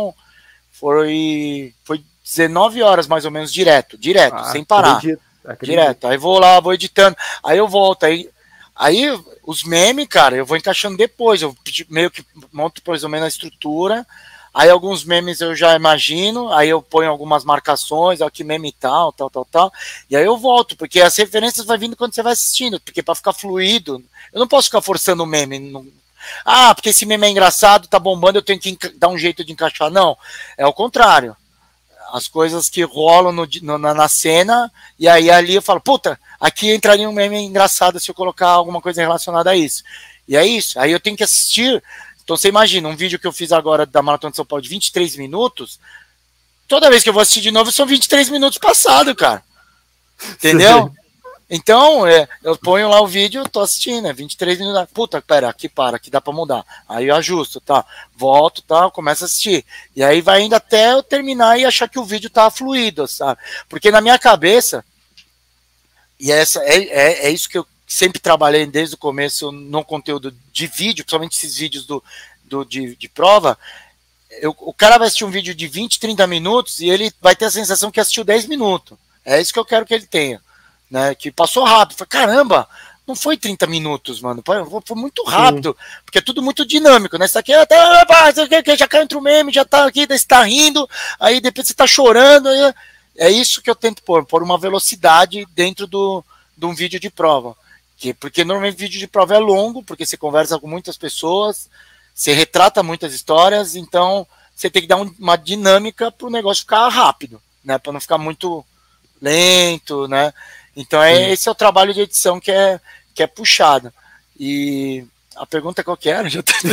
foi 19 horas mais ou menos direto, sem parar. Acredito. Direto. Aí vou lá, vou editando, aí eu volto, aí os memes, cara, eu vou encaixando depois, eu meio que monto mais ou menos a estrutura, aí alguns memes eu já imagino, aí eu ponho algumas marcações, ó, que meme tal, e aí eu volto, porque as referências vai vindo quando você vai assistindo, porque para ficar fluido, eu não posso ficar forçando o meme, porque esse meme é engraçado, tá bombando, eu tenho que dar um jeito de encaixar, não, é o contrário. As coisas que rolam na cena, e aí ali eu falo, puta, aqui entraria um meme engraçado se eu colocar alguma coisa relacionada a isso. E é isso, aí eu tenho que assistir. Então você imagina, um vídeo que eu fiz agora da Maratona de São Paulo de 23 minutos, toda vez que eu vou assistir de novo são 23 minutos passados, cara. Entendeu? Então, eu ponho lá o vídeo, tô assistindo, 23 minutos, puta, pera, aqui dá pra mudar. Aí eu ajusto, tá, volto, tá, começo a assistir. E aí vai indo até eu terminar e achar que o vídeo tá fluido, sabe? Porque na minha cabeça, e é isso que eu sempre trabalhei desde o começo no conteúdo de vídeo, principalmente esses vídeos de prova, o cara vai assistir um vídeo de 20, 30 minutos e ele vai ter a sensação que assistiu 10 minutos. É isso que eu quero que ele tenha. Né, que passou rápido, falei, caramba, não foi 30 minutos, mano, foi muito rápido, porque é tudo muito dinâmico, né, você tá aqui, já caiu entre o meme, já tá aqui, daí você tá rindo, aí depois você tá chorando, é isso que eu tento pôr uma velocidade dentro de um vídeo de prova, porque normalmente vídeo de prova é longo, porque você conversa com muitas pessoas, você retrata muitas histórias, então você tem que dar uma dinâmica pro negócio ficar rápido, né, para não ficar muito lento, né. Então esse é o trabalho de edição que é puxado. E a pergunta qual que era?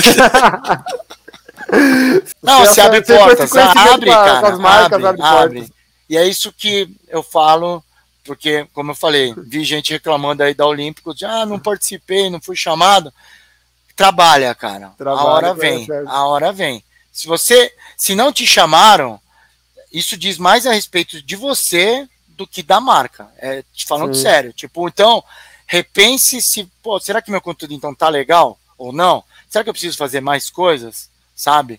Não, você abre portas, abre, cara, abre. E é isso que eu falo, porque, como eu falei, vi gente reclamando aí da Olímpicos, de não participei, não fui chamado. Trabalha, cara. A hora vem. Se não te chamaram, isso diz mais a respeito de você do que da marca, te falando sério, tipo, então, repense se, será que meu conteúdo então tá legal ou não? Será que eu preciso fazer mais coisas, sabe?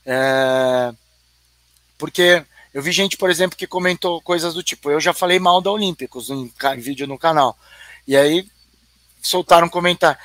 Porque eu vi gente, por exemplo, que comentou coisas do tipo, eu já falei mal da Olímpicos em vídeo no canal, e aí soltaram um comentário,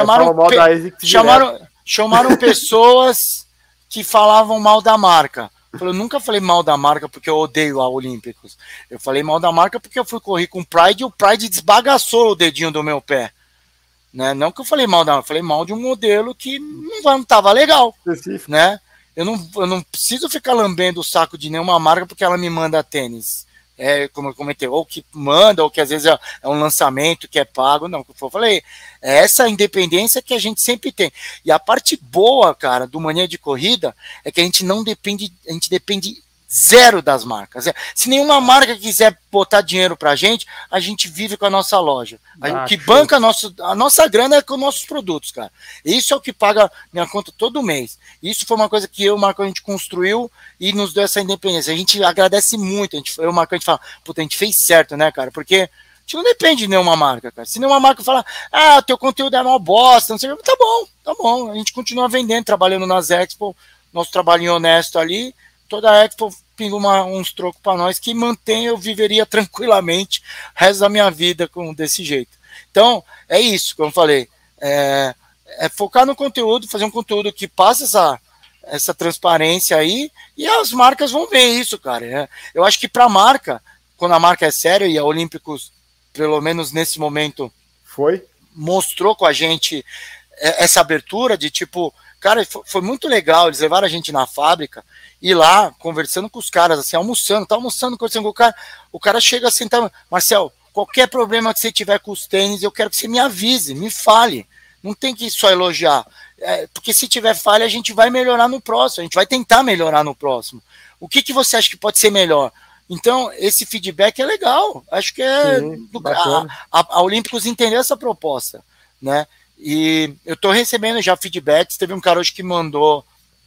chamaram pessoas que falavam mal da marca. Eu nunca falei mal da marca porque eu odeio a Olímpicos. Eu falei mal da marca porque eu fui correr com o Pride e o Pride desbagaçou o dedinho do meu pé. Né? Não que eu falei mal da marca, eu falei mal de um modelo que não estava legal. Específico. Né? Eu não preciso ficar lambendo o saco de nenhuma marca porque ela me manda tênis. Como eu comentei, ou que manda, ou que às vezes é um lançamento que é pago. Não, eu falei, é essa independência que a gente sempre tem. E a parte boa, cara, do Mania de Corrida é que a gente não depende, a gente depende zero das marcas. Se nenhuma marca quiser botar dinheiro pra gente, a gente vive com a nossa loja. O que banca a nossa grana é com nossos produtos, cara. Isso é o que paga minha conta todo mês. Isso foi uma coisa que eu e o Marco, a gente construiu e nos deu essa independência. A gente agradece muito. Eu e o Marco, a gente fala, puta, a gente fez certo, né, cara? Porque a gente não depende de nenhuma marca, cara. Se nenhuma marca fala, teu conteúdo é uma bosta, não sei o que, tá bom. A gente continua vendendo, trabalhando nas Expo, nosso trabalhinho honesto ali. Toda a Expo pinga uns trocos para nós que mantém, eu viveria tranquilamente o resto da minha vida desse jeito. Então, é isso, como eu falei, é focar no conteúdo, fazer um conteúdo que passe essa transparência aí, e as marcas vão ver isso, cara. Eu acho que para a marca, quando a marca é séria, e a Olímpicos, pelo menos nesse momento, mostrou com a gente essa abertura de tipo, cara, foi muito legal, eles levaram a gente na fábrica, e lá, conversando com os caras, assim, almoçando, conversando com o cara chega a sentar, Marcel, qualquer problema que você tiver com os tênis, eu quero que você me avise, me fale, não tem que só elogiar, porque se tiver falha, a gente vai melhorar no próximo, a gente vai tentar melhorar no próximo. O que você acha que pode ser melhor? Então, esse feedback é legal, acho que a Olímpicos entendeu essa proposta, né? E eu estou recebendo já feedbacks, teve um cara hoje que mandou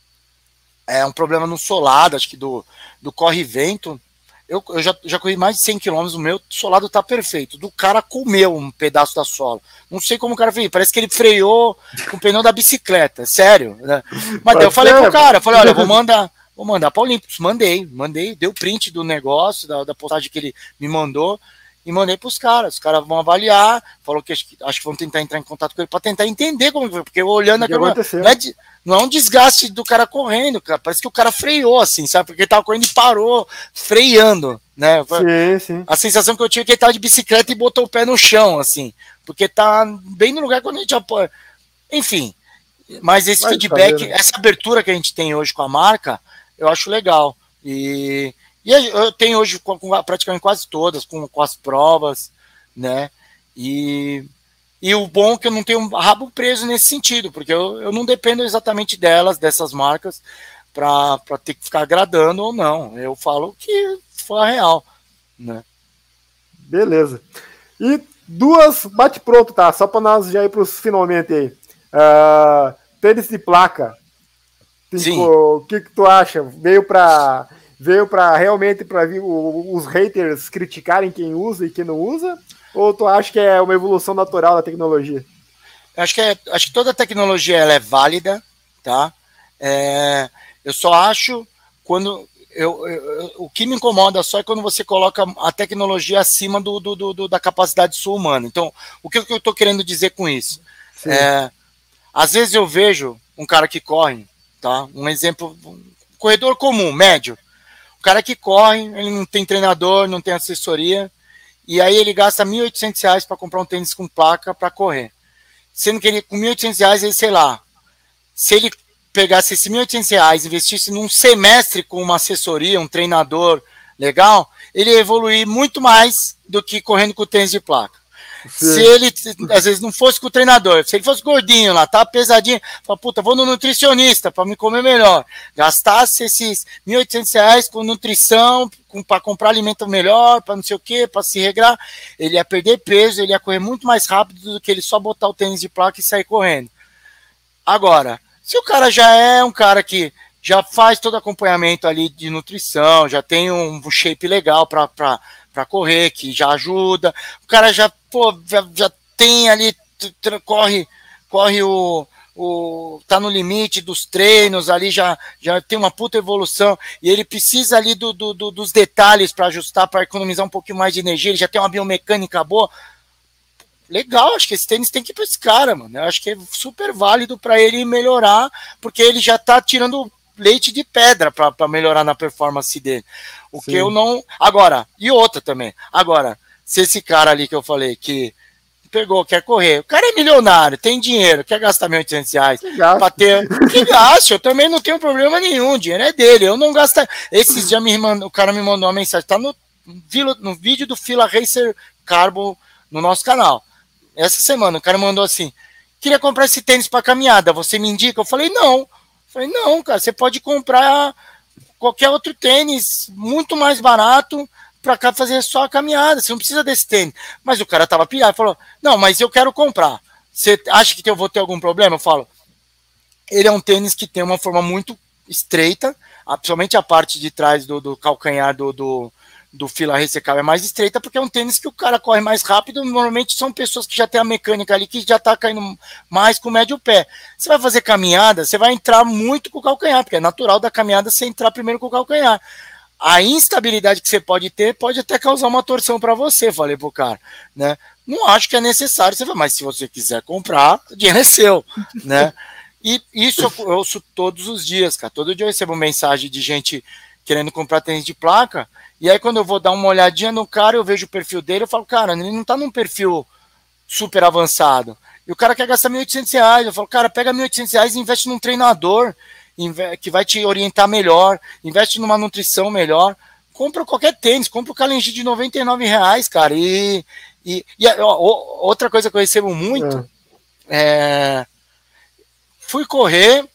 um problema no solado, acho que do corre-vento. Eu já corri mais de 100 km, o meu solado tá perfeito. Do cara comeu um pedaço da sola. Não sei como o cara fez, parece que ele freou com o pneu da bicicleta, sério. Né? Mas eu falei pro cara, olha, vou mandar para o Olímpicos. Mandei, deu print do negócio, da postagem que ele me mandou, e mandei para os caras vão avaliar, falou que acho que vão tentar entrar em contato com ele para tentar entender como foi, porque olhando aqui, não é um desgaste do cara correndo, cara, parece que o cara freou assim, sabe, porque ele tava correndo e parou, freando, né, sim. A sensação que eu tive é que ele tava de bicicleta e botou o pé no chão, assim, porque tá bem no lugar quando a gente apoia, enfim, mas esse feedback, essa abertura que a gente tem hoje com a marca, eu acho legal, e eu tenho hoje com praticamente quase todas, com as provas, né? E o bom é que eu não tenho rabo preso nesse sentido, porque eu não dependo exatamente dessas marcas, para ter que ficar agradando ou não. Eu falo que foi a real, né? Beleza. E duas bate-pronto, tá? Só para nós já ir para os finalmente aí. Tênis de placa. Sim. O que tu acha? Veio para realmente para os haters criticarem quem usa e quem não usa? Ou tu acha que é uma evolução natural da tecnologia? Acho que toda tecnologia ela é válida, tá? Eu só acho quando o que me incomoda só é quando você coloca a tecnologia acima da capacidade sua humana. Então, o que eu estou querendo dizer com isso? Às vezes eu vejo um cara que corre, tá? Um exemplo, um corredor comum, médio. O cara que corre, ele não tem treinador, não tem assessoria, e aí ele gasta R$ 1.800 para comprar um tênis com placa para correr. Sendo que ele, com R$ 1.800, ele, sei lá, se ele pegasse esses R$ 1.800 e investisse num semestre com uma assessoria, um treinador legal, ele ia evoluir muito mais do que correndo com o tênis de placa. Sim. Se ele, às vezes, não fosse com o treinador, se ele fosse gordinho lá, tá pesadinho, fala, puta, vou no nutricionista para me comer melhor. Gastasse esses R$ 1.800 com nutrição, para comprar alimento melhor, para não sei o que, para se regrar, ele ia perder peso, ele ia correr muito mais rápido do que ele só botar o tênis de placa e sair correndo. Agora, se o cara já é um cara que já faz todo acompanhamento ali de nutrição, já tem um shape legal para correr, que já ajuda, o cara já tem ali, corre tá no limite dos treinos ali, já tem uma puta evolução, e ele precisa ali dos detalhes para ajustar, para economizar um pouquinho mais de energia, ele já tem uma biomecânica boa. Legal, acho que esse tênis tem que ir para esse cara, mano. Eu acho que é super válido para ele melhorar, porque ele já tá tirando leite de pedra para melhorar na performance dele. O Sim. que eu não... Agora, e outra também. Agora, se esse cara ali que eu falei que pegou, quer correr, o cara é milionário, tem dinheiro, quer gastar R$ 1.800 para ter... Que gaste, eu também não tenho problema nenhum, o dinheiro é dele, eu não gasto... Esses dias o cara me mandou uma mensagem, tá no vídeo do Fila Racer Carbo no nosso canal. Essa semana, o cara mandou assim, queria comprar esse tênis para caminhada, você me indica? Eu falei, não. Não, cara, você pode comprar qualquer outro tênis muito mais barato para cá fazer só a caminhada, você não precisa desse tênis. Mas o cara tava pilhado, falou, não, mas eu quero comprar. Você acha que eu vou ter algum problema? Eu falo, ele é um tênis que tem uma forma muito estreita, principalmente a parte de trás do calcanhar do Fila Racer Carbo é mais estreita, porque é um tênis que o cara corre mais rápido, normalmente são pessoas que já tem a mecânica ali, que já tá caindo mais com o médio pé. Você vai fazer caminhada, você vai entrar muito com o calcanhar, porque é natural da caminhada você entrar primeiro com o calcanhar. A instabilidade que você pode ter pode até causar uma torção para você, falei pro cara, né? Não acho que é necessário, você vai, mas se você quiser comprar, o dinheiro é seu, né? E isso eu ouço todos os dias, cara. Todo dia eu recebo mensagem de gente querendo comprar tênis de placa, e aí quando eu vou dar uma olhadinha no cara, eu vejo o perfil dele, eu falo, cara, ele não tá num perfil super avançado. E o cara quer gastar R$ 1.800, eu falo, cara, pega R$ 1.800 e investe num treinador, que vai te orientar melhor, investe numa nutrição melhor, compra qualquer tênis, compra o Kalenji de R$ 99, cara, outra coisa que eu recebo muito, fui correr,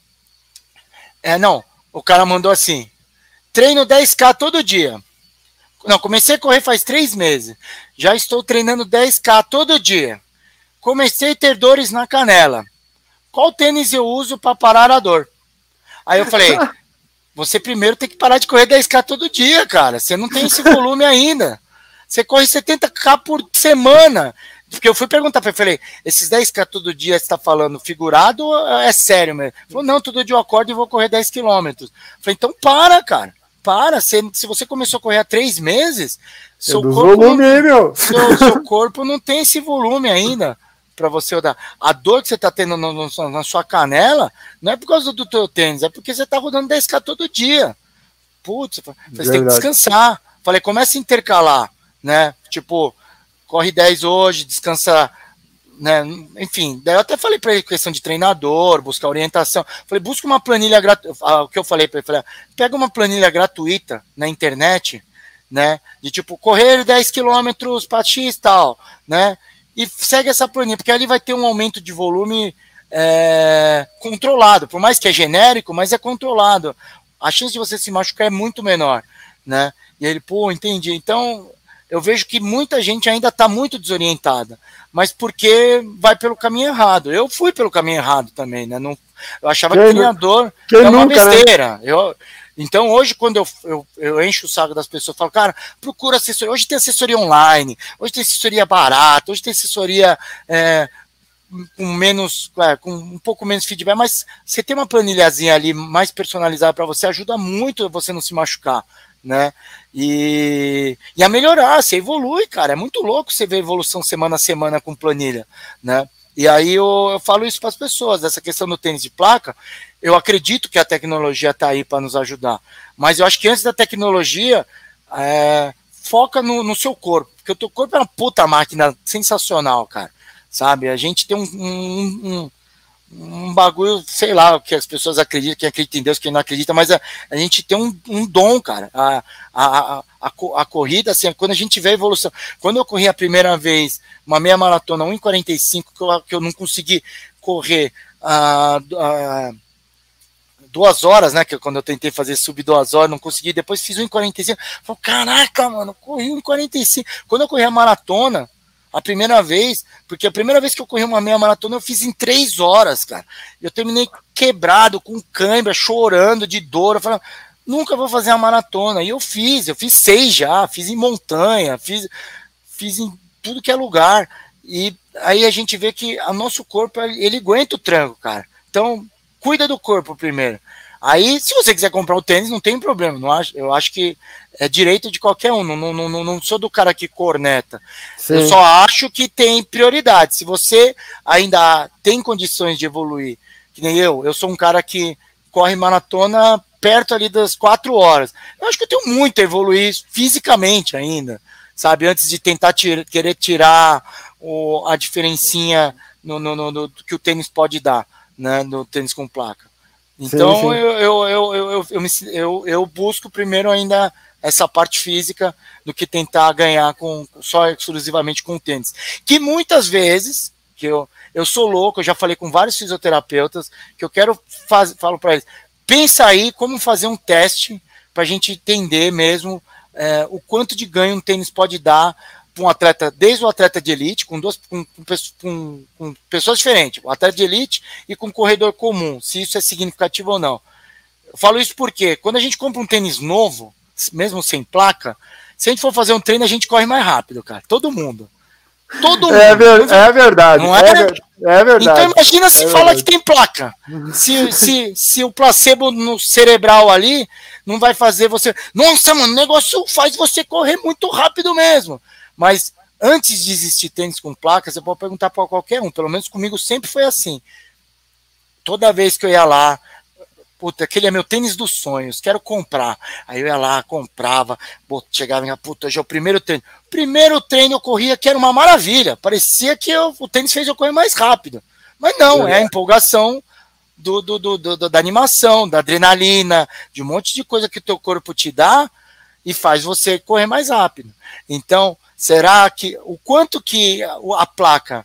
o cara mandou assim, treino 10K todo dia, não, comecei a correr faz 3 meses, já estou treinando 10K todo dia, comecei a ter dores na canela, qual tênis eu uso para parar a dor? Aí eu falei, você primeiro tem que parar de correr 10K todo dia, cara. Você não tem esse volume ainda. Você corre 70K por semana. Porque eu fui perguntar para ele, falei, esses 10K todo dia você está falando figurado ou é sério mesmo? Ele falou, não, todo dia eu acordo e vou correr 10 quilômetros. Falei, então para, cara. Para. Se você começou a correr há 3 meses, seu corpo não tem esse volume ainda. Para você dar. A dor que você está tendo na sua canela não é por causa do teu tênis, é porque você está rodando 10K todo dia. Putz, você tem que descansar. Falei, começa a intercalar, né? Tipo, corre 10 hoje, descansa, né? Enfim, daí eu até falei para ele questão de treinador, buscar orientação. Falei, busca uma planilha gratuita. O que eu falei para ele, falei, pega uma planilha gratuita na internet, né? De tipo, correr 10 quilômetros para X e tal, né? E segue essa planilha, porque ali vai ter um aumento de volume controlado, por mais que é genérico, mas é controlado. A chance de você se machucar é muito menor, né? E ele, entendi. Então, eu vejo que muita gente ainda está muito desorientada, mas porque vai pelo caminho errado. Eu fui pelo caminho errado também, né? Eu achava que treinador é uma besteira. Né? Então, hoje, quando eu encho o saco das pessoas, falo, cara, procura assessoria. Hoje tem assessoria online, hoje tem assessoria barata, hoje tem assessoria com um pouco menos feedback, mas você tem uma planilhazinha ali mais personalizada para você, ajuda muito você não se machucar, né? E a melhorar, você evolui, cara. É muito louco você ver evolução semana a semana com planilha, né? E aí eu falo isso para as pessoas, essa questão do tênis de placa, eu acredito que a tecnologia está aí para nos ajudar, mas eu acho que antes da tecnologia, foca no seu corpo, porque o teu corpo é uma puta máquina sensacional, cara, sabe? A gente tem um bagulho, sei lá, o que as pessoas acreditam, quem acredita em Deus, quem não acredita, mas a gente tem um dom, cara. A corrida, assim, quando a gente vê a evolução. Quando eu corri a primeira vez uma meia maratona 1:45, que eu não consegui correr 2 horas, né? Que quando eu tentei fazer sub 2 horas, não consegui. Depois fiz 1:45. Falei, caraca, mano, corri 1:45. Quando eu corri a maratona, a primeira vez, porque a primeira vez que eu corri uma meia maratona eu fiz em 3 horas, cara. Eu terminei quebrado, com cãibra, chorando de dor. Eu falei, nunca vou fazer uma maratona. E eu fiz 6 já, fiz em montanha, fiz em tudo que é lugar. E aí a gente vê que o nosso corpo, ele aguenta o tranco, cara. Então, cuida do corpo primeiro. Aí, se você quiser comprar o tênis, não tem problema. Eu acho que é direito de qualquer um. Não sou do cara que corneta. Sim. Eu só acho que tem prioridade. Se você ainda tem condições de evoluir, que nem eu sou um cara que corre maratona perto ali das 4 horas. Eu acho que eu tenho muito a evoluir fisicamente ainda, sabe? Antes de tentar querer tirar a diferencinha no que o tênis pode dar, né? No tênis com placa. Então, sim. Eu busco primeiro ainda essa parte física do que tentar ganhar só exclusivamente com o tênis. Que muitas vezes, que eu sou louco, eu já falei com vários fisioterapeutas, que eu quero falo para eles, pensa aí como fazer um teste para a gente entender mesmo o quanto de ganho um tênis pode dar para um atleta, desde o atleta de elite, com pessoas diferentes, o atleta de elite e com um corredor comum, se isso é significativo ou não. Eu falo isso porque quando a gente compra um tênis novo, mesmo sem placa, se a gente for fazer um treino, a gente corre mais rápido, cara. Todo mundo. É verdade. Não é? É verdade. Então imagina se fala que tem placa. Se o placebo no cerebral ali não vai fazer você... Nossa, mano, o negócio faz você correr muito rápido mesmo. Mas antes de existir tênis com placa, você pode perguntar para qualquer um. Pelo menos comigo sempre foi assim. Toda vez que eu ia lá, puta, aquele é meu tênis dos sonhos, quero comprar. Aí eu ia lá, comprava, chegava e puta, hoje é o primeiro treino. Primeiro treino eu corria que era uma maravilha. Parecia que o tênis fez eu correr mais rápido. Mas não, é a empolgação da animação, da adrenalina, de um monte de coisa que o teu corpo te dá e faz você correr mais rápido. Então, será que o quanto que a placa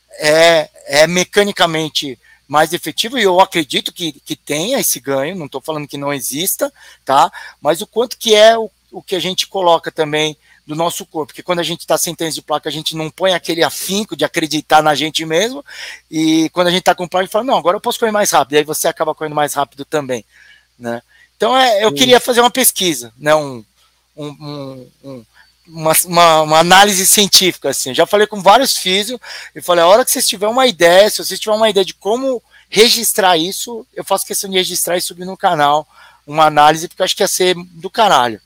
é mecanicamente mais efetivo, e eu acredito que tenha esse ganho, não estou falando que não exista, tá? Mas o quanto que é o que a gente coloca também do nosso corpo, porque quando a gente está sem tênis de placa, a gente não põe aquele afinco de acreditar na gente mesmo, e quando a gente está com placa, a gente fala, não, agora eu posso correr mais rápido, e aí você acaba correndo mais rápido também, né? Então eu queria fazer uma pesquisa, né? Uma análise científica, assim. Eu já falei com vários físios e falei, a hora que vocês tiverem uma ideia, se vocês tiverem uma ideia de como registrar isso, eu faço questão de registrar e subir no canal uma análise, porque eu acho que ia ser do caralho.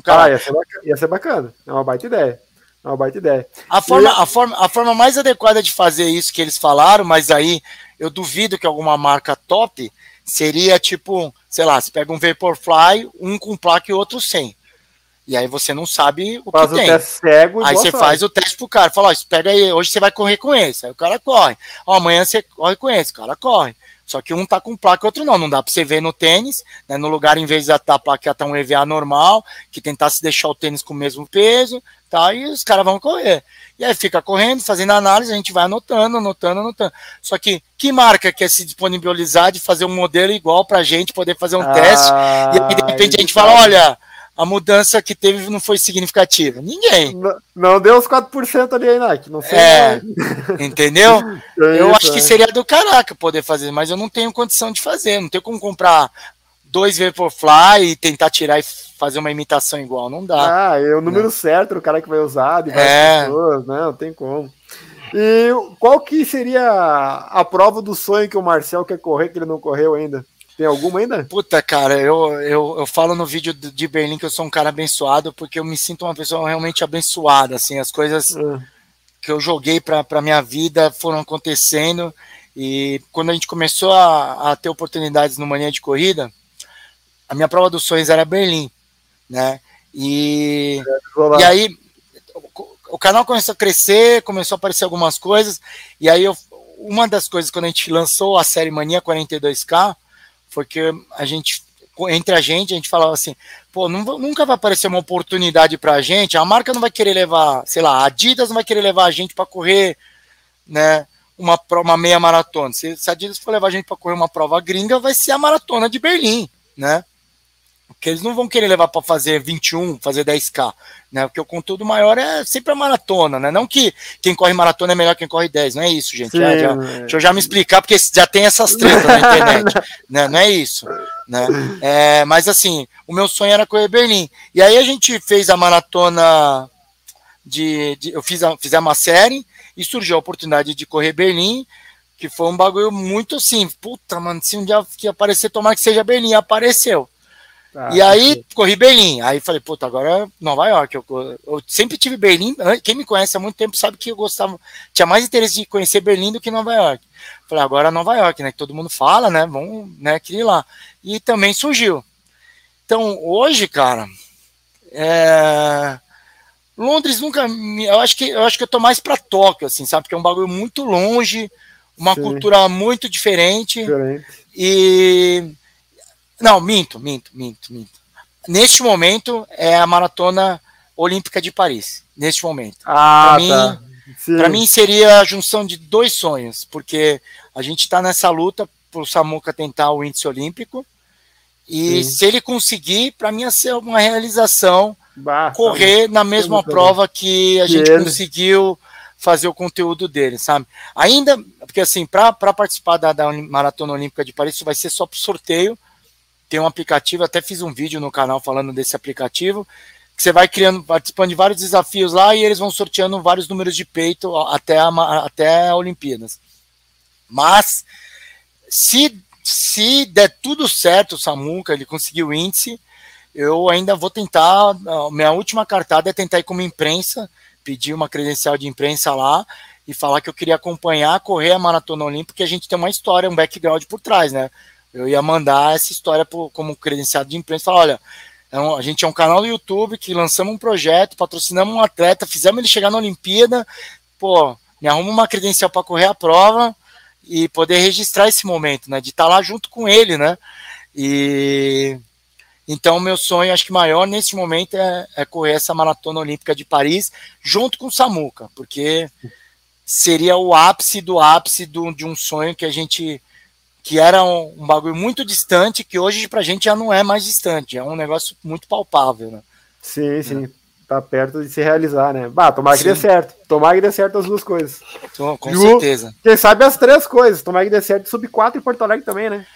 Ia ser bacana. É uma baita ideia. É uma baita ideia. A forma mais adequada de fazer isso que eles falaram, mas aí eu duvido que alguma marca top seria tipo, sei lá, você pega um Vaporfly, um com placa e outro sem. E aí você não sabe o faz que tem. Teste cego e aí você faz o teste pro cara. Fala, ó, espera aí, hoje você vai correr com esse. Aí o cara corre. Ó, amanhã você corre com esse. O cara corre. Só que um tá com placa e outro não. Não dá pra você ver no tênis, né? No lugar, em vez de a placa tá um EVA normal, que tentasse deixar o tênis com o mesmo peso, tá? E os caras vão correr. E aí fica correndo, fazendo análise, a gente vai anotando. Só que marca quer se disponibilizar de fazer um modelo igual pra gente poder fazer um teste? E aí, de repente, a gente fala, olha, a mudança que teve não foi significativa. Ninguém. Não deu os 4% ali aí, Nike. Não sei. Entendeu? Eu acho que seria do caraca poder fazer, mas eu não tenho condição de fazer. Não tenho como comprar 2 Vaporfly e tentar tirar e fazer uma imitação igual. Não dá. É o número certo, o cara que vai usar, de várias pessoas, né? Não tem como. E qual que seria a prova do sonho que o Marcel quer correr, que ele não correu ainda? Tem alguma ainda? Puta, cara, eu falo no vídeo de Berlim que eu sou um cara abençoado, porque eu me sinto uma pessoa realmente abençoada, assim, as coisas que eu joguei pra minha vida foram acontecendo, e quando a gente começou a ter oportunidades no Mania de Corrida, a minha prova dos sonhos era Berlim, né, e aí o canal começou a crescer, começou a aparecer algumas coisas, e aí uma das coisas, quando a gente lançou a série Mania 42K, porque entre a gente falava assim, pô, nunca vai aparecer uma oportunidade pra gente, a marca não vai querer levar, sei lá, a Adidas não vai querer levar a gente para correr, né, uma meia maratona. Se a Adidas for levar a gente para correr uma prova gringa, vai ser a maratona de Berlim, né? Porque eles não vão querer levar para fazer 21, fazer 10K, né? Porque o conteúdo maior é sempre a maratona, né? Não que quem corre maratona é melhor que quem corre 10, não é isso, gente. Deixa eu já me explicar, porque já tem essas tretas na internet, né? Não é isso, né? Mas assim, o meu sonho era correr Berlim. E aí a gente fez a maratona fizemos uma série e surgiu a oportunidade de correr Berlim, que foi um bagulho muito assim, puta, mano, se um dia que aparecer, tomara que seja Berlim, apareceu. E aí, corri Berlim. Aí falei, puta, agora Nova York. Eu sempre tive Berlim. Quem me conhece há muito tempo sabe que eu gostava, tinha mais interesse de conhecer Berlim do que Nova York. Falei, agora Nova York, né? Que todo mundo fala, né? Vamos, né? Queria ir lá. E também surgiu. Então, hoje, cara, Londres nunca. Eu acho que eu tô mais pra Tóquio, assim, sabe? Porque é um bagulho muito longe, uma cultura muito diferente. E. Não, minto. Neste momento é a Maratona Olímpica de Paris. Neste momento. Para mim seria a junção de dois sonhos, porque a gente está nessa luta para o Samuca tentar o índice olímpico. E se ele conseguir, para mim ia ser uma realização correr na mesma prova que a gente conseguiu fazer o conteúdo dele, sabe? Ainda, porque assim, para participar da Maratona Olímpica de Paris, isso vai ser só por sorteio. Tem um aplicativo, até fiz um vídeo no canal falando desse aplicativo, que você vai participando de vários desafios lá e eles vão sorteando vários números de peito até a Olimpíadas. Mas, se der tudo certo, o Samuca, ele conseguiu o índice, eu ainda vou tentar, minha última cartada é tentar ir como imprensa, pedir uma credencial de imprensa lá e falar que eu queria acompanhar, correr a Maratona Olímpica, porque a gente tem uma história, um background por trás, né? Eu ia mandar essa história como credenciado de imprensa, falar, olha, a gente é um canal do YouTube que lançamos um projeto, patrocinamos um atleta, fizemos ele chegar na Olimpíada, pô, me arruma uma credencial para correr a prova e poder registrar esse momento, né? De estar lá junto com ele, né? E então meu sonho, acho que maior nesse momento é correr essa Maratona Olímpica de Paris junto com o Samuca, porque seria o ápice do ápice de um sonho que era um bagulho muito distante, que hoje pra gente já não é mais distante, é um negócio muito palpável, né? Sim. Tá perto de se realizar, né? Tomara que dê certo. Tomara que dê certo as duas coisas. Com certeza. Quem sabe as três coisas. Tomara que dê certo sub 4 em Porto Alegre também, né?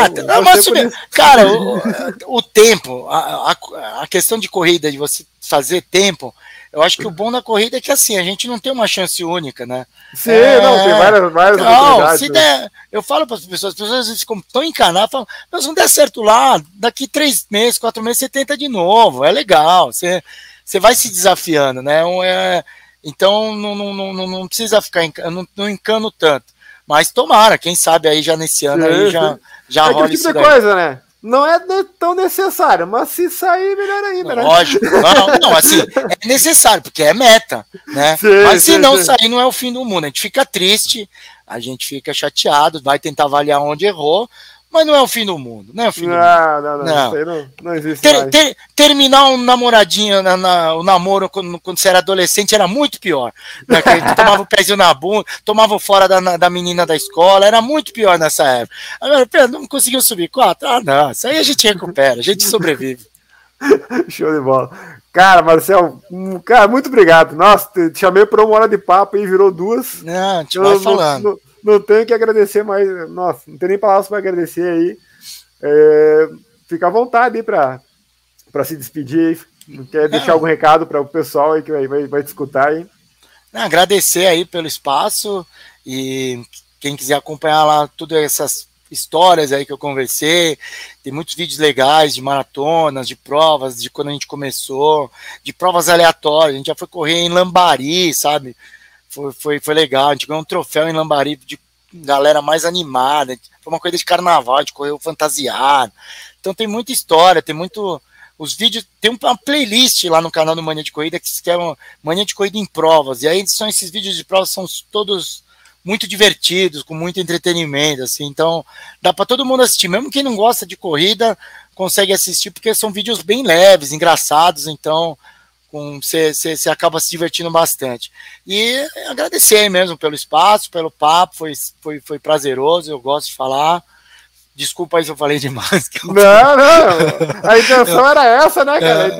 Cara, o tempo, a questão de corrida, de você fazer tempo, eu acho que o bom da corrida é que assim, a gente não tem uma chance única, né? Sim, tem várias oportunidades. Eu falo para as pessoas às vezes ficam tão encanadas, falam, mas não der certo lá, daqui 3 meses, 4 meses, você tenta de novo, é legal, você vai se desafiando, né? Então não precisa ficar, não encano tanto. Mas tomara, quem sabe aí já nesse ano aí já rola isso daí. Coisa, né? Não é tão necessário, mas se sair, melhor ainda, né? Lógico. Não, assim, é necessário, porque é meta, né? Mas se não sair, não é o fim do mundo. A gente fica triste, a gente fica chateado, vai tentar avaliar onde errou, mas não é o fim do mundo. Não é o fim do mundo. Não existe mais. Terminar um namoradinho, o namoro quando você era adolescente era muito pior. Né? Tomava o pezinho na bunda, tomava fora da menina da escola, era muito pior nessa época. Agora, Pedro, não conseguiu subir 4? Não, isso aí a gente recupera, a gente sobrevive. Show de bola. Cara, Marcel, muito obrigado. Nossa, te chamei por 1 hora de papo e virou 2. Não, a gente vai falando. Não tenho que agradecer mais. Nossa, não tem nem palavras para agradecer aí. Fica à vontade aí para se despedir. Quer deixar algum recado para o pessoal aí que vai te escutar aí? Agradecer aí pelo espaço e quem quiser acompanhar lá todas essas histórias aí que eu conversei, tem muitos vídeos legais de maratonas, de provas, de quando a gente começou, de provas aleatórias. A gente já foi correr em Lambari, sabe? Foi legal, a gente ganhou um troféu em Lambari de galera mais animada, foi uma coisa de carnaval, a gente correu fantasiado. Então tem muita história, tem muito... Os vídeos, tem uma playlist lá no canal do Mania de Corrida que se chama Mania de Corrida em Provas, e aí são esses vídeos de provas, são todos muito divertidos, com muito entretenimento, assim, então dá para todo mundo assistir, mesmo quem não gosta de corrida consegue assistir, porque são vídeos bem leves, engraçados, então você acaba se divertindo bastante. E agradecer aí mesmo pelo espaço, pelo papo, foi prazeroso, eu gosto de falar. Desculpa aí se eu falei demais. Não. A intenção era essa, né, cara?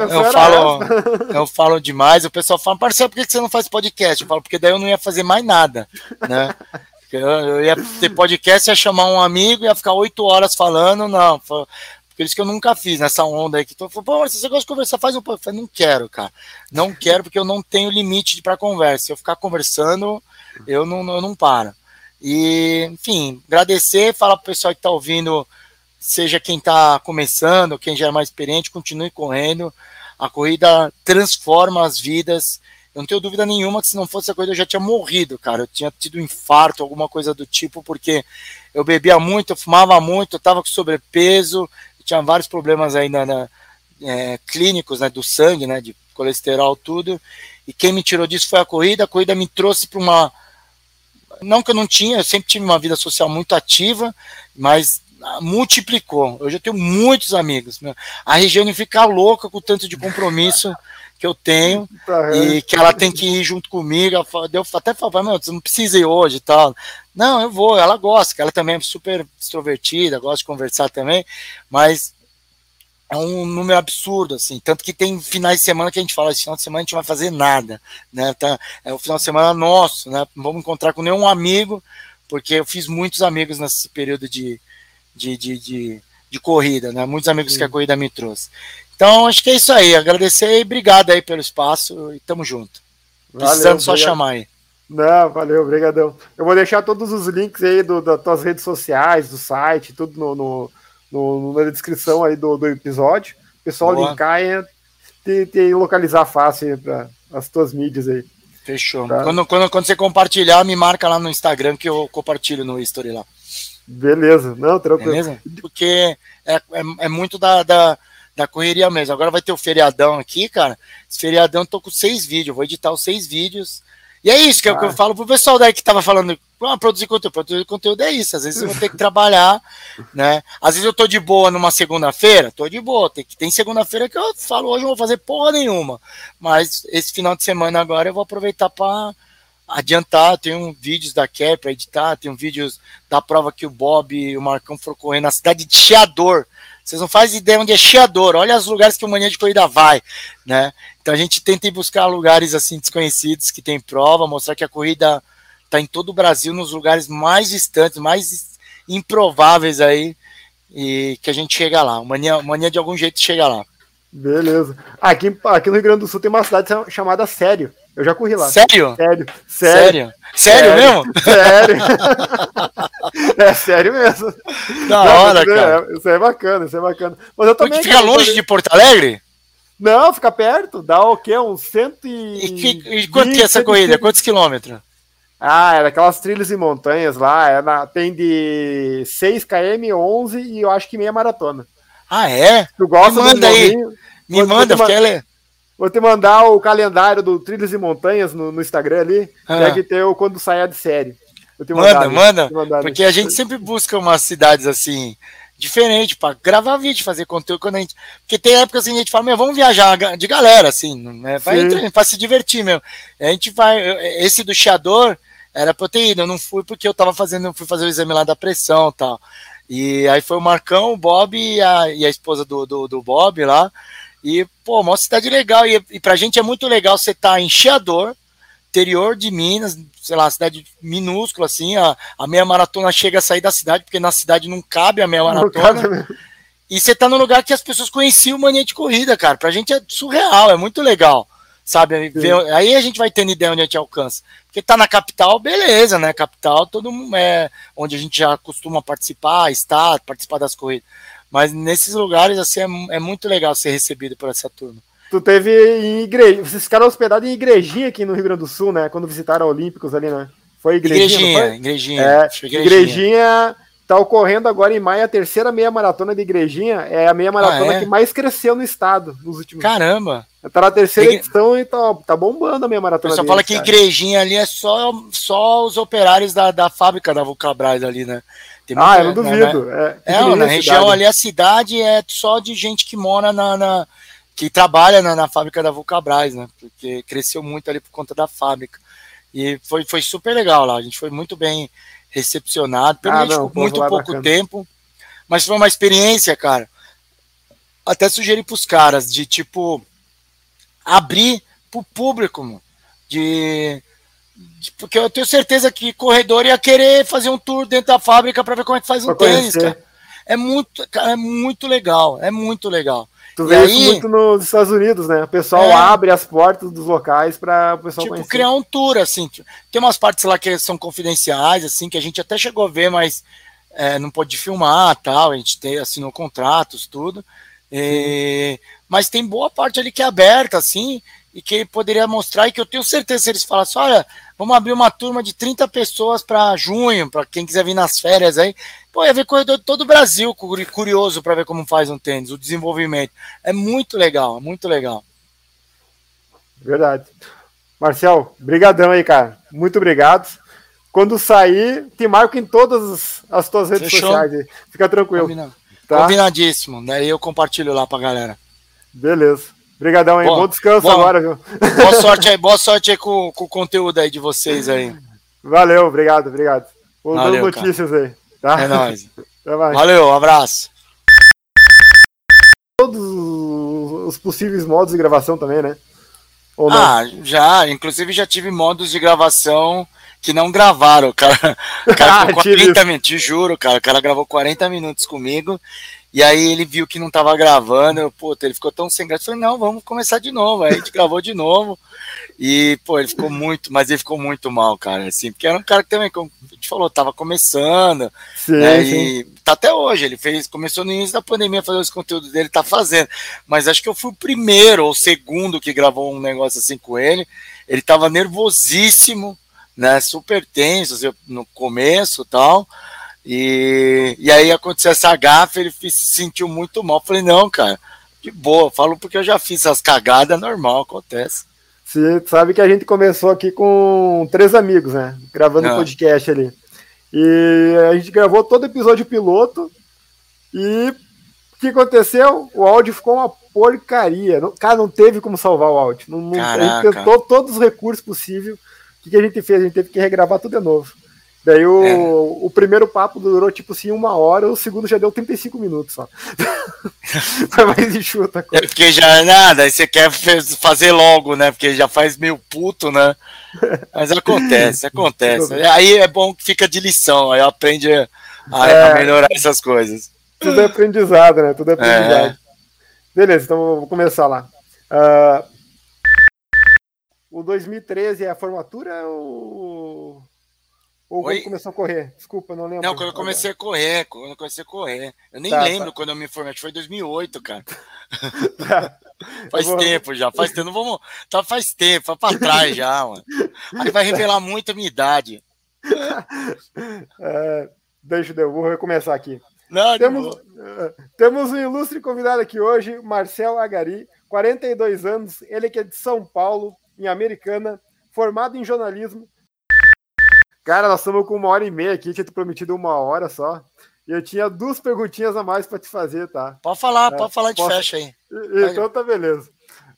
Eu falo demais, o pessoal fala, Marcelo, por que você não faz podcast? Eu falo, porque daí eu não ia fazer mais nada, né? Eu ia ter podcast, ia chamar um amigo, ia ficar 8 horas falando, não. Por isso que eu nunca fiz nessa onda aí. Que tô falando, pô, se você gosta de conversar, faz um pouco. Eu falei, não quero, cara. Não quero, porque eu não tenho limite para conversa. Se eu ficar conversando, eu não paro. E, enfim, agradecer, falar pro pessoal que tá ouvindo, seja quem tá começando, quem já é mais experiente, continue correndo. A corrida transforma as vidas. Eu não tenho dúvida nenhuma que se não fosse a corrida eu já tinha morrido, cara. Eu tinha tido um infarto, alguma coisa do tipo, porque eu bebia muito, eu fumava muito, eu tava com sobrepeso, tinha vários problemas aí clínicos, né, do sangue, né, de colesterol, tudo, e quem me tirou disso foi a corrida me trouxe para uma, não que eu não tinha, eu sempre tive uma vida social muito ativa, mas multiplicou, hoje eu tenho muitos amigos, a Regiane fica louca com o tanto de compromisso que eu tenho, e que ela tem que ir junto comigo, eu até falava, meu, você não precisa ir hoje e tal, não, eu vou, ela gosta, que ela também é super extrovertida, gosta de conversar também, mas é um número absurdo, assim, tanto que tem finais de semana que a gente fala, esse final de semana a gente não vai fazer nada, né, tá, é o final de semana nosso, né, não vamos encontrar com nenhum amigo, porque eu fiz muitos amigos nesse período de corrida, né, muitos amigos que a corrida me trouxe. Então, acho que é isso aí, agradecer e obrigado aí pelo espaço e tamo junto. Precisando só chamar aí. Não, valeu, obrigadão. Eu vou deixar todos os links aí das tuas redes sociais, do site, tudo na descrição aí do episódio. O pessoal linkar e localizar fácil para as tuas mídias aí. Fechou. Tá? Quando você compartilhar, me marca lá no Instagram que eu compartilho no History lá. Beleza, não, tranquilo. Beleza? Porque é muito da correria mesmo. Agora vai ter o feriadão aqui, cara. Esse feriadão eu tô com 6 vídeos. Eu vou editar os 6 vídeos. E é isso que eu falo pro pessoal daí que tava falando, produzir conteúdo. Produzir conteúdo é isso. Às vezes eu vou ter que trabalhar, né? Às vezes eu tô de boa numa segunda-feira, tô de boa. Tem segunda-feira que eu falo, hoje eu não vou fazer porra nenhuma. Mas esse final de semana agora eu vou aproveitar para adiantar. Tenho vídeos da Care para editar, tenho vídeos da prova que o Bob e o Marcão foram correr na cidade de Chiador. Vocês não fazem ideia onde é Chiador, olha os lugares que o Mania de Corrida vai, né? Então a gente tenta ir buscar lugares assim desconhecidos que tem prova, mostrar que a corrida está em todo o Brasil, nos lugares mais distantes, mais improváveis aí, e que a gente chega lá. O Mania de algum jeito chega lá. Beleza. Aqui no Rio Grande do Sul tem uma cidade chamada Sério. Eu já corri lá. Sério? Sério mesmo? Sério. É sério mesmo. Da hora, cara. Isso é bacana. Mas eu também, fica longe de Porto Alegre? Não, fica perto. Dá o quê? Uns 100 E quanto que é essa corrida? Quantos quilômetros? É daquelas trilhas e montanhas lá. Tem de 6 km, 11 e eu acho que meia maratona. Ah, é? Tu gosta me manda aí. Me manda, porque ela é... Vou te mandar o calendário do Trilhas e Montanhas no Instagram ali. Deve ter o quando sair de série. Manda. Porque a gente sempre busca umas cidades assim, diferentes, para gravar vídeo, fazer conteúdo. Porque tem épocas assim, a gente fala, vamos viajar de galera, assim, né? Vai se divertir mesmo. A gente vai. Esse do Chiador era pra eu ter ido. Eu não fui porque eu fui fazer o exame lá da pressão e tal. E aí foi o Marcão, o Bob e a esposa do Bob lá. E, pô, uma cidade legal. E pra gente é muito legal você estar em Chiador, interior de Minas, sei lá, cidade minúscula, assim. A meia maratona chega a sair da cidade, porque na cidade não cabe a meia maratona. E você tá num lugar que as pessoas conheciam o Mania de Corrida, cara. Pra gente é surreal, é muito legal, sabe? Aí a gente vai tendo ideia onde a gente alcança. Porque tá na capital, beleza, né? Capital, todo mundo onde a gente já costuma participar das corridas. Mas nesses lugares, assim, é muito legal ser recebido por essa turma. Tu teve em igreja, vocês ficaram hospedados em igrejinha aqui no Rio Grande do Sul, né? Quando visitaram Olímpicos ali, né? Foi igrejinha? Igrejinha tá ocorrendo agora em maio a terceira meia maratona de Igrejinha. É a meia maratona que mais cresceu no estado nos últimos anos. Caramba! Tá na terceira edição e tá bombando a meia maratona. O pessoal fala que Igrejinha ali é só os operários da fábrica da Vulcabras ali, né? Eu não duvido. Na região ali, a cidade é só de gente que mora que trabalha na fábrica da Vulcabras, né? Porque cresceu muito ali por conta da fábrica. E foi super legal lá. A gente foi muito bem recepcionado. Muito pouco tempo. Mas foi uma experiência, cara. Até sugeri pros caras de, tipo, abrir pro público, mano. Porque eu tenho certeza que corredor ia querer fazer um tour dentro da fábrica para ver como é que faz um tênis, cara. É muito legal, é muito legal. Tu vê isso muito nos Estados Unidos, né? O pessoal abre as portas dos locais para o pessoal conhecer. Criar um tour, assim. Tem umas partes lá que são confidenciais, assim, que a gente até chegou a ver, mas não pode filmar, tal. A gente assinou contratos, tudo. Mas tem boa parte ali que é aberta, assim, e que ele poderia mostrar, e que eu tenho certeza, se eles falassem, olha, vamos abrir uma turma de 30 pessoas para junho, para quem quiser vir nas férias aí, pô, ia ver corredor de todo o Brasil, curioso para ver como faz um tênis, o desenvolvimento. É muito legal, muito legal. Verdade. Marcel, brigadão aí, cara. Muito obrigado. Quando sair, te marco em todas as tuas redes sociais aí. Fica tranquilo. Tá? Combinadíssimo. Daí eu compartilho lá pra galera. Beleza. Obrigadão aí. Bom descanso agora, viu? Boa sorte aí com o conteúdo aí de vocês aí. Valeu, obrigado. Vou dando notícias aí. Tá? É nóis. Valeu, um abraço. Todos os possíveis modos de gravação também, né? Já. Inclusive já tive modos de gravação que não gravaram. O cara 40 minutos, te juro, cara. O cara gravou 40 minutos comigo. E aí ele viu que não tava gravando. Ele ficou tão sem graça. Eu falei, não, vamos começar de novo. Aí a gente gravou de novo. E, ele ficou muito mal, cara. Assim, porque era um cara que também, como a gente falou, tava começando. Sim, né, sim. E tá até hoje. Ele começou no início da pandemia a fazer os conteúdos dele, tá fazendo. Mas acho que eu fui o primeiro ou segundo que gravou um negócio assim com ele. Ele tava nervosíssimo, né? Super tenso no começo e tal. E aí aconteceu essa gafe, ele se sentiu muito mal. Falei, não, cara, de boa, falo porque eu já fiz essas cagadas, normal, acontece. Você sabe que a gente começou aqui com 3 amigos, né? Gravando um podcast ali. E a gente gravou todo episódio piloto. E o que aconteceu? O áudio ficou uma porcaria. Cara, não teve como salvar o áudio. A gente tentou todos os recursos possíveis. O que a gente fez? A gente teve que regravar tudo de novo. Daí o primeiro papo durou tipo assim 1 hora, o segundo já deu 35 minutos só. Foi mais enxuta a coisa. Porque já é nada, aí você quer fazer logo, né? Porque já faz meio puto, né? Mas acontece. Aí é bom que fica de lição, aí aprende a melhorar essas coisas. Tudo é aprendizado, né? Tudo é aprendizado. Beleza, então vou começar lá. O 2013 é a formatura ou quando começou a correr? Desculpa, não lembro. Não, quando eu comecei a correr. Eu nem lembro quando eu me formei, acho que foi em 2008, cara. Faz tempo já, faz tempo. Não vamos. Tá, faz tempo, foi pra trás já, mano. Aí vai revelar muito a minha idade. Eu vou recomeçar aqui. Não, temos um ilustre convidado aqui hoje, Marcel Agari, 42 anos, ele que é de São Paulo, em Americana, formado em jornalismo. Cara, nós estamos com 1h30 aqui, tinha te prometido 1 hora só. E eu tinha 2 perguntinhas a mais para te fazer, tá? Pode falar de fecha aí. Então tá beleza.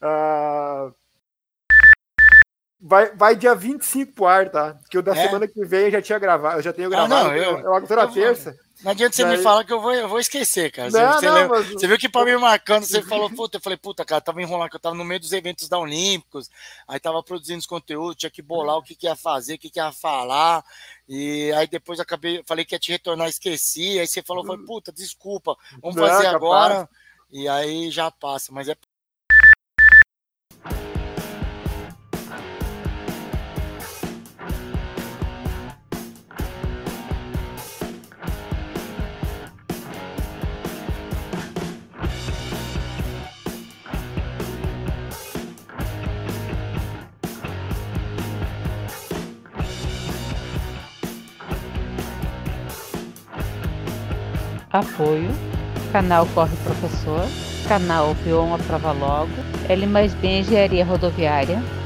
Vai dia 25 pro ar, tá? Que o da semana que vem eu já tinha gravado, eu já tenho gravado. Eu hago toda terça. Não adianta você me falar que eu vou esquecer, cara. Você viu que pra me marcando, você falou, eu falei, cara, tava enrolando, que eu tava no meio dos eventos da Olímpicos, aí tava produzindo os conteúdos, tinha que bolar o que ia fazer, o que ia falar, e aí depois falei que ia te retornar, esqueci, aí você falou, desculpa, vamos fazer agora, e aí já passa, mas é Apoio, canal Corre Professor, canal Viu uma Prova Logo, L+B Engenharia Rodoviária,